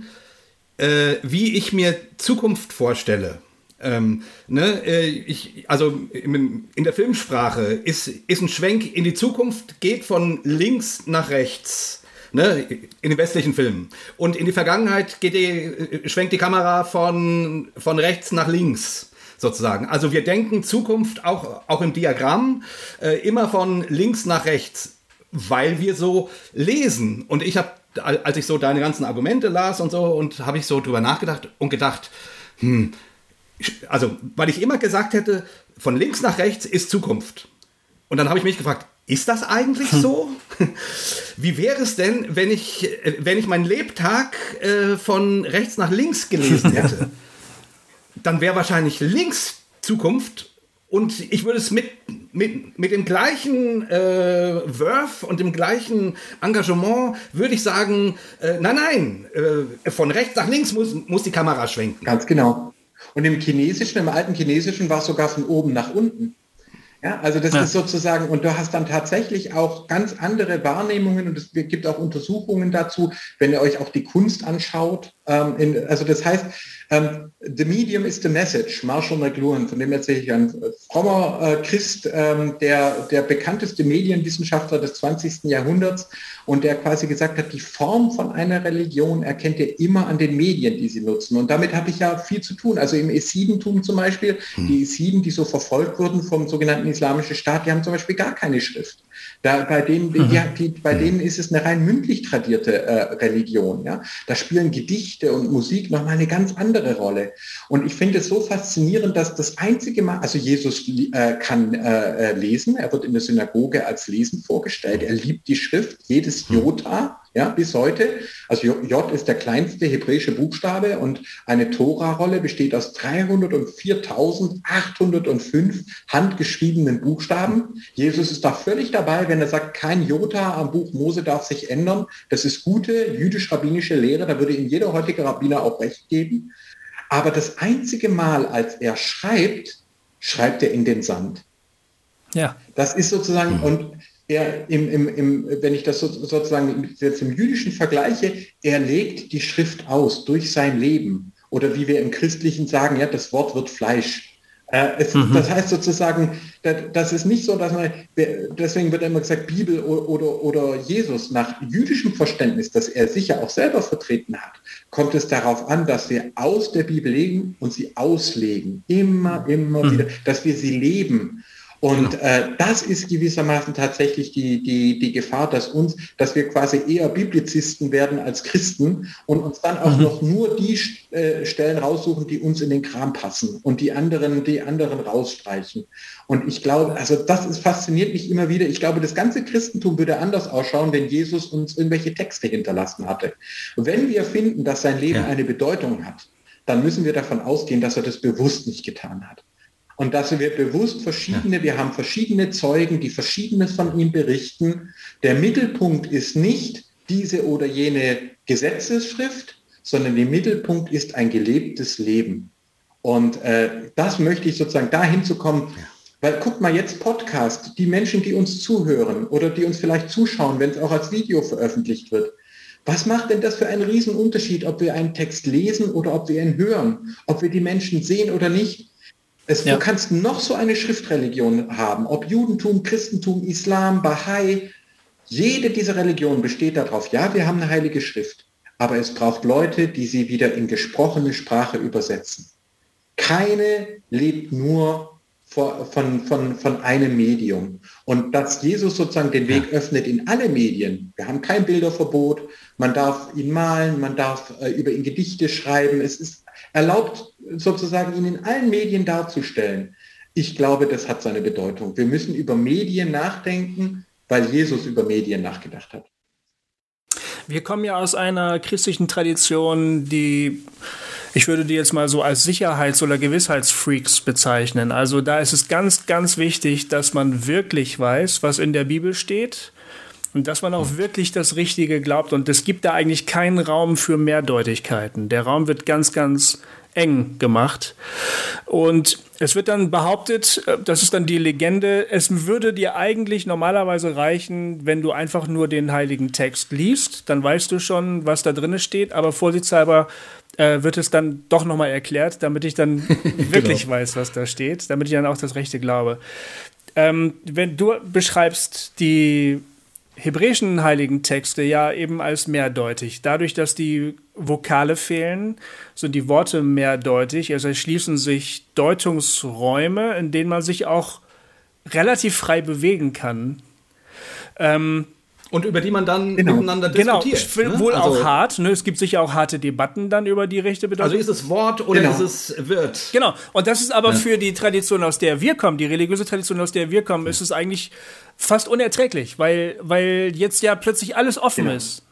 äh, wie ich mir Zukunft vorstelle. Ähm, ne, äh, ich, also in, in der Filmsprache ist, ist ein Schwenk in die Zukunft, geht von links nach rechts. Ne, in den westlichen Filmen. Und in die Vergangenheit geht die, schwenkt die Kamera von, von rechts nach links, sozusagen. Also wir denken Zukunft auch, auch im Diagramm äh, immer von links nach rechts, weil wir so lesen. Und ich habe, als ich so deine ganzen Argumente las und so, und habe ich so drüber nachgedacht und gedacht, hm, also weil ich immer gesagt hätte, von links nach rechts ist Zukunft. Und dann habe ich mich gefragt, ist das eigentlich so? Wie wäre es denn, wenn ich, wenn ich meinen Lebtag äh, von rechts nach links gelesen hätte? Dann wäre wahrscheinlich links Zukunft und ich würde es mit, mit, mit dem gleichen äh, Verve und dem gleichen Engagement, würde ich sagen, äh, nein, nein, äh, von rechts nach links muss, muss die Kamera schwenken. Ganz genau. Und im Chinesischen, im alten Chinesischen war es sogar von oben nach unten. Ja, also das ja. ist sozusagen, und du hast dann tatsächlich auch ganz andere Wahrnehmungen und es gibt auch Untersuchungen dazu, wenn ihr euch auch die Kunst anschaut. Ähm, in, also das heißt, ähm, the medium is the message, Marshall McLuhan, von dem erzähle ich, ein frommer äh, Christ, ähm, der, der bekannteste Medienwissenschaftler des zwanzigsten Jahrhunderts und der quasi gesagt hat, die Form von einer Religion erkennt ihr immer an den Medien, die sie nutzen. Und damit habe ich ja viel zu tun. Also im Esidentum zum Beispiel, hm. die Esiden, die so verfolgt wurden vom sogenannten Islamischen Staat, die haben zum Beispiel gar keine Schrift. Da, bei, denen, die, die, bei denen ist es eine rein mündlich tradierte äh, Religion. Ja? Da spielen Gedichte und Musik nochmal eine ganz andere Rolle. Und ich finde es so faszinierend, dass das einzige Mal, also Jesus äh, kann äh, lesen, er wird in der Synagoge als Lesen vorgestellt, er liebt die Schrift, jedes Jota, ja, bis heute. Also J ist der kleinste hebräische Buchstabe und eine Tora-Rolle besteht aus dreihundertviertausendachthundertfünf handgeschriebenen Buchstaben. Jesus ist da völlig dabei, wenn er sagt, kein Jota am Buch Mose darf sich ändern. Das ist gute jüdisch-rabbinische Lehre, da würde ihm jeder heutige Rabbiner auch recht geben. Aber das einzige Mal, als er schreibt, schreibt er in den Sand. Ja. Das ist sozusagen, und er im, im, im, wenn ich das so, sozusagen jetzt im Jüdischen vergleiche, er legt die Schrift aus durch sein Leben. Oder wie wir im Christlichen sagen, ja, das Wort wird Fleisch. Äh, es, mhm. Das heißt sozusagen, das, das ist nicht so, dass man, deswegen wird immer gesagt, Bibel oder, oder Jesus, nach jüdischem Verständnis, das er sicher auch selber vertreten hat, kommt es darauf an, dass wir aus der Bibel legen und sie auslegen. Immer, immer mhm. wieder, dass wir sie leben. Und äh, das ist gewissermaßen tatsächlich die, die, die Gefahr, dass uns, dass wir quasi eher Biblizisten werden als Christen und uns dann auch mhm. noch nur die äh, Stellen raussuchen, die uns in den Kram passen und die anderen, die anderen rausstreichen. Und ich glaube, also das ist, fasziniert mich immer wieder. Ich glaube, das ganze Christentum würde anders ausschauen, wenn Jesus uns irgendwelche Texte hinterlassen hatte. Wenn wir finden, dass sein Leben ja. eine Bedeutung hat, dann müssen wir davon ausgehen, dass er das bewusst nicht getan hat. Und dass wir bewusst verschiedene, ja. wir haben verschiedene Zeugen, die Verschiedenes von ihm berichten. Der Mittelpunkt ist nicht diese oder jene Gesetzesschrift, sondern der Mittelpunkt ist ein gelebtes Leben. Und äh, das möchte ich sozusagen dahin zu kommen, ja. weil guck mal jetzt Podcast, die Menschen, die uns zuhören oder die uns vielleicht zuschauen, wenn es auch als Video veröffentlicht wird. Was macht denn das für einen Riesenunterschied, ob wir einen Text lesen oder ob wir ihn hören, ob wir die Menschen sehen oder nicht? Es, ja. Du kannst noch so eine Schriftreligion haben, ob Judentum, Christentum, Islam, Bahai, jede dieser Religionen besteht darauf, ja, wir haben eine heilige Schrift, aber es braucht Leute, die sie wieder in gesprochene Sprache übersetzen. Keine lebt nur von, von, von, von einem Medium. Und dass Jesus sozusagen den Weg ja. öffnet in alle Medien. Wir haben kein Bilderverbot, man darf ihn malen, man darf äh, über ihn Gedichte schreiben, es ist erlaubt, sozusagen ihn in allen Medien darzustellen. Ich glaube, das hat seine Bedeutung. Wir müssen über Medien nachdenken, weil Jesus über Medien nachgedacht hat. Wir kommen ja aus einer christlichen Tradition, die, ich würde die jetzt mal so als Sicherheits- oder Gewissheitsfreaks bezeichnen. Also da ist es ganz, ganz wichtig, dass man wirklich weiß, was in der Bibel steht. Und dass man auch wirklich das Richtige glaubt. Und es gibt da eigentlich keinen Raum für Mehrdeutigkeiten. Der Raum wird ganz, ganz eng gemacht. Und es wird dann behauptet, das ist dann die Legende, es würde dir eigentlich normalerweise reichen, wenn du einfach nur den heiligen Text liest. Dann weißt du schon, was da drin steht. Aber vorsichtshalber äh, wird es dann doch nochmal erklärt, damit ich dann wirklich genau. weiß, was da steht. Damit ich dann auch das Rechte glaube. Ähm, wenn du beschreibst die hebräischen heiligen Texte ja eben als mehrdeutig. Dadurch, dass die Vokale fehlen, sind die Worte mehrdeutig. Also erschließen sich Deutungsräume, in denen man sich auch relativ frei bewegen kann. Ähm, Und über die man dann genau. miteinander diskutiert. Genau, ne? Wohl also, auch hart. Ne? Es gibt sicher auch harte Debatten dann über die rechte Bedeutung. Also ist es Wort oder genau. ist es Wird? Genau. Und das ist aber ja. für die Tradition, aus der wir kommen, die religiöse Tradition, aus der wir kommen, ja. ist es eigentlich fast unerträglich, weil, weil jetzt ja plötzlich alles offen genau. ist. Ne?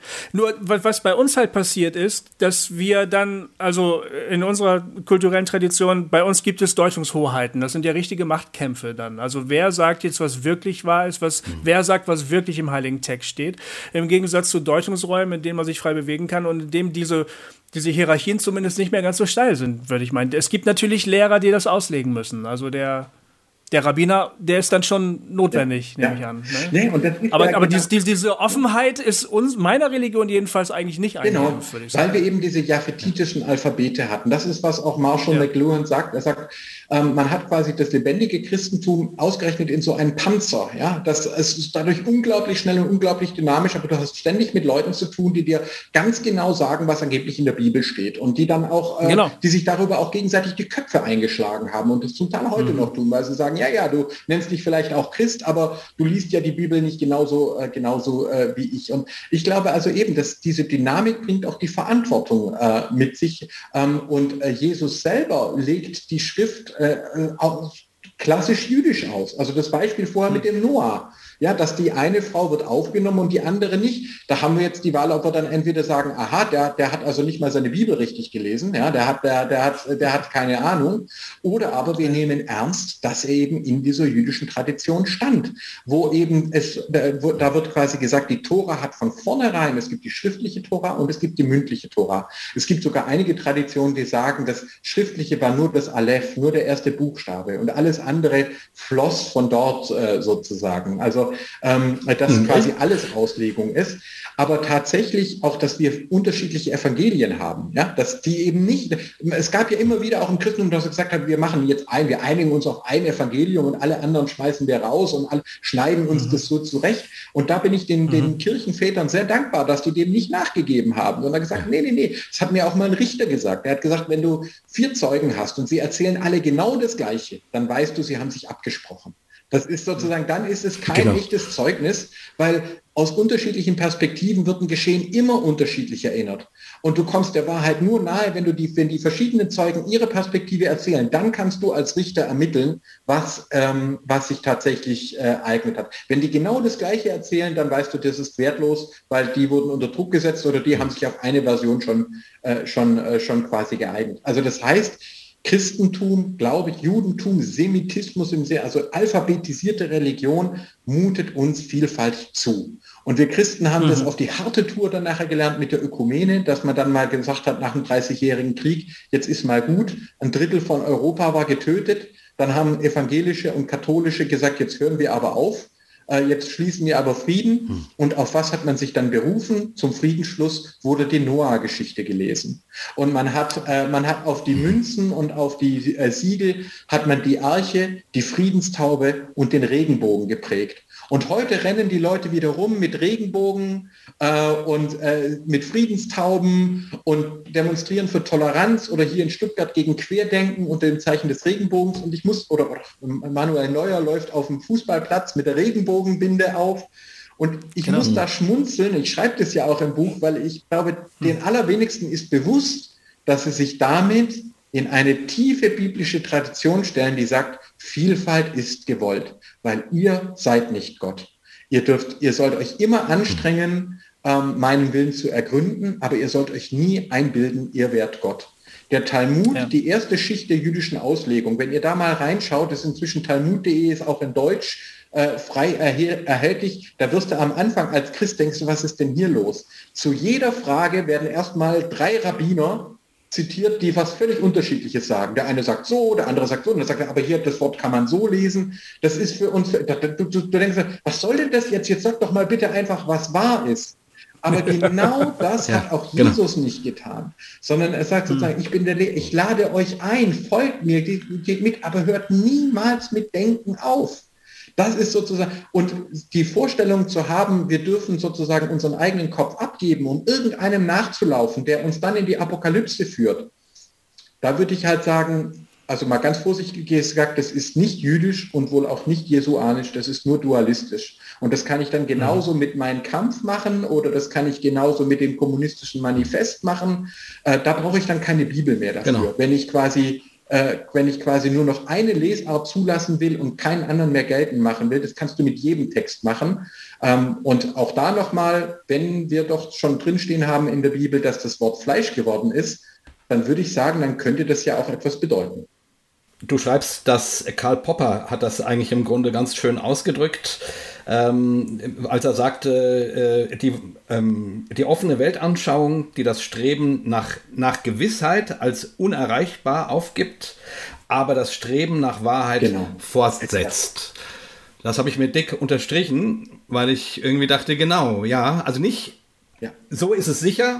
Nur, was bei uns halt passiert ist, dass wir dann, also in unserer kulturellen Tradition, bei uns gibt es Deutungshoheiten. Das sind ja richtige Machtkämpfe dann. Also wer sagt jetzt, was wirklich wahr ist, was, mhm. wer sagt, was wirklich im Heiligen Text steht. Im Gegensatz zu Deutungsräumen, in denen man sich frei bewegen kann und in dem diese, diese Hierarchien zumindest nicht mehr ganz so steil sind, würde ich meinen. Es gibt natürlich Lehrer, die das auslegen müssen. Also der Der Rabbiner, der ist dann schon notwendig, ja, nehme ja. ich an. Ne? Nee, und das ist aber ja aber genau diese, diese Offenheit ist uns, meiner Religion jedenfalls eigentlich nicht genau, eingegeben, würde ich sagen. Weil wir eben diese japhetitischen Alphabete hatten. Das ist, was auch Marshall ja. McLuhan sagt. Er sagt, ähm, man hat quasi das lebendige Christentum ausgerechnet in so einen Panzer. Ja? Das es ist dadurch unglaublich schnell und unglaublich dynamisch, aber du hast ständig mit Leuten zu tun, die dir ganz genau sagen, was angeblich in der Bibel steht und die dann auch, äh, genau. die sich darüber auch gegenseitig die Köpfe eingeschlagen haben und das zum Teil heute mhm. noch tun, weil sie sagen, ja, ja, du nennst dich vielleicht auch Christ, aber du liest ja die Bibel nicht genauso, äh, genauso äh, wie ich. Und ich glaube also eben, dass diese Dynamik bringt auch die Verantwortung äh, mit sich. Ähm, und äh, Jesus selber legt die Schrift äh, auch klassisch jüdisch aus. Also das Beispiel vorher mit dem Noah. Ja, dass die eine Frau wird aufgenommen und die andere nicht. Da haben wir jetzt die Wahl, ob wir dann entweder sagen, aha, der, der hat also nicht mal seine Bibel richtig gelesen, ja, der hat, der, der hat, der hat keine Ahnung. Oder aber wir nehmen ernst, dass er eben in dieser jüdischen Tradition stand, wo eben es, wo, da wird quasi gesagt, die Tora hat von vornherein, es gibt die schriftliche Tora und es gibt die mündliche Tora. Es gibt sogar einige Traditionen, die sagen, das Schriftliche war nur das Aleph, nur der erste Buchstabe und alles andere floss von dort äh, sozusagen. Also ähm, dass mhm. quasi alles Auslegung ist, aber tatsächlich auch, dass wir unterschiedliche Evangelien haben, ja, dass die eben nicht, es gab ja immer wieder auch im Christentum, dass gesagt hat, wir machen jetzt ein, wir einigen uns auf ein Evangelium und alle anderen schmeißen wir raus und alle schneiden uns mhm. das so zurecht und da bin ich den, mhm. den Kirchenvätern sehr dankbar, dass die dem nicht nachgegeben haben, sondern gesagt, nee, nee, nee, das hat mir auch mal ein Richter gesagt, der hat gesagt, wenn du vier Zeugen hast und sie erzählen alle genau das Gleiche, dann weißt du, sie haben sich abgesprochen. Das ist sozusagen, dann ist es kein genau. echtes Zeugnis, weil aus unterschiedlichen Perspektiven wird ein Geschehen immer unterschiedlich erinnert. Und du kommst der Wahrheit nur nahe, wenn du die, wenn die verschiedenen Zeugen ihre Perspektive erzählen. Dann kannst du als Richter ermitteln, was, ähm, was sich tatsächlich äh, ereignet hat. Wenn die genau das Gleiche erzählen, dann weißt du, das ist wertlos, weil die wurden unter Druck gesetzt oder die haben sich auf eine Version schon, äh, schon, äh, schon quasi geeignet. Also das heißt, Christentum, glaube ich, Judentum, Semitismus, im sehr, also alphabetisierte Religion mutet uns Vielfalt zu. Und wir Christen haben mhm. das auf die harte Tour dann nachher gelernt mit der Ökumene, dass man dann mal gesagt hat, nach dem dreißigjährigen Krieg, jetzt ist mal gut, ein Drittel von Europa war getötet, dann haben evangelische und katholische gesagt, jetzt hören wir aber auf. Jetzt schließen wir aber Frieden. Hm. Und auf was hat man sich dann berufen? Zum Friedensschluss wurde die Noah-Geschichte gelesen. Und man hat, äh, man hat auf die Münzen und auf die äh, Siegel hat man die Arche, die Friedenstaube und den Regenbogen geprägt. Und heute rennen die Leute wieder rum mit Regenbogen äh, und äh, mit Friedenstauben und demonstrieren für Toleranz oder hier in Stuttgart gegen Querdenken unter dem Zeichen des Regenbogens. Und ich muss, oder, oder Manuel Neuer läuft auf dem Fußballplatz mit der Regenbogenbinde auf. Und ich genau. muss da schmunzeln, ich schreibe das ja auch im Buch, weil ich glaube, den allerwenigsten ist bewusst, dass sie sich damit in eine tiefe biblische Tradition stellen, die sagt, Vielfalt ist gewollt, weil ihr seid nicht Gott. Ihr dürft, ihr sollt euch immer anstrengen, ähm, meinen Willen zu ergründen, aber ihr sollt euch nie einbilden, ihr wärt Gott. Der Talmud, ja. die erste Schicht der jüdischen Auslegung, wenn ihr da mal reinschaut, ist inzwischen talmud punkt de, ist auch in Deutsch äh, frei erhe- erhältlich, da wirst du am Anfang als Christ denkst du, was ist denn hier los? Zu jeder Frage werden erstmal drei Rabbiner zitiert, die was völlig Unterschiedliches sagen. Der eine sagt so, der andere sagt so, und dann sagt er, aber hier, das Wort kann man so lesen. Das ist für uns, du, du, du denkst, was soll denn das jetzt? Jetzt sag doch mal bitte einfach, was wahr ist. Aber genau das ja, hat auch Jesus genau. nicht getan, sondern er sagt sozusagen, ich bin der Lehrer, ich lade euch ein, folgt mir, geht mit, aber hört niemals mit Denken auf. Das ist sozusagen, und die Vorstellung zu haben, wir dürfen sozusagen unseren eigenen Kopf abgeben, um irgendeinem nachzulaufen, der uns dann in die Apokalypse führt. Da würde ich halt sagen, also mal ganz vorsichtig gesagt, das ist nicht jüdisch und wohl auch nicht jesuanisch, das ist nur dualistisch. Und das kann ich dann genauso mit meinem Kampf machen oder das kann ich genauso mit dem kommunistischen Manifest machen. Äh, da brauche ich dann keine Bibel mehr dafür. Genau. Wenn ich quasi äh, wenn ich quasi nur noch eine Lesart zulassen will und keinen anderen mehr geltend machen will. Das kannst du mit jedem Text machen. Ähm, und auch da nochmal, wenn wir doch schon drinstehen haben in der Bibel, dass das Wort Fleisch geworden ist, dann würde ich sagen, dann könnte das ja auch etwas bedeuten. Du schreibst, dass Karl Popper hat das eigentlich im Grunde ganz schön ausgedrückt, ähm, als er sagte, äh, die, ähm, die offene Weltanschauung, die das Streben nach, nach Gewissheit als unerreichbar aufgibt, aber das Streben nach Wahrheit genau. fortsetzt. Das habe ich mir dick unterstrichen, weil ich irgendwie dachte, genau, ja, also nicht, ja. so ist es sicher,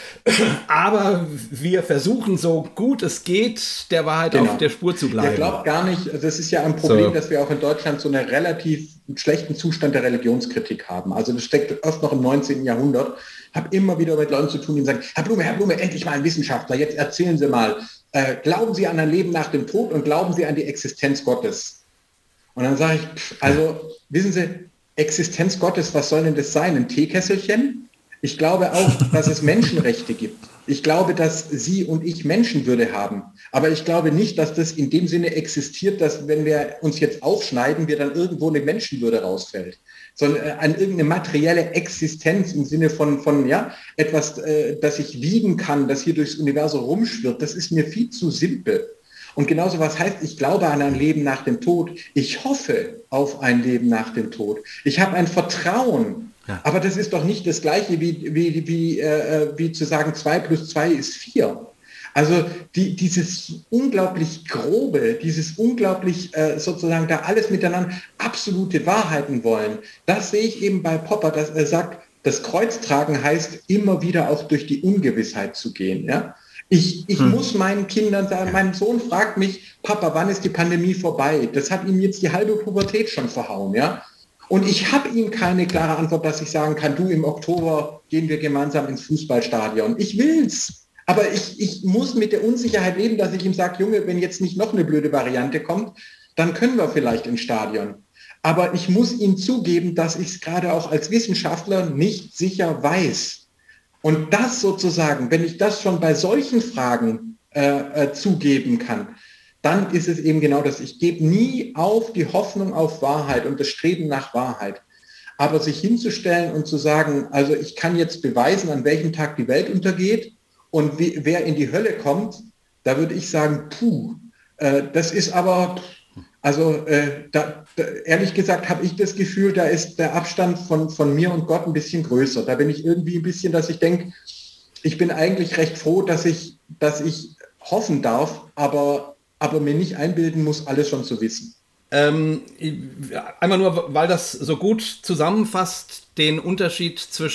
aber wir versuchen, so gut es geht, der Wahrheit genau. auf der Spur zu bleiben. Ich glaube gar nicht, das ist ja ein Problem, so. dass wir auch in Deutschland so einen relativ schlechten Zustand der Religionskritik haben. Also das steckt oft noch im neunzehnten Jahrhundert. Ich habe immer wieder mit Leuten zu tun, die sagen, Herr Blume, Herr Blume, endlich mal ein Wissenschaftler, jetzt erzählen Sie mal, äh, glauben Sie an ein Leben nach dem Tod und glauben Sie an die Existenz Gottes? Und dann sage ich, pff, also wissen Sie, Existenz Gottes, was soll denn das sein? Ein Teekesselchen? Ich glaube auch, dass es Menschenrechte gibt. Ich glaube, dass Sie und ich Menschenwürde haben. Aber ich glaube nicht, dass das in dem Sinne existiert, dass wenn wir uns jetzt aufschneiden, wir dann irgendwo eine Menschenwürde rausfällt. Sondern an irgendeine materielle Existenz im Sinne von, von ja, etwas, äh, das ich wiegen kann, das hier durchs Universum rumschwirrt. Das ist mir viel zu simpel. Und genauso was heißt, ich glaube an ein Leben nach dem Tod. Ich hoffe auf ein Leben nach dem Tod. Ich habe ein Vertrauen. Ja. Aber das ist doch nicht das Gleiche, wie, wie, wie, äh, wie zu sagen, zwei plus zwei ist vier. Also die, dieses unglaublich Grobe, dieses unglaublich äh, sozusagen da alles miteinander absolute Wahrheiten wollen, das sehe ich eben bei Popper, dass er sagt, das Kreuztragen heißt, immer wieder auch durch die Ungewissheit zu gehen. Ja? Ich, ich hm. muss meinen Kindern sagen, mein Sohn fragt mich, Papa, wann ist die Pandemie vorbei? Das hat ihm jetzt die halbe Pubertät schon verhauen, ja. Und ich habe ihm keine klare Antwort, dass ich sagen kann, du, im Oktober gehen wir gemeinsam ins Fußballstadion. Ich will's. Aber ich, ich muss mit der Unsicherheit leben, dass ich ihm sage, Junge, wenn jetzt nicht noch eine blöde Variante kommt, dann können wir vielleicht ins Stadion. Aber ich muss ihm zugeben, dass ich es gerade auch als Wissenschaftler nicht sicher weiß. Und das sozusagen, wenn ich das schon bei solchen Fragen äh, äh, zugeben kann, dann ist es eben genau das. Ich gebe nie auf die Hoffnung auf Wahrheit und das Streben nach Wahrheit. Aber sich hinzustellen und zu sagen, also ich kann jetzt beweisen, an welchem Tag die Welt untergeht und wie, wer in die Hölle kommt, da würde ich sagen, puh, äh, das ist aber, also äh, da, da, ehrlich gesagt habe ich das Gefühl, da ist der Abstand von, von mir und Gott ein bisschen größer. Da bin ich irgendwie ein bisschen, dass ich denke, ich bin eigentlich recht froh, dass ich, dass ich hoffen darf, aber aber mir nicht einbilden muss, alles schon zu wissen. Ähm, einmal nur, weil das so gut zusammenfasst, den Unterschied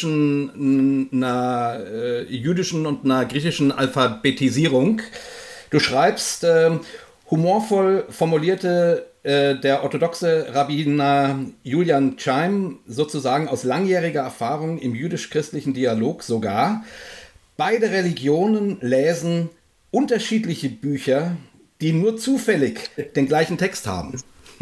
zwischen einer äh, jüdischen und einer griechischen Alphabetisierung. Du schreibst, äh, humorvoll formulierte äh, der orthodoxe Rabbiner Julian Chaim sozusagen aus langjähriger Erfahrung im jüdisch-christlichen Dialog sogar, beide Religionen lesen unterschiedliche Bücher, die nur zufällig den gleichen Text haben.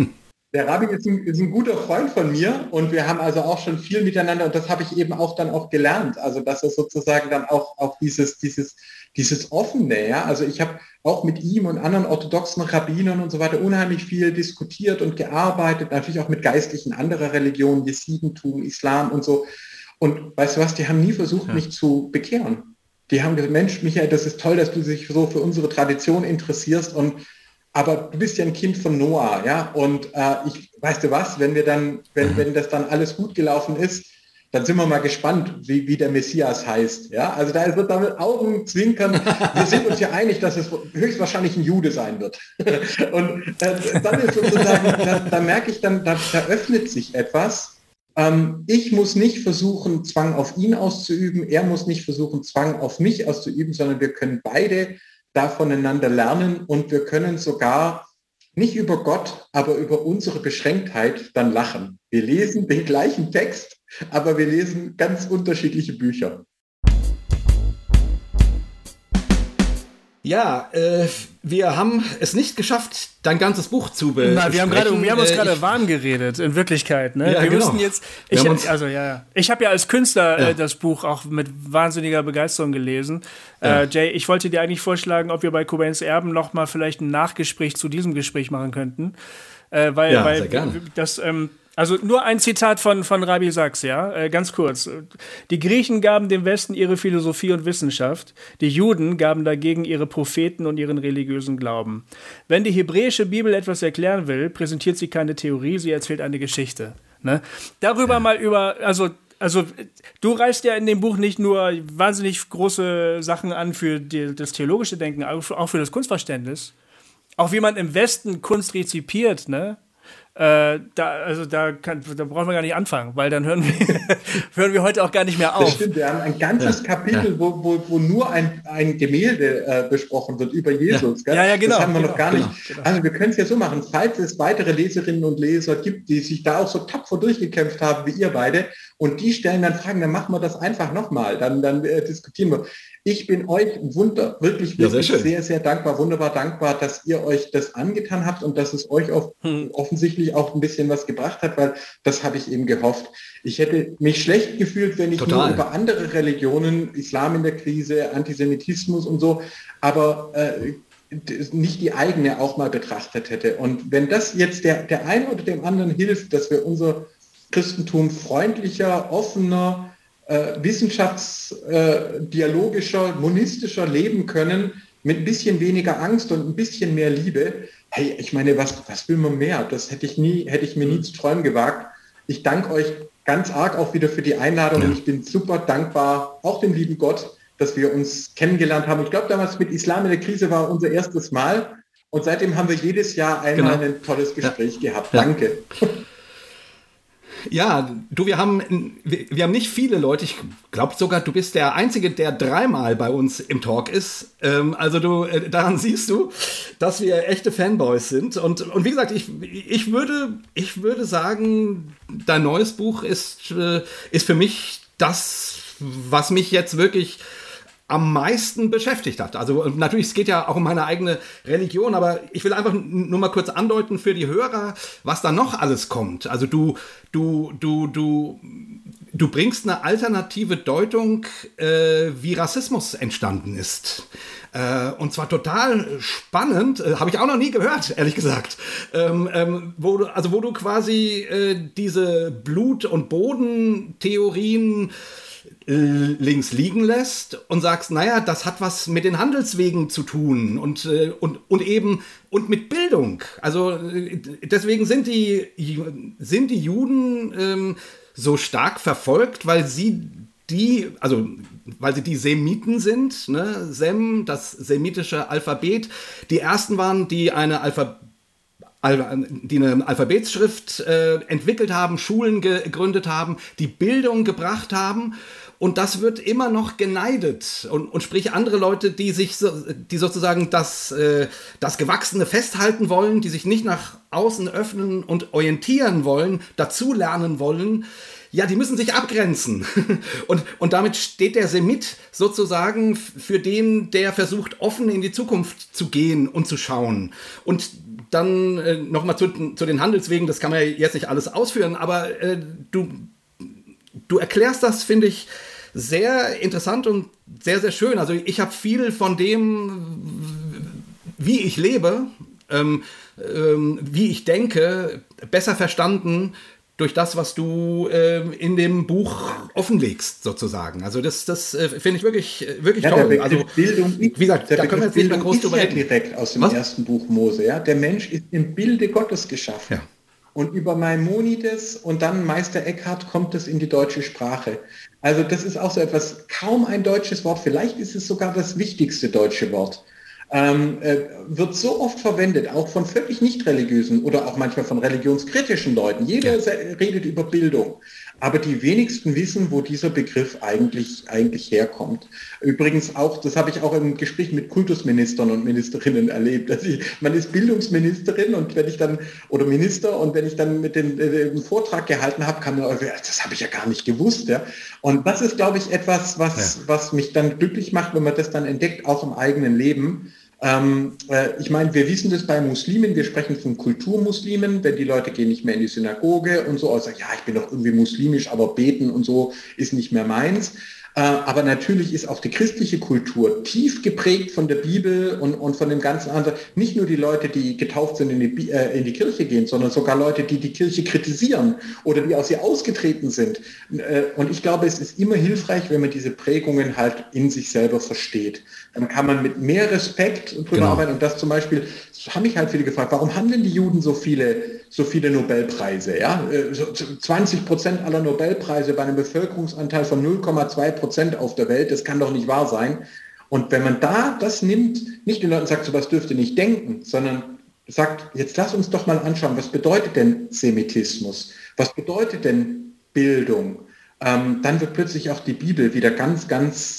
Der Rabbi ist ein, ist ein guter Freund von mir und wir haben also auch schon viel miteinander und das habe ich eben auch dann auch gelernt, also dass er sozusagen dann auch, auch dieses, dieses, dieses Offene, ja, also ich habe auch mit ihm und anderen orthodoxen Rabbinern und so weiter unheimlich viel diskutiert und gearbeitet, natürlich auch mit Geistlichen anderer Religionen, Jesidentum, Islam und so und weißt du was, die haben nie versucht, ja. mich zu bekehren. Die haben gesagt, Mensch, Michael, das ist toll, dass du dich so für unsere Tradition interessierst, und aber du bist ja ein Kind von Noah, ja, und äh, ich, weißt du was, wenn wir dann, wenn, mhm. wenn das dann alles gut gelaufen ist, dann sind wir mal gespannt, wie, wie der Messias heißt, ja, also da wird damit Augenzwinkern, wir sind uns ja einig, dass es höchstwahrscheinlich ein Jude sein wird. Und äh, dann ist sozusagen, da, da merke ich dann, da, da öffnet sich etwas. Ich muss nicht versuchen, Zwang auf ihn auszuüben, er muss nicht versuchen, Zwang auf mich auszuüben, sondern wir können beide da voneinander lernen und wir können sogar nicht über Gott, aber über unsere Beschränktheit dann lachen. Wir lesen den gleichen Text, aber wir lesen ganz unterschiedliche Bücher. Ja, äh, wir haben es nicht geschafft, dein ganzes Buch zu besprechen. Na, wir haben gerade, wir haben uns äh, gerade warm geredet, in Wirklichkeit. Ne? Ja, wir genau. müssen jetzt. Ich, Wir haben uns- also ja, ja. Ich habe ja als Künstler Ja. äh, das Buch auch mit wahnsinniger Begeisterung gelesen. Ja. Äh, Jay, ich wollte dir eigentlich vorschlagen, ob wir bei Cobains Erben noch mal vielleicht ein Nachgespräch zu diesem Gespräch machen könnten, äh, weil, Ja, weil sehr gerne. das. Ähm, Also nur ein Zitat von, von Rabi Sachs, ja, äh, ganz kurz. Die Griechen gaben dem Westen ihre Philosophie und Wissenschaft, die Juden gaben dagegen ihre Propheten und ihren religiösen Glauben. Wenn die hebräische Bibel etwas erklären will, präsentiert sie keine Theorie, sie erzählt eine Geschichte. Ne? Darüber mal über, also Also du reißt ja in dem Buch nicht nur wahnsinnig große Sachen an für die, das theologische Denken, auch für das Kunstverständnis. Auch wie man im Westen Kunst rezipiert, ne? Äh, da, also da, kann, da brauchen wir gar nicht anfangen, weil dann hören wir, hören wir heute auch gar nicht mehr auf. Das stimmt, wir haben ein ganzes Ja. Kapitel, Ja. wo, wo, wo nur ein, ein Gemälde äh, besprochen wird über Jesus. Gell? Ja, ja, genau, Das haben wir genau, noch gar nicht. genau. Also wir können es ja so machen, falls es weitere Leserinnen und Leser gibt, die sich da auch so tapfer durchgekämpft haben wie ihr beide und die stellen dann Fragen, dann machen wir das einfach nochmal, dann, dann äh, diskutieren wir. Ich bin euch wunder, wirklich, Ja, sehr wirklich schön. sehr, sehr dankbar, wunderbar dankbar, dass ihr euch das angetan habt und dass es euch off- Hm. offensichtlich auch ein bisschen was gebracht hat, weil das habe ich eben gehofft. Ich hätte mich schlecht gefühlt, wenn ich Total. nur über andere Religionen, Islam in der Krise, Antisemitismus und so, aber äh, d- nicht die eigene auch mal betrachtet hätte. Und wenn das jetzt der, der einen oder dem anderen hilft, dass wir unser Christentum freundlicher, offener, äh, wissenschaftsdialogischer, äh, monistischer leben können, mit ein bisschen weniger Angst und ein bisschen mehr Liebe. Hey, ich meine, was, was will man mehr? Das hätte ich nie, hätte ich mir nie zu träumen gewagt. Ich danke euch ganz arg auch wieder für die Einladung Ja. und ich bin super dankbar, auch dem lieben Gott, dass wir uns kennengelernt haben. Ich glaube, damals mit Islam in der Krise war unser erstes Mal und seitdem haben wir jedes Jahr einmal Genau. ein tolles Gespräch gehabt. Ja. Danke. Ja, du, wir haben, wir, wir haben nicht viele Leute. Ich glaube sogar, du bist der Einzige, der dreimal bei uns im Talk ist. Ähm, also du, äh, daran siehst du, dass wir echte Fanboys sind. Und, und wie gesagt, ich, ich, würde, ich würde sagen, dein neues Buch ist, äh, ist für mich das, was mich jetzt wirklich am meisten beschäftigt hat. Also natürlich, es geht ja auch um meine eigene Religion, aber ich will einfach n- nur mal kurz andeuten für die Hörer, was da noch alles kommt. Also du, du, du, du, du bringst eine alternative Deutung, äh, wie Rassismus entstanden ist. Äh, und zwar total spannend, äh, habe ich auch noch nie gehört, ehrlich gesagt. Ähm, ähm, wo du, also wo du quasi äh, diese Blut- und Bodentheorien links liegen lässt und sagst, naja, das hat was mit den Handelswegen zu tun und, äh, und, und eben und mit Bildung. Also äh, deswegen sind die, sind die Juden ähm, so stark verfolgt, weil sie die, also weil sie die Semiten sind, ne? Sem, das semitische Alphabet, die ersten waren, die eine Alphabet die eine Alphabetsschrift äh, entwickelt haben, Schulen gegründet haben, die Bildung gebracht haben. Und das wird immer noch geneidet. Und, und sprich andere Leute, die sich so, die sozusagen das, äh, das Gewachsene festhalten wollen, die sich nicht nach außen öffnen und orientieren wollen, dazulernen wollen, ja, die müssen sich abgrenzen. Und, und damit steht der Semit sozusagen für den, der versucht, offen in die Zukunft zu gehen und zu schauen. Und dann äh, nochmal zu, zu den Handelswegen, das kann man ja jetzt nicht alles ausführen, aber äh, du, du erklärst das, finde ich, sehr interessant und sehr, sehr schön. Also ich habe viel von dem, wie ich lebe, ähm, ähm, wie ich denke, besser verstanden durch das, was du äh, in dem Buch offenlegst, sozusagen. Also das, das äh, finde ich wirklich, wirklich Ja, toll. der Also, Begriff Bildung, wie gesagt, der da können wir jetzt Begriff nicht mehr Bildung groß ist drüber ja reden. direkt aus dem Was? ersten Buch Mose. Ja? Der Mensch ist im Bilde Gottes geschaffen. Ja. Und über Maimonides und dann Meister Eckhart kommt es in die deutsche Sprache. Also das ist auch so etwas, kaum ein deutsches Wort, vielleicht ist es sogar das wichtigste deutsche Wort. ähm, äh, wird so oft verwendet, auch von völlig nicht religiösen oder auch manchmal von religionskritischen Leuten. Jeder ja. redet über Bildung. Aber die wenigsten wissen, wo dieser Begriff eigentlich, eigentlich herkommt. Übrigens auch, das habe ich auch im Gespräch mit Kultusministern und Ministerinnen erlebt. Also ich, man ist Bildungsministerin und wenn ich dann, oder Minister, und wenn ich dann mit den, den Vortrag gehalten habe, kam mir, das habe ich ja gar nicht gewusst. Ja. Und das ist, glaube ich, etwas, was, ja. was mich dann glücklich macht, wenn man das dann entdeckt, auch im eigenen Leben. Ähm, äh, ich meine, wir wissen das bei Muslimen, wir sprechen von Kulturmuslimen, wenn die Leute gehen nicht mehr in die Synagoge und so, also ja, ich bin doch irgendwie muslimisch, aber beten und so ist nicht mehr meins. Äh, aber natürlich ist auch die christliche Kultur tief geprägt von der Bibel und, und von dem ganzen anderen. Nicht nur die Leute, die getauft sind, in die, äh, in die Kirche gehen, sondern sogar Leute, die die Kirche kritisieren oder die aus ihr ausgetreten sind. Äh, und ich glaube, es ist immer hilfreich, wenn man diese Prägungen halt in sich selber versteht. Dann kann man mit mehr Respekt drüber genau. arbeiten. Und das zum Beispiel, das haben mich halt viele gefragt, warum haben denn die Juden so viele, so viele Nobelpreise? Ja? zwanzig Prozent aller Nobelpreise bei einem Bevölkerungsanteil von null Komma zwei Prozent auf der Welt, das kann doch nicht wahr sein. Und wenn man da das nimmt, nicht den Leuten sagt, sowas dürft ihr nicht denken, sondern sagt, jetzt lass uns doch mal anschauen, was bedeutet denn Semitismus? Was bedeutet denn Bildung? Ähm, dann wird plötzlich auch die Bibel wieder ganz, ganz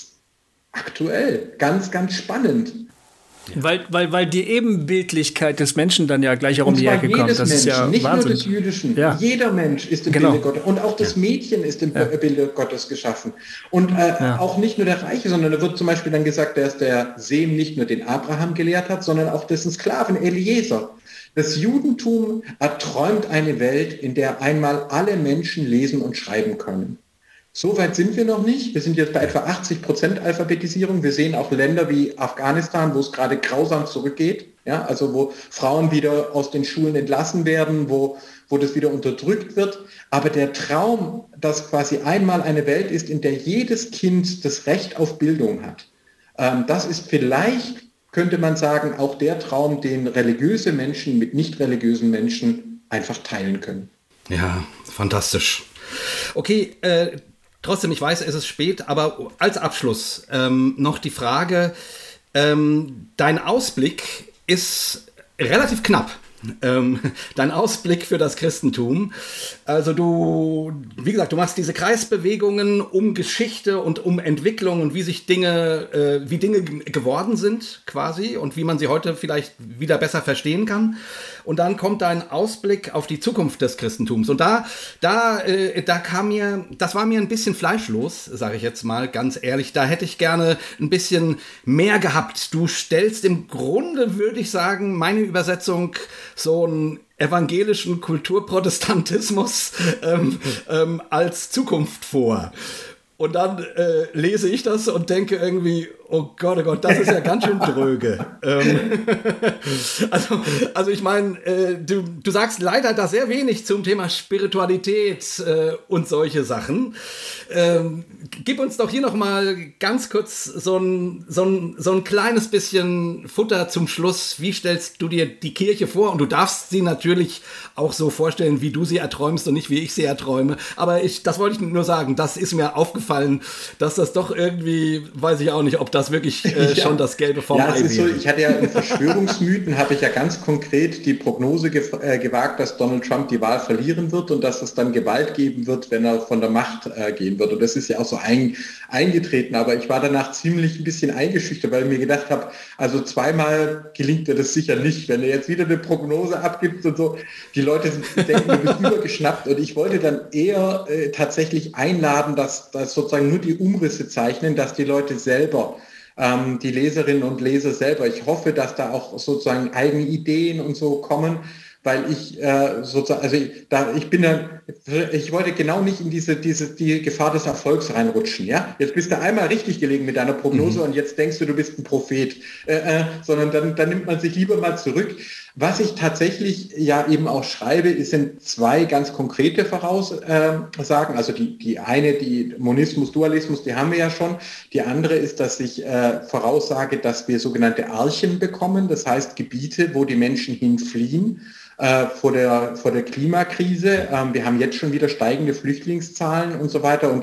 aktuell, ganz, ganz spannend. Ja. Weil, weil, weil die Ebenbildlichkeit des Menschen dann ja gleich auch um die Ecke kommt. Das Menschen, ist ja nicht Wahnsinn. Nur des Jüdischen. Ja. Jeder Mensch ist im genau. Bilde Gottes. Und auch das ja. Mädchen ist im ja. Bilde Gottes geschaffen. Und äh, ja. auch nicht nur der Reiche, sondern da wird zum Beispiel dann gesagt, dass der Sem nicht nur den Abraham gelehrt hat, sondern auch dessen Sklaven Eliezer. Das Judentum erträumt eine Welt, in der einmal alle Menschen lesen und schreiben können. So weit sind wir noch nicht. Wir sind jetzt bei etwa achtzig Prozent Alphabetisierung. Wir sehen auch Länder wie Afghanistan, wo es gerade grausam zurückgeht. Ja, also wo Frauen wieder aus den Schulen entlassen werden, wo, wo das wieder unterdrückt wird. Aber der Traum, dass quasi einmal eine Welt ist, in der jedes Kind das Recht auf Bildung hat, ähm, das ist vielleicht, könnte man sagen, auch der Traum, den religiöse Menschen mit nicht religiösen Menschen einfach teilen können. Ja, fantastisch. Okay, äh, trotzdem, ich weiß, es ist spät, aber als Abschluss ähm, noch die Frage, ähm, dein Ausblick ist relativ knapp. Ähm, dein Ausblick für das Christentum. Also du, wie gesagt, du machst diese Kreisbewegungen um Geschichte und um Entwicklung und wie sich Dinge, äh, wie Dinge g- geworden sind quasi und wie man sie heute vielleicht wieder besser verstehen kann. Und dann kommt dein Ausblick auf die Zukunft des Christentums. Und da, da, äh, da kam mir, das war mir ein bisschen fleischlos, sage ich jetzt mal ganz ehrlich. Da hätte ich gerne ein bisschen mehr gehabt. Du stellst im Grunde, würde ich sagen, meine Übersetzung so einen evangelischen Kulturprotestantismus ähm, ähm, als Zukunft vor. Und dann äh, lese ich das und denke irgendwie, oh Gott, oh Gott, das ist ja ganz schön dröge. ähm, also, also ich meine, äh, du, du sagst leider da sehr wenig zum Thema Spiritualität äh, und solche Sachen. Ähm, gib uns doch hier noch mal ganz kurz so ein, so, ein, so ein kleines bisschen Futter zum Schluss. Wie stellst du dir die Kirche vor? Und du darfst sie natürlich auch so vorstellen, wie du sie erträumst und nicht, wie ich sie erträume. Aber ich, das wollte ich nur sagen, das ist mir aufgefallen, dass das doch irgendwie, weiß ich auch nicht, ob das wirklich äh, ja. schon das Gelbe vom ja, Ei ist wäre. So, ich hatte ja in Verschwörungsmythen, habe ich ja ganz konkret die Prognose ge- äh, gewagt, dass Donald Trump die Wahl verlieren wird und dass es dann Gewalt geben wird, wenn er von der Macht äh, gehen wird. Und das ist ja auch so ein, eingetreten. Aber ich war danach ziemlich ein bisschen eingeschüchtert, weil ich mir gedacht habe, also zweimal gelingt dir das sicher nicht. Wenn er jetzt wieder eine Prognose abgibt und so, die Leute denken, du bist übergeschnappt. Und ich wollte dann eher äh, tatsächlich einladen, dass, dass sozusagen nur die Umrisse zeichnen, dass die Leute selber, ähm, die Leserinnen und Leser selber, ich hoffe, dass da auch sozusagen eigene Ideen und so kommen, weil ich äh, sozusagen, also ich, da, ich bin da, ich wollte genau nicht in diese, diese, die Gefahr des Erfolgs reinrutschen, ja. Jetzt bist du einmal richtig gelegen mit deiner Prognose mhm. und jetzt denkst du, du bist ein Prophet, äh, äh, sondern dann, dann nimmt man sich lieber mal zurück. Was ich tatsächlich ja eben auch schreibe, sind zwei ganz konkrete Voraussagen. Also die, die eine, die Monismus, Dualismus, die haben wir ja schon. Die andere ist, dass ich äh, voraussage, dass wir sogenannte Archen bekommen, das heißt Gebiete, wo die Menschen hinfliehen äh, vor der, vor der Klimakrise. Ähm, wir haben jetzt schon wieder steigende Flüchtlingszahlen und so weiter. Und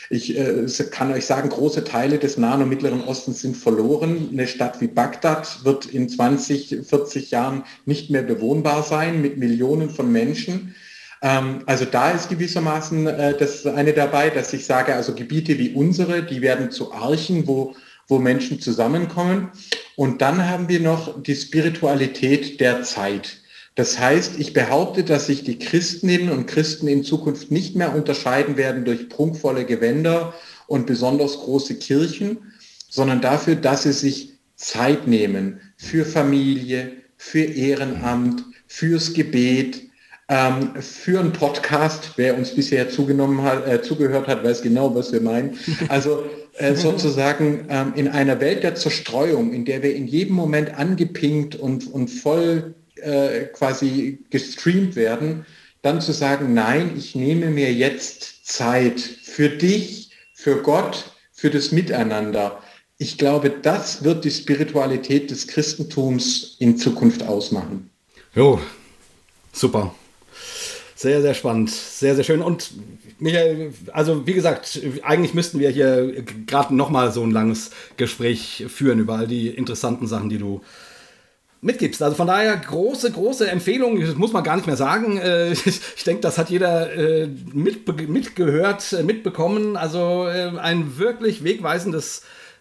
Ich äh, kann euch sagen, große Teile des Nahen und Mittleren Ostens sind verloren. Eine Stadt wie Bagdad wird in zwanzig, vierzig Jahren nicht mehr bewohnbar sein mit Millionen von Menschen. Ähm, also da ist gewissermaßen äh, das eine dabei, dass ich sage, also Gebiete wie unsere, die werden zu Archen, wo, wo Menschen zusammenkommen. Und dann haben wir noch die Spiritualität der Zeit. Das heißt, ich behaupte, dass sich die Christinnen und Christen in Zukunft nicht mehr unterscheiden werden durch prunkvolle Gewänder und besonders große Kirchen, sondern dafür, dass sie sich Zeit nehmen für Familie, für Ehrenamt, fürs Gebet, ähm, für einen Podcast. Wer uns bisher zugenommen hat, äh, zugehört hat, weiß genau, was wir meinen. Also äh, sozusagen ähm, in einer Welt der Zerstreuung, in der wir in jedem Moment angepinkt und, und voll Äh, quasi gestreamt werden, dann zu sagen, nein, ich nehme mir jetzt Zeit für dich, für Gott, für das Miteinander. Ich glaube, das wird die Spiritualität des Christentums in Zukunft ausmachen. Jo, super. Sehr, sehr spannend. Sehr, sehr schön. Und Michael, also wie gesagt, eigentlich müssten wir hier gerade nochmal so ein langes Gespräch führen über all die interessanten Sachen, die du mitgibst. Also von daher große, große Empfehlung, das muss man gar nicht mehr sagen. Ich denke, das hat jeder mitbe- mitgehört, mitbekommen. Also ein wirklich wegweisendes,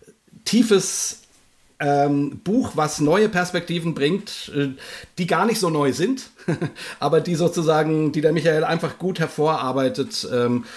tiefes ähm, Buch, was neue Perspektiven bringt, die gar nicht so neu sind, aber die sozusagen, die der Michael einfach gut hervorarbeitet.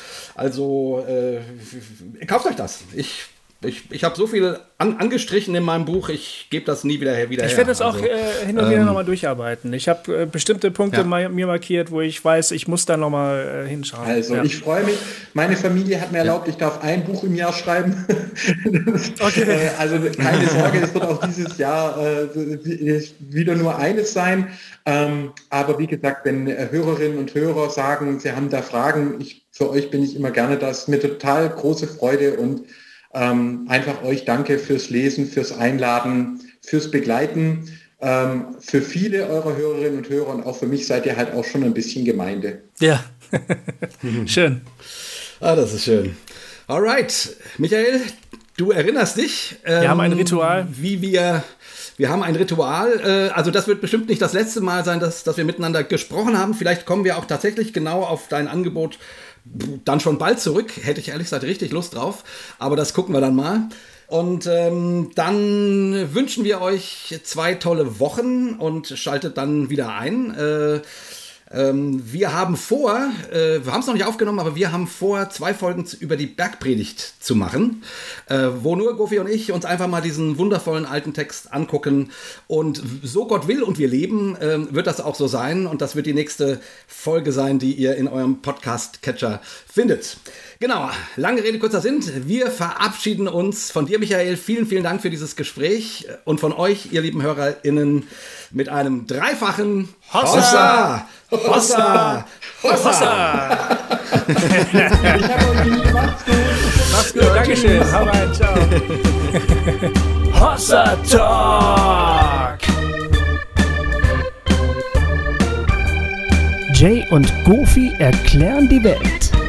Also äh, kauft euch das. Ich Ich, ich habe so viel an, angestrichen in meinem Buch, ich gebe das nie wieder, wieder ich her. Ich werde das auch also, äh, hin und wieder ähm, nochmal durcharbeiten. Ich habe äh, bestimmte Punkte ja. ma- mir markiert, wo ich weiß, ich muss da nochmal äh, hinschauen. Also ja. Ich freue mich. Meine Familie hat mir erlaubt, ich darf ein Buch im Jahr schreiben. Okay. äh, also keine Sorge, es wird auch dieses Jahr äh, wieder nur eines sein. Ähm, aber wie gesagt, wenn äh, Hörerinnen und Hörer sagen, sie haben da Fragen, ich, für euch bin ich immer gerne da. Es ist mir total große Freude und Ähm, einfach euch danke fürs Lesen, fürs Einladen, fürs Begleiten. Ähm, für viele eurer Hörerinnen und Hörer und auch für mich seid ihr halt auch schon ein bisschen Gemeinde. Ja, schön. Ah, das ist schön. Alright, Michael, du erinnerst dich. Ähm, wir haben ein Ritual. Wie wir... Wir haben ein Ritual, äh, also das wird bestimmt nicht das letzte Mal sein, dass, dass wir miteinander gesprochen haben. Vielleicht kommen wir auch tatsächlich genau auf dein Angebot dann schon bald zurück. Hätte ich ehrlich gesagt richtig Lust drauf, aber das gucken wir dann mal. Und ähm, dann wünschen wir euch zwei tolle Wochen und schaltet dann wieder ein. Äh, Ähm, wir haben vor, äh, wir haben es noch nicht aufgenommen, aber wir haben vor, zwei Folgen über die Bergpredigt zu machen, äh, wo nur Gofi und ich uns einfach mal diesen wundervollen alten Text angucken. Und so Gott will und wir leben, äh, wird das auch so sein. Und das wird die nächste Folge sein, die ihr in eurem Podcast-Catcher findet. Genau, lange Rede, kurzer Sinn. Wir verabschieden uns von dir, Michael. Vielen, vielen Dank für dieses Gespräch. Und von euch, ihr lieben HörerInnen, mit einem dreifachen Hossa! Hossa! Hossa! Hossa! Ich habe euch lieb. Macht's gut. Macht's gut. Dankeschön. Hau rein. Ciao. Hossa Talk! Jay und Gofi erklären die Welt.